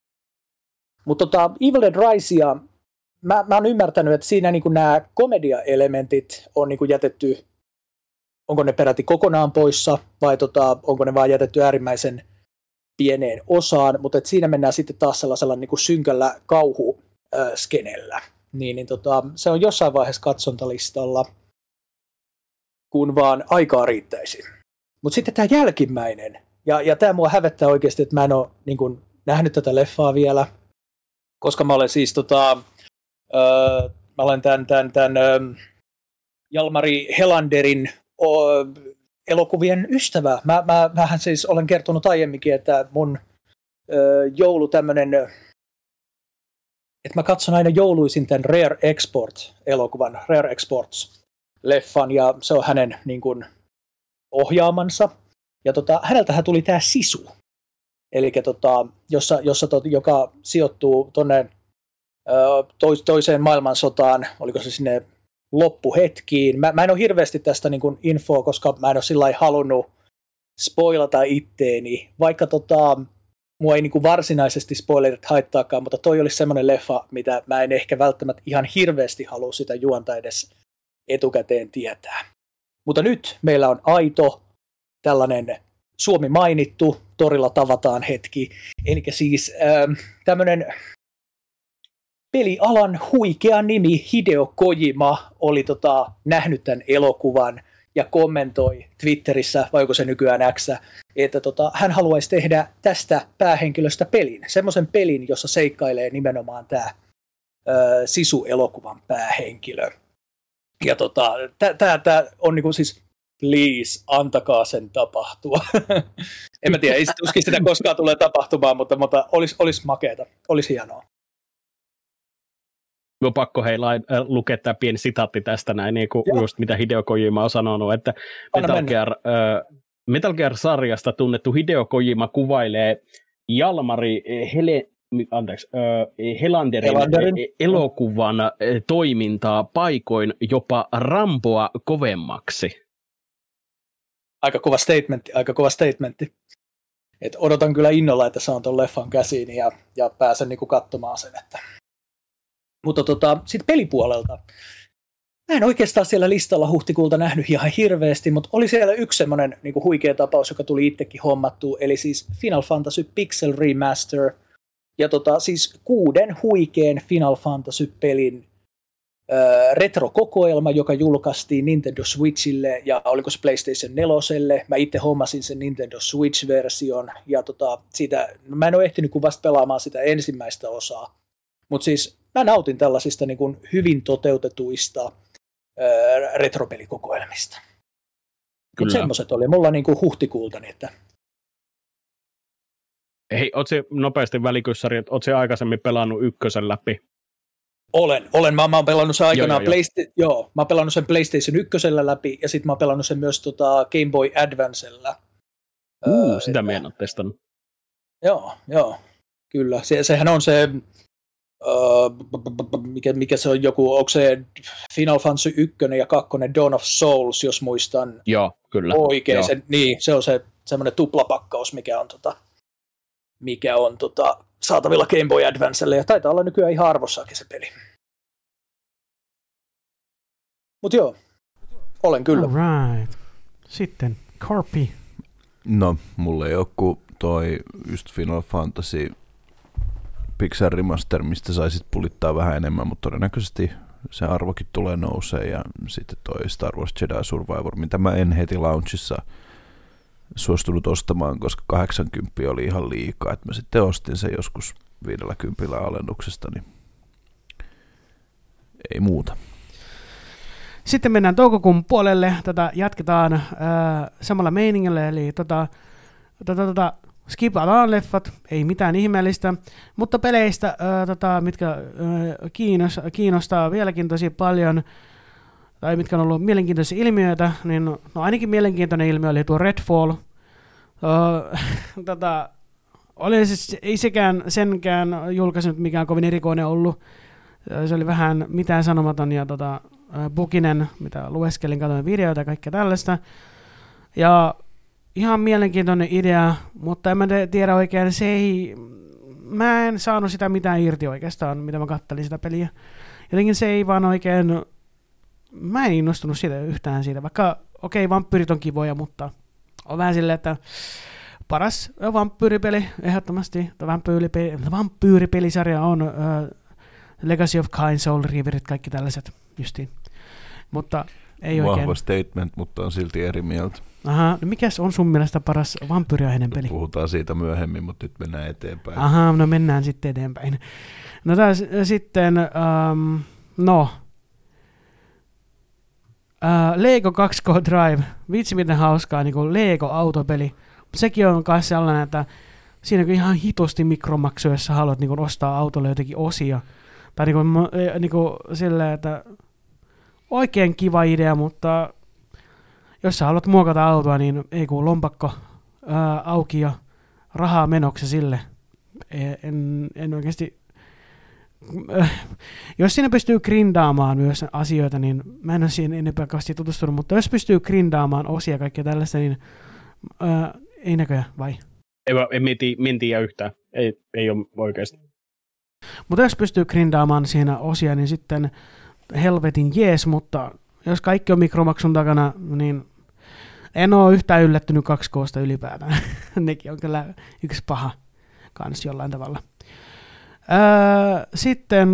Mutta Evil Dead Risea, mä oon ymmärtänyt, että siinä niin kuin nämä komedia-elementit on niin kuin jätetty, onko ne peräti kokonaan poissa, vai onko ne vaan jätetty äärimmäisen pieneen osaan, mutta siinä mennään sitten taas sellaisella niin kuin synkällä kauhuskenellä. Niin se on jossain vaiheessa katsontalistalla, kun vaan aikaa riittäisi. Mutta sitten tämä jälkimmäinen, ja tämä mua hävettää oikeasti, että mä en ole niin kuin nähnyt tätä leffaa vielä, koska mä olen siis mä olen tämän Jalmari Helanderin elokuvien ystävä. Mä vähän siis olen kertonut aiemminkin, että mun joulu tämmönen, että mä katson aina jouluisin tämän Rare Export-elokuvan, Rare Exports-leffan, ja se on hänen niin kuin ohjaamansa. Ja häneltähän tuli tämä Sisu, eli joka sijoittuu tuonne toiseen maailmansotaan, oliko se sinne loppuhetkiin. Mä en ole hirveästi tästä niin kuin infoa, koska mä en ole sillä lailla halunnut spoilata itteeni, vaikka mua ei niin kuin varsinaisesti spoilerit haittaakaan, mutta toi olisi semmoinen leffa, mitä mä en ehkä välttämättä ihan hirveästi halua sitä juonta edes etukäteen tietää. Mutta nyt meillä on aito tällainen Suomi mainittu, torilla tavataan hetki, eli siis tämmöinen pelialan huikea nimi Hideo Kojima oli nähnyt tämän elokuvan ja kommentoi Twitterissä, vai onko se nykyään X, että hän haluaisi tehdä tästä päähenkilöstä pelin. Semmoisen pelin, jossa seikkailee nimenomaan tämä Sisu-elokuvan päähenkilö. Ja tämä on niinku siis, please, antakaa sen tapahtua. En mä tiedä, ei tuskin sitä koskaan tulee tapahtumaan, mutta olisi makeeta, olisi hienoa. Minun on pakko lukea tämä pieni sitaatti tästä näin, niin kuin just mitä Hideo Kojima on sanonut, että Metal Gear-sarjasta tunnettu Hideo Kojima kuvailee Jalmari Helanderin elokuvan toimintaa paikoin jopa Ramboa kovemmaksi. Aika kova statementti. Et odotan kyllä innolla, että saan tuon leffan käsiin ja pääsen niinku katsomaan sen. Mutta sitten pelipuolelta. Mä en oikeastaan siellä listalla huhtikuulta nähnyt ihan hirveästi, mutta oli siellä yksi semmoinen niinku huikea tapaus, joka tuli itsekin hommattua, eli siis Final Fantasy Pixel Remaster, ja siis 6 huikean Final Fantasy-pelin retrokokoelma, joka julkaistiin Nintendo Switchille, ja oliko se PlayStation 4:lle. Mä itse hommasin sen Nintendo Switch-version, ja siitä, mä en ole ehtinyt kuin vasta pelaamaan sitä ensimmäistä osaa, mutta siis mä nautin tällaisista niin kuin hyvin toteutetuista retropelikokoelmista. Mutta semmoiset oli mulla niin kuin huhtikuultani. Että... Hei, ootko nopeasti välikyssäri, että ootko aikaisemmin pelannut ykkösen läpi? Olen. Mä oon pelannut sen aikanaan, mä oon pelannut sen PlayStation 1 läpi, ja sitten mä oon pelannut sen myös Game Boy Advancella. Sitä mä en ole testannut. Joo, kyllä. Sehän on se... mikä se on joku, onko se Final Fantasy 1 ja 2 Dawn of Souls, jos muistan oikein. Se on se semmoinen tuplapakkaus, mikä on saatavilla Game Boy Advancelle, ja taitaa olla nykyään ihan arvossaakin se peli. Mutta joo, olen kyllä. Alright. Sitten Corpi. No, mulla ei ole kuin toi just Final Fantasy Pixel Remaster, mistä saisit pulittaa vähän enemmän, mutta todennäköisesti se arvokin tulee nousee, ja sitten toi Star Wars Jedi Survivor, mitä mä en heti launchissa suostunut ostamaan, koska 80 oli ihan liikaa, että mä sitten ostin sen joskus 50 alennuksesta, niin ei muuta. Sitten mennään toukokuun puolelle, jatketaan samalla meiningillä, eli skipataan leffat, ei mitään ihmeellistä, mutta peleistä, mitkä kiinnostaa vieläkin tosi paljon, tai mitkä on ollut mielenkiintoisia ilmiöitä, niin no ainakin mielenkiintoinen ilmiö oli tuo Redfall. Oli siis, ei senkään julkaisunut mikään kovin erikoinen ollut. Se oli vähän mitään sanomaton ja buginen, mitä lueskelin, katsoin videoita ja kaikkea tällaista. Ja ihan mielenkiintoinen idea, mutta en mä tiedä oikein, mä en saanut sitä mitään irti oikeastaan, mitä mä kattelin sitä peliä. Jotenkin se ei vaan oikein, mä en innostunut siitä yhtään siitä, vaikka vampyyrit on kivoja, mutta on vähän silleen, että paras vampyyripeli ehdottomasti, vampyyripelisarja on Legacy of Kain, Soul Riverit, kaikki tällaiset justiin, mutta ei oikein. Vahva statement, mutta on silti eri mieltä. Aha, no mikäs on sun mielestä paras vampyyriaiheinen peli? Puhutaan siitä myöhemmin, mutta nyt mennään eteenpäin. Aha, no mennään sitten eteenpäin. No taas sitten, Lego 2K Drive, vitsi miten hauskaa, niin kuin Lego-autopeli. Sekin on myös sellainen, että siinä on ihan hitosti mikromaksuja, jos sä haluat niin kuin ostaa autolle jotenkin osia. Tai niin kuin silleen, että oikein kiva idea, mutta jos sä haluat muokata autoa, niin ei kun lompakko auki ja rahaa menoksi sille. En oikeasti... Jos siinä pystyy grindaamaan myös asioita, niin mä en ole siihen enempää tutustunut, mutta jos pystyy grindaamaan osia ja kaikkea tällaista, niin ei näköjään, vai? En tiedä yhtään. Ei ole oikeasti. Mutta jos pystyy grindaamaan siinä osia, niin sitten helvetin jees, mutta jos kaikki on mikromaksun takana, niin en ole yhtään yllättynyt 2K:sta ylipäätään. Nekin on kyllä yksi paha kans jollain tavalla. Sitten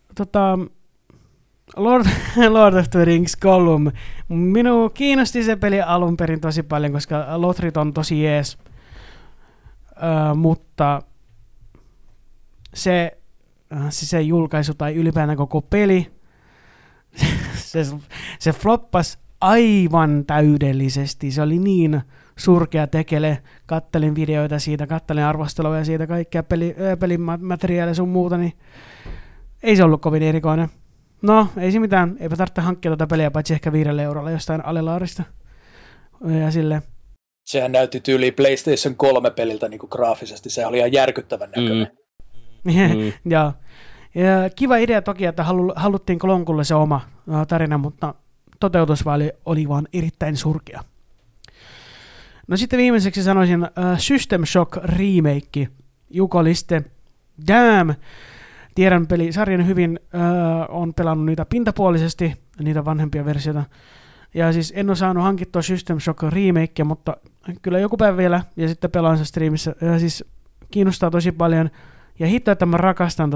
Lord of the Rings Gollum. Minua kiinnosti se peli alun perin tosi paljon, koska Lothrit on tosi jees. Mutta se julkaisu tai ylipäätään koko peli, se floppasi aivan täydellisesti. Se oli niin surkea tekele. Kattelin videoita siitä, kattelin arvosteluja siitä, kaikkea pelimateriaalia sun muuta, niin ei se ollut kovin erikoinen. No, ei se mitään. Eipä tarvitse hankkia tuota peliä, paitsi ehkä 5 eurolla jostain alelaarista. Ja silleen. Sehän näytti tyyliin PlayStation 3-peliltä niin kuin graafisesti. Se oli ihan järkyttävän näköinen. Ja kiva idea toki, että haluttiin Klonkulle se oma tarina, mutta toteutus oli vaan erittäin surkea. No sitten viimeiseksi sanoisin System Shock remake. Juko Liste. Damn! Tiedän pelisarjan hyvin, on pelannut niitä pintapuolisesti, niitä vanhempia versioita. Ja siis en ole saanut hankittua System Shock remakea, mutta kyllä joku päivä vielä, ja sitten pelaan se striimissä. Ja siis kiinnostaa tosi paljon. Ja hitto, että mä rakastan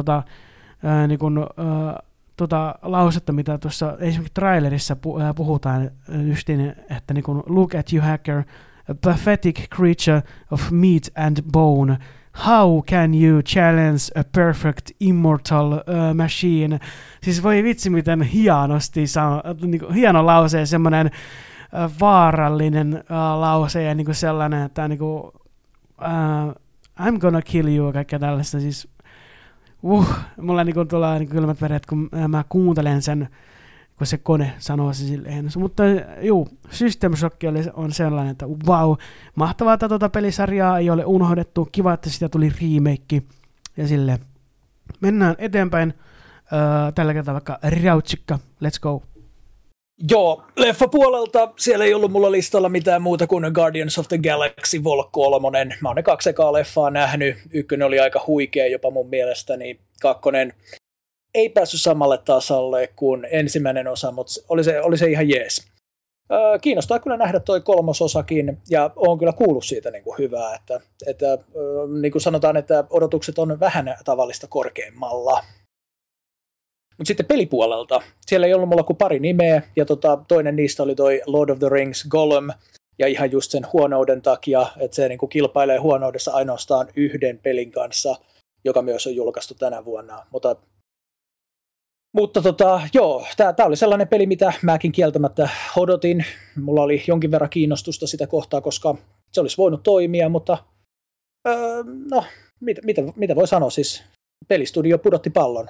lausetta, mitä tuossa esimerkiksi trailerissa puhutaan justiin, että niin kuin, look at you hacker, a pathetic creature of meat and bone. How can you challenge a perfect immortal machine? Siis voi vitsi, miten hienosti niin hieno lause ja semmoinen vaarallinen lause ja niin sellainen, että niin kuin, I'm gonna kill you ja kaikkea tällaista. Siis, mulla niin tulee niin kylmät veret, kun mä kuuntelen sen, kun se kone sanoo se silleen. Mutta juu, System Shock on sellainen, että vau, mahtavaa, että tuota pelisarjaa ei ole unohdettu. Kiva, että sitä tuli remake. Ja silleen, mennään eteenpäin. Tällä kertaa vaikka Rautsikka, let's go. Joo, leffapuolelta siellä ei ollut mulla listalla mitään muuta kuin Guardians of the Galaxy Vol 3. Mä oon ne 2 ekaa leffaa nähnyt. 1 oli aika huikea jopa mun mielestäni. 2 ei päässyt samalle tasolle kuin ensimmäinen osa, mutta oli se ihan jees. Kiinnostaa kyllä nähdä toi 3. osakin, ja oon kyllä kuullut siitä niin kuin hyvää, että niin kuin sanotaan, että odotukset on vähän tavallista korkeammalla. Mutta sitten pelipuolelta, siellä ei ollut mulla kuin pari nimeä, ja toinen niistä oli toi Lord of the Rings Gollum, ja ihan just sen huonouden takia, että se niin kuin kilpailee huonoudessa ainoastaan 1 pelin kanssa, joka myös on julkaistu tänä vuonna, Mutta joo, tämä oli sellainen peli, mitä mäkin kieltämättä odotin. Mulla oli jonkin verran kiinnostusta sitä kohtaa, koska se olisi voinut toimia, mutta no, mitä voi sanoa siis? Pelistudio pudotti pallon.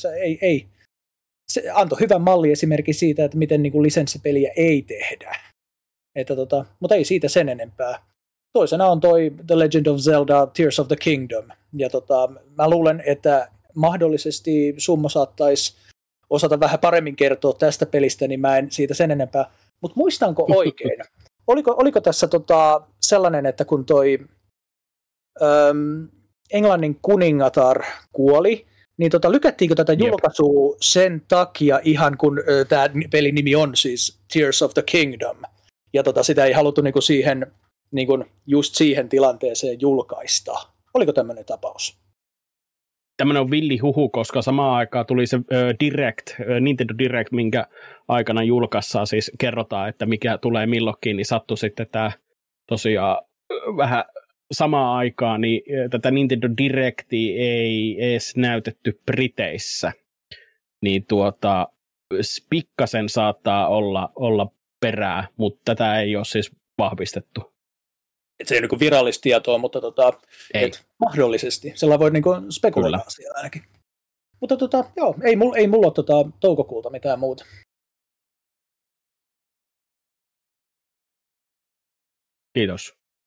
Se antoi hyvän malli esimerkiksi siitä, että miten niin kuin lisenssipeliä ei tehdä. Mutta ei siitä sen enempää. Toisena on toi The Legend of Zelda Tears of the Kingdom. Ja mä luulen, että mahdollisesti Summa saattaisi osata vähän paremmin kertoa tästä pelistä, niin mä en siitä sen enempää. Mutta muistanko oikein? Oliko tässä sellainen, että kun toi Englannin kuningatar kuoli, niin lykättiinkö tätä julkaisua sen takia ihan kun tämä pelin nimi on siis Tears of the Kingdom, ja sitä ei haluttu niinku siihen, niinku just siihen tilanteeseen julkaista. Oliko tämmöinen tapaus? Tämmöinen on villi huhu, koska samaan aikaan tuli se Nintendo Direct, minkä aikana julkaissaan siis kerrotaan, että mikä tulee milloinkin, niin sattui sitten tämä tosiaan vähän samaan aikaan, niin tätä Nintendo Directia ei edes näytetty Briteissä, niin pikkasen saattaa olla perää, mutta tätä ei ole siis vahvistettu. Et se ei ole niin virallista tietoa, mutta mahdollisesti. Sellainen voi niin spekuloida asiaa ainakin. Mutta joo, ei mulla ole toukokuulta mitään muuta. Kiitos.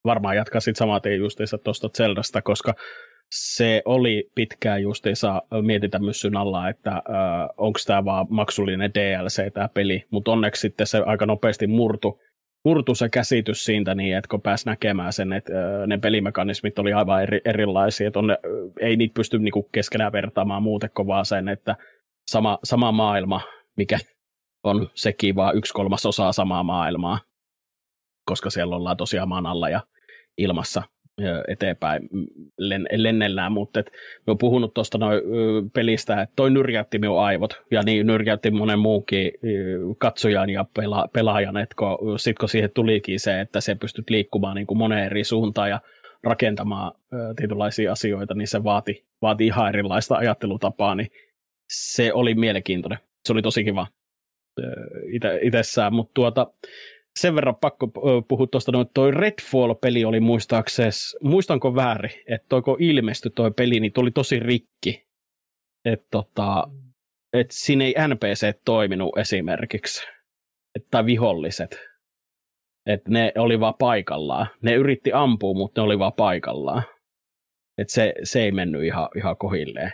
varmaan jatkaa sitten samaten justiinsa tuosta Zeldasta, koska se oli pitkään justiinsa mietintämyssyn alla, että onko tämä vaan maksullinen DLC tämä peli, mutta onneksi sitten se aika nopeasti murtu se käsitys siitä niin, että kun pääsi näkemään sen, että ne pelimekanismit oli aivan erilaisia, että ei niitä pysty niinku keskenään vertaamaan muuten kuin vaan sen, että sama maailma, mikä on sekin vaan 1/3 samaa maailmaa, koska siellä ollaan tosiaan maan alla ja ilmassa eteenpäin lennellään, mutta me on puhunut tuosta pelistä, että toi nyrjäytti minun aivot, ja niin nyrjäytti monen muunkin katsojan ja pelaajan, että kun siihen tulikin se, että se pystyt liikkumaan niin kuin moneen eri suuntaan ja rakentamaan tietynlaisia asioita, niin se vaati ihan erilaista ajattelutapaa, niin se oli mielenkiintoinen. Se oli tosi kiva itsessään, mutta sen verran pakko puhua tuosta, että toi Redfall-peli oli muistanko väärin, että kun ilmestyi toi peli, niin tuli tosi rikki. Että siinä ei NPC toiminut esimerkiksi, tai viholliset. Että ne oli vaan paikallaan. Ne yritti ampua, mutta ne oli vaan paikallaan. Että se ei mennyt ihan kohilleen.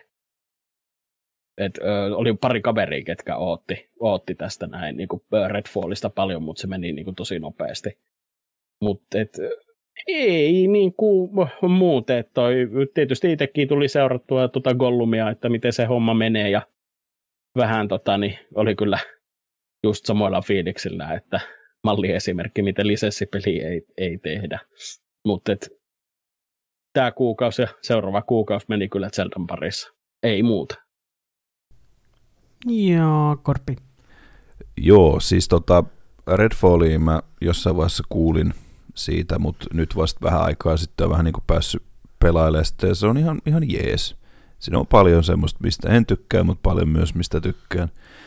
Oli pari kaveria, ketkä ootti tästä näin niin kuin Redfallista paljon, mutta se meni niin kuin tosi nopeasti. Mutta ei niin kuin muuten. Tietysti itsekin tuli seurattua Gollumia, että miten se homma menee, ja vähän niin oli kyllä just samoilla fiiliksillä, että malliesimerkki, miten lisenssipeliä ei tehdä. Mutta tämä kuukausi ja seuraava kuukausi meni kyllä Zeldan parissa. Ei muuta. Joo, Korppi. Joo, siis Redfallia mä jossain vaiheessa kuulin siitä, mutta nyt vasta vähän aikaa sitten on vähän niin kuin päässyt pelailemaan sitä, ja se on ihan jees. Siinä on paljon semmoista, mistä en tykkää, mutta paljon myös, mistä tykkään.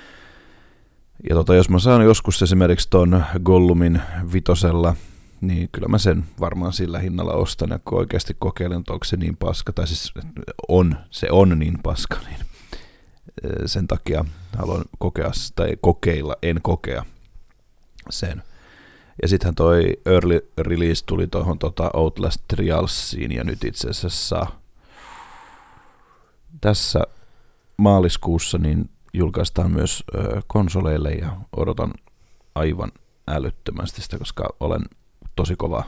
Ja jos mä saan joskus esimerkiksi ton Gollumin 5, niin kyllä mä sen varmaan sillä hinnalla ostan, ja kun oikeasti kokeilen, että onko se niin paska, tai siis se on niin paska, niin sen takia haluan en kokea sen. Ja sittenhän toi early release tuli tuohon Outlast Trialsiin, ja nyt itse asiassa tässä maaliskuussa niin julkaistaan myös konsoleille, ja odotan aivan älyttömästi sitä, koska olen tosi kova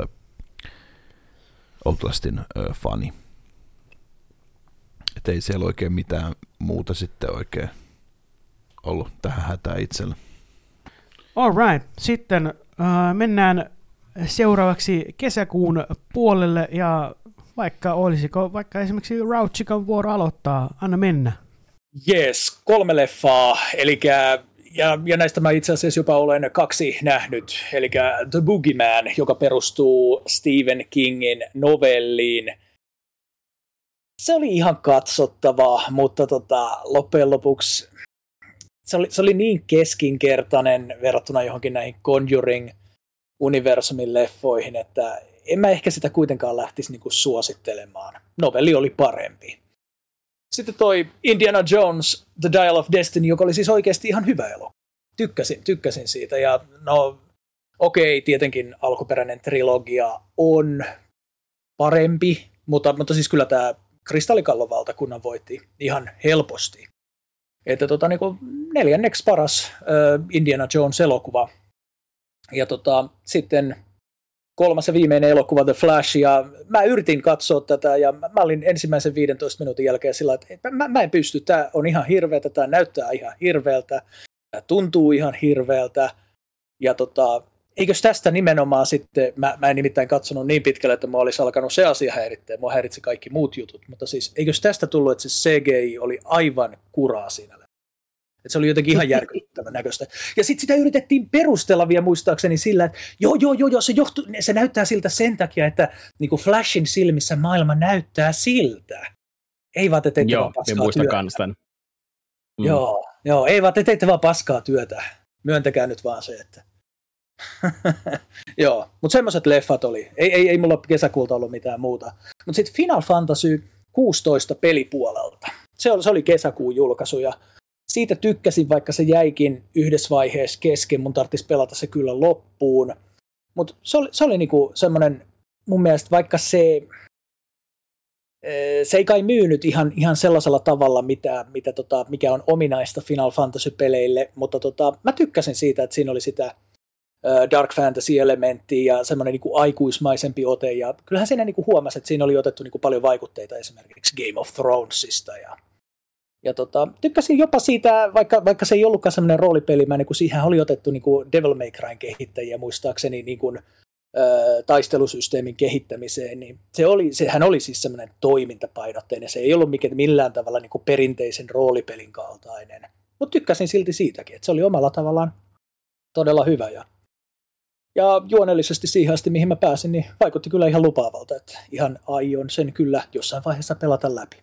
Outlastin fani. Että ei siellä oikein mitään muuta sitten oikein ollut tähän hätään itsellä. All right. Sitten mennään seuraavaksi kesäkuun puolelle, ja olisiko esimerkiksi Rauchikan vuoro aloittaa, anna mennä. Yes, 3 leffaa, ja näistä mä itse asiassa jopa olen 2 nähnyt, eli The Boogeyman, joka perustuu Stephen Kingin novelliin. Se oli ihan katsottavaa, mutta loppujen lopuksi se oli niin keskinkertainen verrattuna johonkin näihin Conjuring-universumin leffoihin, että en mä ehkä sitä kuitenkaan lähtisi niinku suosittelemaan. Novelli oli parempi. Sitten toi Indiana Jones, The Dial of Destiny, joka oli siis oikeasti ihan hyvä elokuva. Tykkäsin siitä, ja tietenkin alkuperäinen trilogia on parempi, mutta siis kyllä tämä Kristallikallon valtakunnan voitti ihan helposti. Että niinku 4. paras Indiana Jones-elokuva. Ja sitten 3. ja viimeinen elokuva The Flash, ja mä yritin katsoa tätä, ja mä olin ensimmäisen 15 minuutin jälkeen sillä, että mä en pysty, tää on ihan hirveätä, tää näyttää ihan hirveältä, tää tuntuu ihan hirveältä, ja eikös tästä nimenomaan sitten, mä en nimittäin katsonut niin pitkälle, että mua olisi alkanut se asia häirittää, mua häiritsi kaikki muut jutut, mutta siis eikös tästä tullut, että se CGI oli aivan kuraa siinä. Että se oli jotenkin ihan järkyttävän näköistä. Ja sitten sitä yritettiin perustella vielä muistaakseni sillä, että joo, se näyttää siltä sen takia, että niinku Flashin silmissä maailma näyttää siltä. Ei vaan te teitte vaan paskaa työtä. Joo, ei vaan te teitte vaan paskaa työtä. Myöntäkää nyt vaan se, että joo, mutta semmoiset leffat oli. Ei mulla kesäkuulta ollut mitään muuta. Mutta sitten Final Fantasy 16 pelipuolelta. Se oli kesäkuun julkaisu, ja siitä tykkäsin, vaikka se jäikin yhdessä vaiheessa kesken. Mun tarvitsisi pelata se kyllä loppuun. Mutta se oli niinku semmoinen mun mielestä, vaikka se ei kai myynyt ihan sellaisella tavalla, mikä on ominaista Final Fantasy-peleille, mutta mä tykkäsin siitä, että siinä oli sitä dark fantasy-elementtiä ja semmoinen niin kuin aikuismaisempi ote, ja kyllähän siinä niin kuin huomasi, että siinä oli otettu niin kuin paljon vaikutteita esimerkiksi Game of Thronesista, ja tykkäsin jopa siitä, vaikka se ei ollutkaan semmoinen roolipelimäinen, kun siihen oli otettu niin kuin Devil May Cryn kehittäjiä muistaakseni niin kuin taistelusysteemin kehittämiseen, niin sehän oli siis semmoinen toimintapainotteinen, se ei ollut millään tavalla niin kuin perinteisen roolipelin kaltainen, mutta tykkäsin silti siitäkin, että se oli omalla tavallaan todella hyvä, ja juonellisesti siihen asti, mihin mä pääsin, niin vaikutti kyllä ihan lupaavalta, että ihan aion sen kyllä jossain vaiheessa pelata läpi.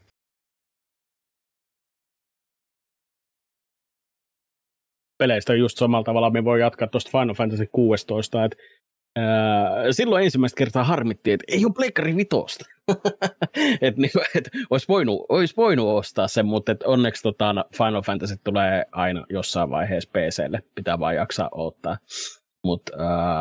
Peleistä just samalla tavalla me voi jatkaa tuosta Final Fantasy 16, että silloin ensimmäistä kertaa harmittiin, että ei ole Pleikkari 5. että olisi voinut ostaa sen, mutta onneksi Final Fantasy tulee aina jossain vaiheessa PC:lle, pitää vaan jaksaa odottaa. Mutta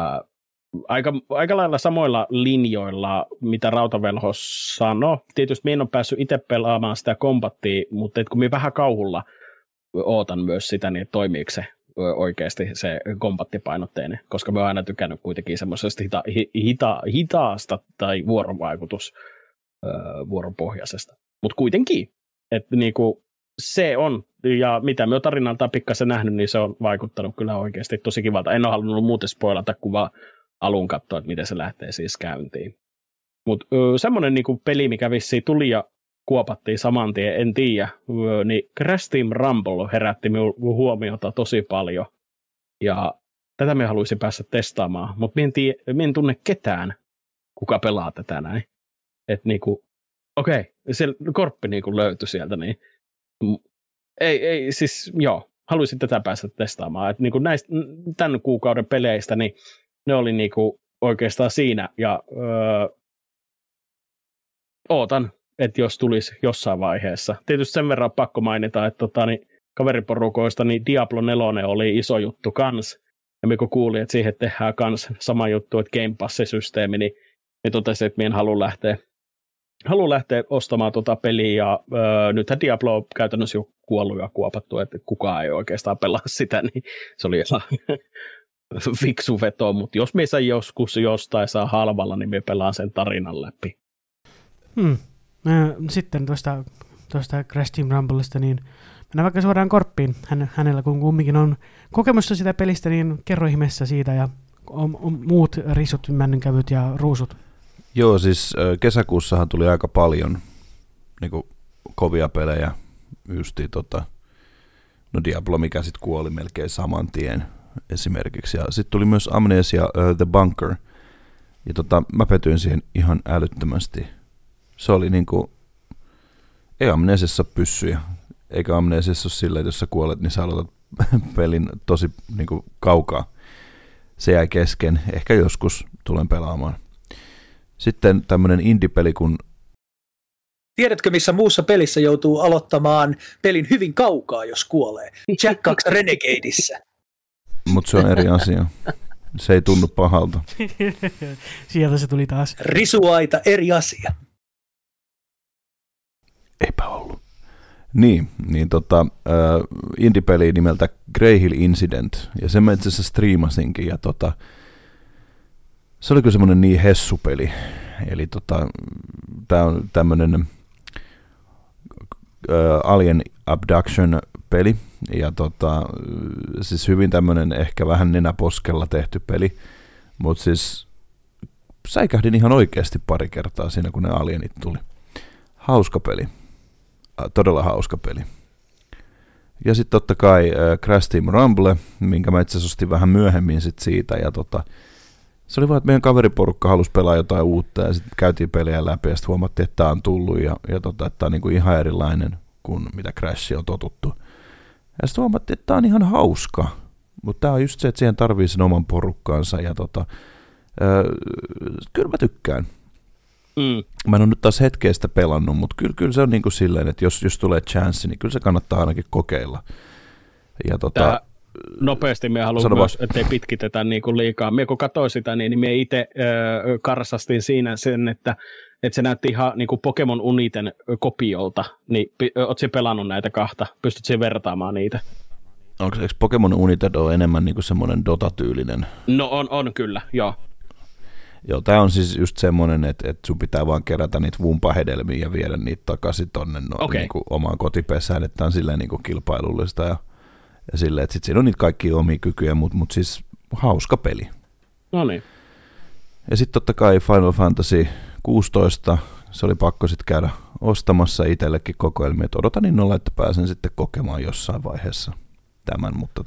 aika lailla samoilla linjoilla, mitä Rautavelho sanoi. Tietysti minä en ole päässyt itse pelaamaan sitä kombattia, mutta kun minä vähän kauhulla ootan myös sitä, niin toimiiko se oikeasti se kombattipainotteinen, koska me oon aina tykännyt kuitenkin semmoisesta hitaasta tai vuoropohjaisesta. Mutta kuitenkin, että niinku se on, ja mitä me oon tarinalta pikkasen nähnyt, niin se on vaikuttanut kyllä oikeasti tosi kivalta. En ole halunnut muuten spoilata, kun vaan alun katsoa, että miten se lähtee siis käyntiin. Mutta semmoinen niinku peli, mikä vissiin tuli ja kuopattiin saman tien, en tiedä, niin Crash Team Rumble herätti minun huomiota tosi paljon. Ja tätä me haluaisin päästä testaamaan, mutta minä en tunne ketään, kuka pelaa tätä näin. Että niinku, okei, se korppi niinku löytyi sieltä, niin ei siis joo, haluaisin tätä päästä testaamaan. Että niinku näistä tämän kuukauden peleistä, niin ne oli niinku oikeastaan siinä, ja ootan, että jos tulisi jossain vaiheessa. Tietysti sen verran pakko mainita, että kaveriporukoista niin Diablo 4 oli iso juttu kans. Ja kun kuulin, että siihen tehdään kans sama juttu, että Game Pass-systeemi, niin totesin, että minä en halua lähteä ostamaan peliä. Ja nythän Diablo on käytännössä jo kuollut ja kuopattu, että kukaan ei oikeastaan pelaa sitä, niin se oli ihan fiksu veto. Mutta jos minä joskus jostain saa halvalla, niin minä pelaan sen tarinan läpi. Sitten tuosta Crash Team Rumblesta, niin mennään vaikka suoraan Korppiin. Hänellä kun kumminkin on kokemusta sitä pelistä, niin kerro ihmeessä siitä ja on muut risut, männynkävyt ja ruusut. Joo, siis kesäkuussahan tuli aika paljon niin kuin kovia pelejä. Justiin no Diablo, mikä sitten kuoli melkein saman tien esimerkiksi. Ja sitten tuli myös Amnesia The Bunker. Ja mä petyin siihen ihan älyttömästi. Se oli niinku, ei Amnesiassa pyssyjä, eikä Amnesiassa ole silleen, että jos sä kuolet, niin sä aloitat pelin tosi niinku kaukaa. Se jäi kesken, ehkä joskus tulen pelaamaan. Sitten tämmönen indie-peli kun... Tiedätkö, missä muussa pelissä joutuu aloittamaan pelin hyvin kaukaa, jos kuolee? Jack 2 Renegadeissa. Mutta se on eri asia. Se ei tunnu pahalta. Sieltä se tuli taas. Risuaita eri asia. Eipä ollut. Niin indie-peli nimeltä Grey Hill Incident, ja sen mä itse asiassa striimasinkin, ja se oli kyllä semmoinen niin hessupeli, eli tää on tämmönen Alien Abduction-peli, ja siis hyvin tämmönen ehkä vähän nenäposkella tehty peli, mutta siis säikähdin ihan oikeasti pari kertaa siinä, kun ne alienit tuli. Hauska peli. Todella hauska peli. Ja sitten totta kai Crash Team Rumble, minkä mä itse asiassa ostin vähän myöhemmin sit siitä. Ja se oli vaan, että meidän kaveriporukka halusi pelaa jotain uutta ja sitten käytiin pelejä läpi ja sitten huomattiin, että tämä on tullut ja että tämä on niinku ihan erilainen kuin mitä Crash on totuttu. Ja sitten huomattiin, että tämä on ihan hauska, mutta tämä on just se, että siihen tarvii sen oman porukkaansa ja kyllä mä tykkään. Mä en ole nyt taas hetkeistä pelannut, mutta kyllä se on niin kuin silleen, että jos tulee chanssi, niin kyllä se kannattaa ainakin kokeilla. Ja Nopeasti minä haluan myös, ettei pitkitetä niin kuin liikaa. Minä kun katsoin sitä, niin minä itse karsastin siinä sen, että se näytti ihan niin kuin Pokemon Uniten kopiolta. Niin ootko pelannut näitä kahta? Pystytkö vertaamaan niitä? Eikö Pokemon United ole enemmän niin kuin semmoinen Dota-tyylinen? No on kyllä, joo. Joo, tämä on siis just semmoinen, että sun pitää vaan kerätä niitä vumpahedelmiä ja viedä niitä takaisin tonne niin kuin omaan kotipesään, että tämä on silleen niin kuin kilpailullista ja silleen, että sitten siinä on niitä kaikkia omia kykyjä, mutta siis hauska peli. No niin. Ja sitten totta kai Final Fantasy 16, se oli pakko sitten käydä ostamassa itsellekin kokoelmia, että odotan innolla, että pääsen sitten kokemaan jossain vaiheessa tämän, mutta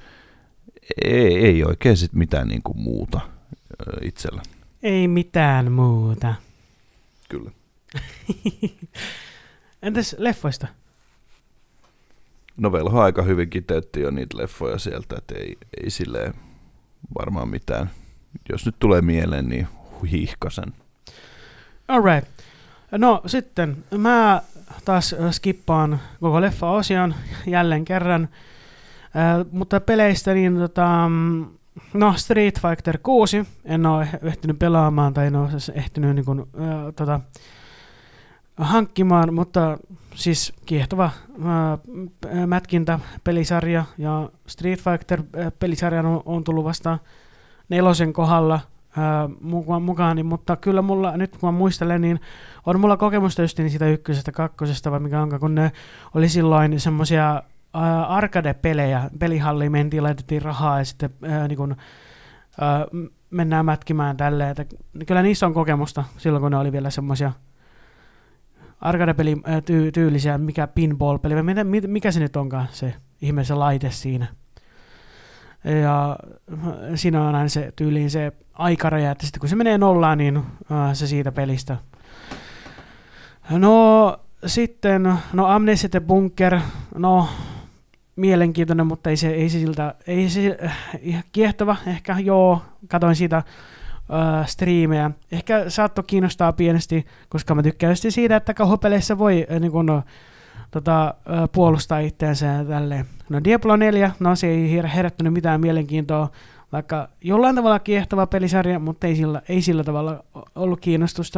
ei oikein sitten mitään niin kuin muuta itsellä. Ei mitään muuta. Kyllä. Entäs leffoista? No Velho aika hyvin kiteytti jo niitä leffoja sieltä, että ei silleen varmaan mitään. Jos nyt tulee mieleen, niin hiihkasen. Alright. No sitten mä taas skippaan koko leffa-osion jälleen kerran. Mutta peleistä niin no Street Fighter 6 en ole ehtinyt pelaamaan tai en ole ehtinyt niin kuin, hankkimaan, mutta siis kiehtova mätkintä pelisarja ja Street Fighter pelisarja on tullut vasta 4 kohdalla mukaan, mutta kyllä mulla, nyt kun mä muistelen, niin on mulla kokemusta just niin siitä 1. 2. vai mikä onkaan, kun ne oli silloin semmosia arcade-pelejä, pelihalliin mentiin, laitettiin rahaa ja sitten niin kun, mennään mätkimään tälleen, että kyllä niissä on kokemusta silloin, kun ne oli vielä semmosia arcade-peli tyylisiä, mikä pinball-peli, mikä se nyt onkaan se ihmeellisen laite siinä. Ja siinä on aina se tyyliin se aikaraja, että sitten kun se menee nollaan, niin se siitä pelistä. No sitten, Amnesia The Bunker, mielenkiintoinen, mutta ei se kiehtova, ehkä joo, katoin siitä striimejä. Ehkä saattoi kiinnostaa pienesti, koska mä tykkään siitä, että kauhupeleissä voi niin kun, puolustaa itseänsä ja tälleen. No Diablo 4, se ei herättänyt mitään mielenkiintoa, vaikka jollain tavalla kiehtova pelisarja, mutta ei sillä tavalla ollut kiinnostusta.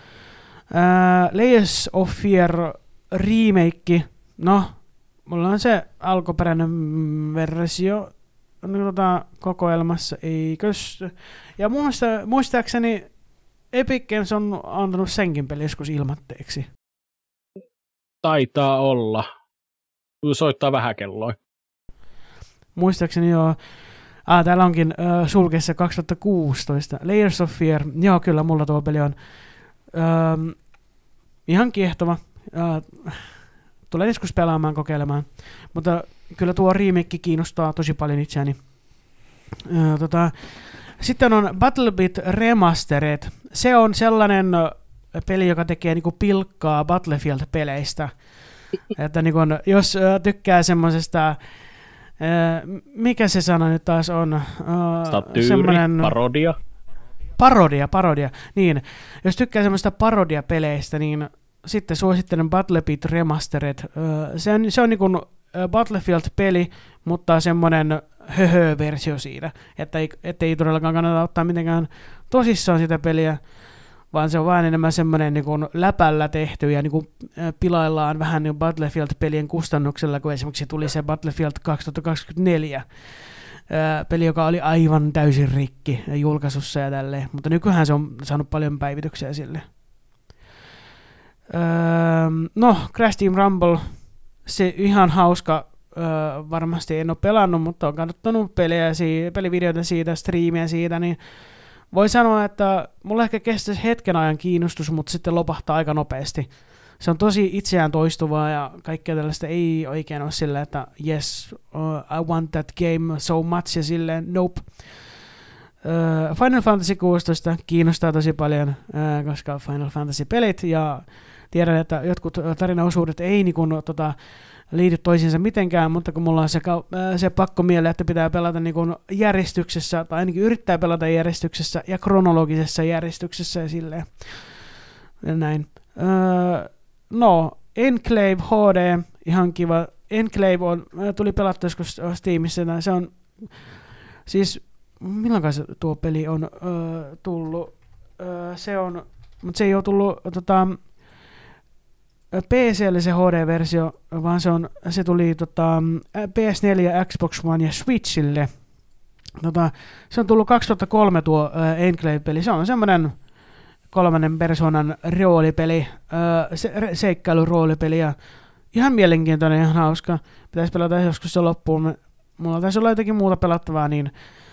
Layers of Fear remake, mulla on se alkuperäinen versio kokoelmassa, eikös? Ja muistaakseni Epic Games on antanut senkin peli joskus ilmatteeksi. Taitaa olla. Soittaa vähän kelloa. Muistaakseni joo. Täällä onkin sulkeessa 2016. Layers of Fear. Joo, kyllä mulla tuo peli on ihan kiehtova. Tulen joskus pelaamaan, kokeilemaan. Mutta kyllä tuo remake kiinnostaa tosi paljon itseäni. Sitten on BattleBit Remastered. Se on sellainen peli, joka tekee niinku pilkkaa Battlefield-peleistä. Että niinku, jos tykkää semmosesta, mikä se sana nyt taas on? Semmoinen Parodia. Niin, jos tykkää semmoista parodia-peleistä, niin sitten suosittelen BattleBit Remastered. Se on niinku Battlefield-peli, mutta semmoinen höhö-versio siitä, että ei todellakaan kannata ottaa mitenkään tosissaan sitä peliä, vaan se on vaan enemmän semmoinen niin kuin läpällä tehty ja niin kuin pilaillaan vähän niin Battlefield-pelien kustannuksella, kun esimerkiksi tuli se Battlefield 2024 peli, joka oli aivan täysin rikki julkaisussa ja tälleen, mutta nykyään se on saanut paljon päivityksiä sille. Crash Team Rumble, se ihan hauska, varmasti en ole pelannut, mutta olen katsonut pelivideoita siitä, striimiä siitä, niin voi sanoa, että mulla ehkä kestäisi hetken ajan kiinnostus, mutta sitten lopahtaa aika nopeasti. Se on tosi itseään toistuvaa ja kaikkea tällaista ei oikein ole sillä, että yes, I want that game so much ja silleen nope. Final Fantasy 16 kiinnostaa tosi paljon, koska Final Fantasy-pelit ja tiedän, että jotkut tarinaosuudet ei liity toisiinsa mitenkään, mutta kun mulla on se pakko mieleen, että pitää pelata niin kuin järjestyksessä, tai ainakin yrittää pelata järjestyksessä ja kronologisessa järjestyksessä ja silleen. Ja näin. Enclave HD, ihan kiva Enclave tuli pelattu joskus Steamissa. Se on, siis milloin se tuo peli on tullut? Se on, mutta se ei ole tullut PC:lle se HD-versio, vaan se tuli PS4, Xbox One ja Switchille. Se on tullut 2003 tuo Enclave-peli. Se on semmoinen 3. persoonan roolipeli, seikkailuroolipeli ja ihan mielenkiintoinen, ihan hauska. Pitäisi pelata joskus se loppuun. Mulla taisi olla jotakin muuta pelattavaa, niin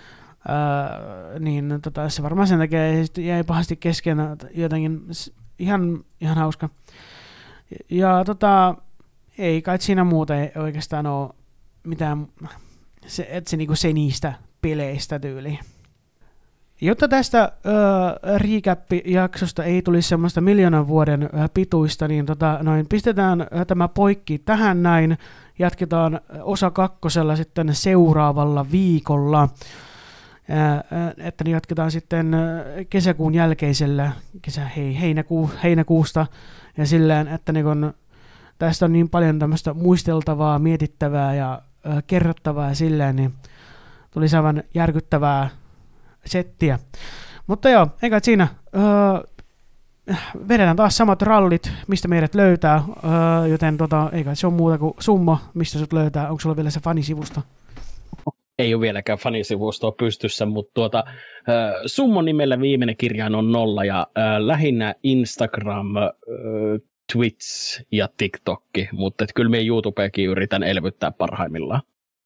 se varmaan sen takia jäi pahasti kesken jotenkin ihan hauska. Ja ei kai siinä muuta ei oikeastaan ole mitään, se niinku se niistä peleistä tyyliin. Jotta tästä recap-jaksosta ei tulisi semmoista 1,000,000 vuoden pituista, niin pistetään tämä poikki tähän näin. Jatketaan osa 2 sitten seuraavalla viikolla. Että jatketaan sitten kesäkuun jälkeisellä, heinäkuusta, ja silleen, että tästä on niin paljon tämmöistä muisteltavaa, mietittävää ja kerrottavaa ja silleen, niin tulisi aivan järkyttävää settiä. Mutta joo, eikä siinä. Vedetään taas samat rallit, mistä meidät löytää, joten eikä se ole muuta kuin Summo, mistä sut löytää. Onko sulla vielä se fanisivusto? Ei ole vieläkään fanisivustoa pystyssä, mutta Summon nimellä viimeinen kirjain on 0 ja lähinnä Instagram, Twitch ja TikTok, mutta kyllä me YouTubeakin yritän elvyttää parhaimmillaan.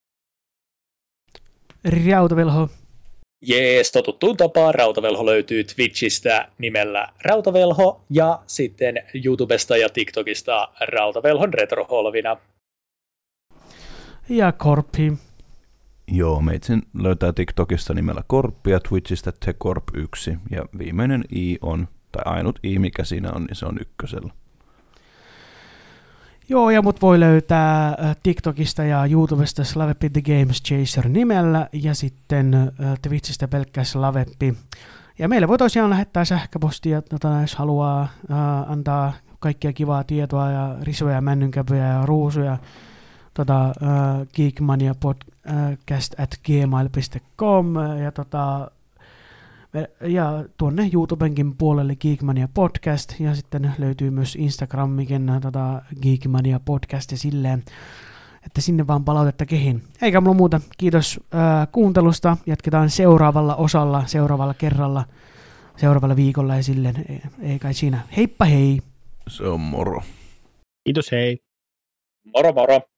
Rautavelho. Jees, totuttuun tapaan Rautavelho löytyy Twitchistä nimellä Rautavelho ja sitten YouTubesta ja TikTokista Rautavelhon retroholvina. Ja Korpi. Joo, meitsin löytää TikTokista nimellä Korppi ja Twitchistä TheKorp1 ja viimeinen i on, tai ainut i mikä siinä on, niin se on 1. Joo, ja mut voi löytää TikTokista ja YouTubesta Slaveppi The Games Chaser nimellä ja sitten Twitchistä pelkkä Slaveppi. Ja meille voi tosiaan lähettää sähköpostia, jos haluaa antaa kaikkia kivaa tietoa ja risuja ja männynkäpyjä ja ruusuja. geekmaniapodcast@gmail.com ja tuonne YouTubenkin puolelle Geekmania Podcast ja sitten löytyy myös Instagramikin Geekmania Podcast ja silleen, että sinne vaan palautetta kehin. Eikä mulla muuta. Kiitos kuuntelusta. Jatketaan seuraavalla osalla, seuraavalla kerralla, seuraavalla viikolla ja silleen. Ei kai siinä. Heippa hei! Se on moro. Kiitos hei! Moro moro!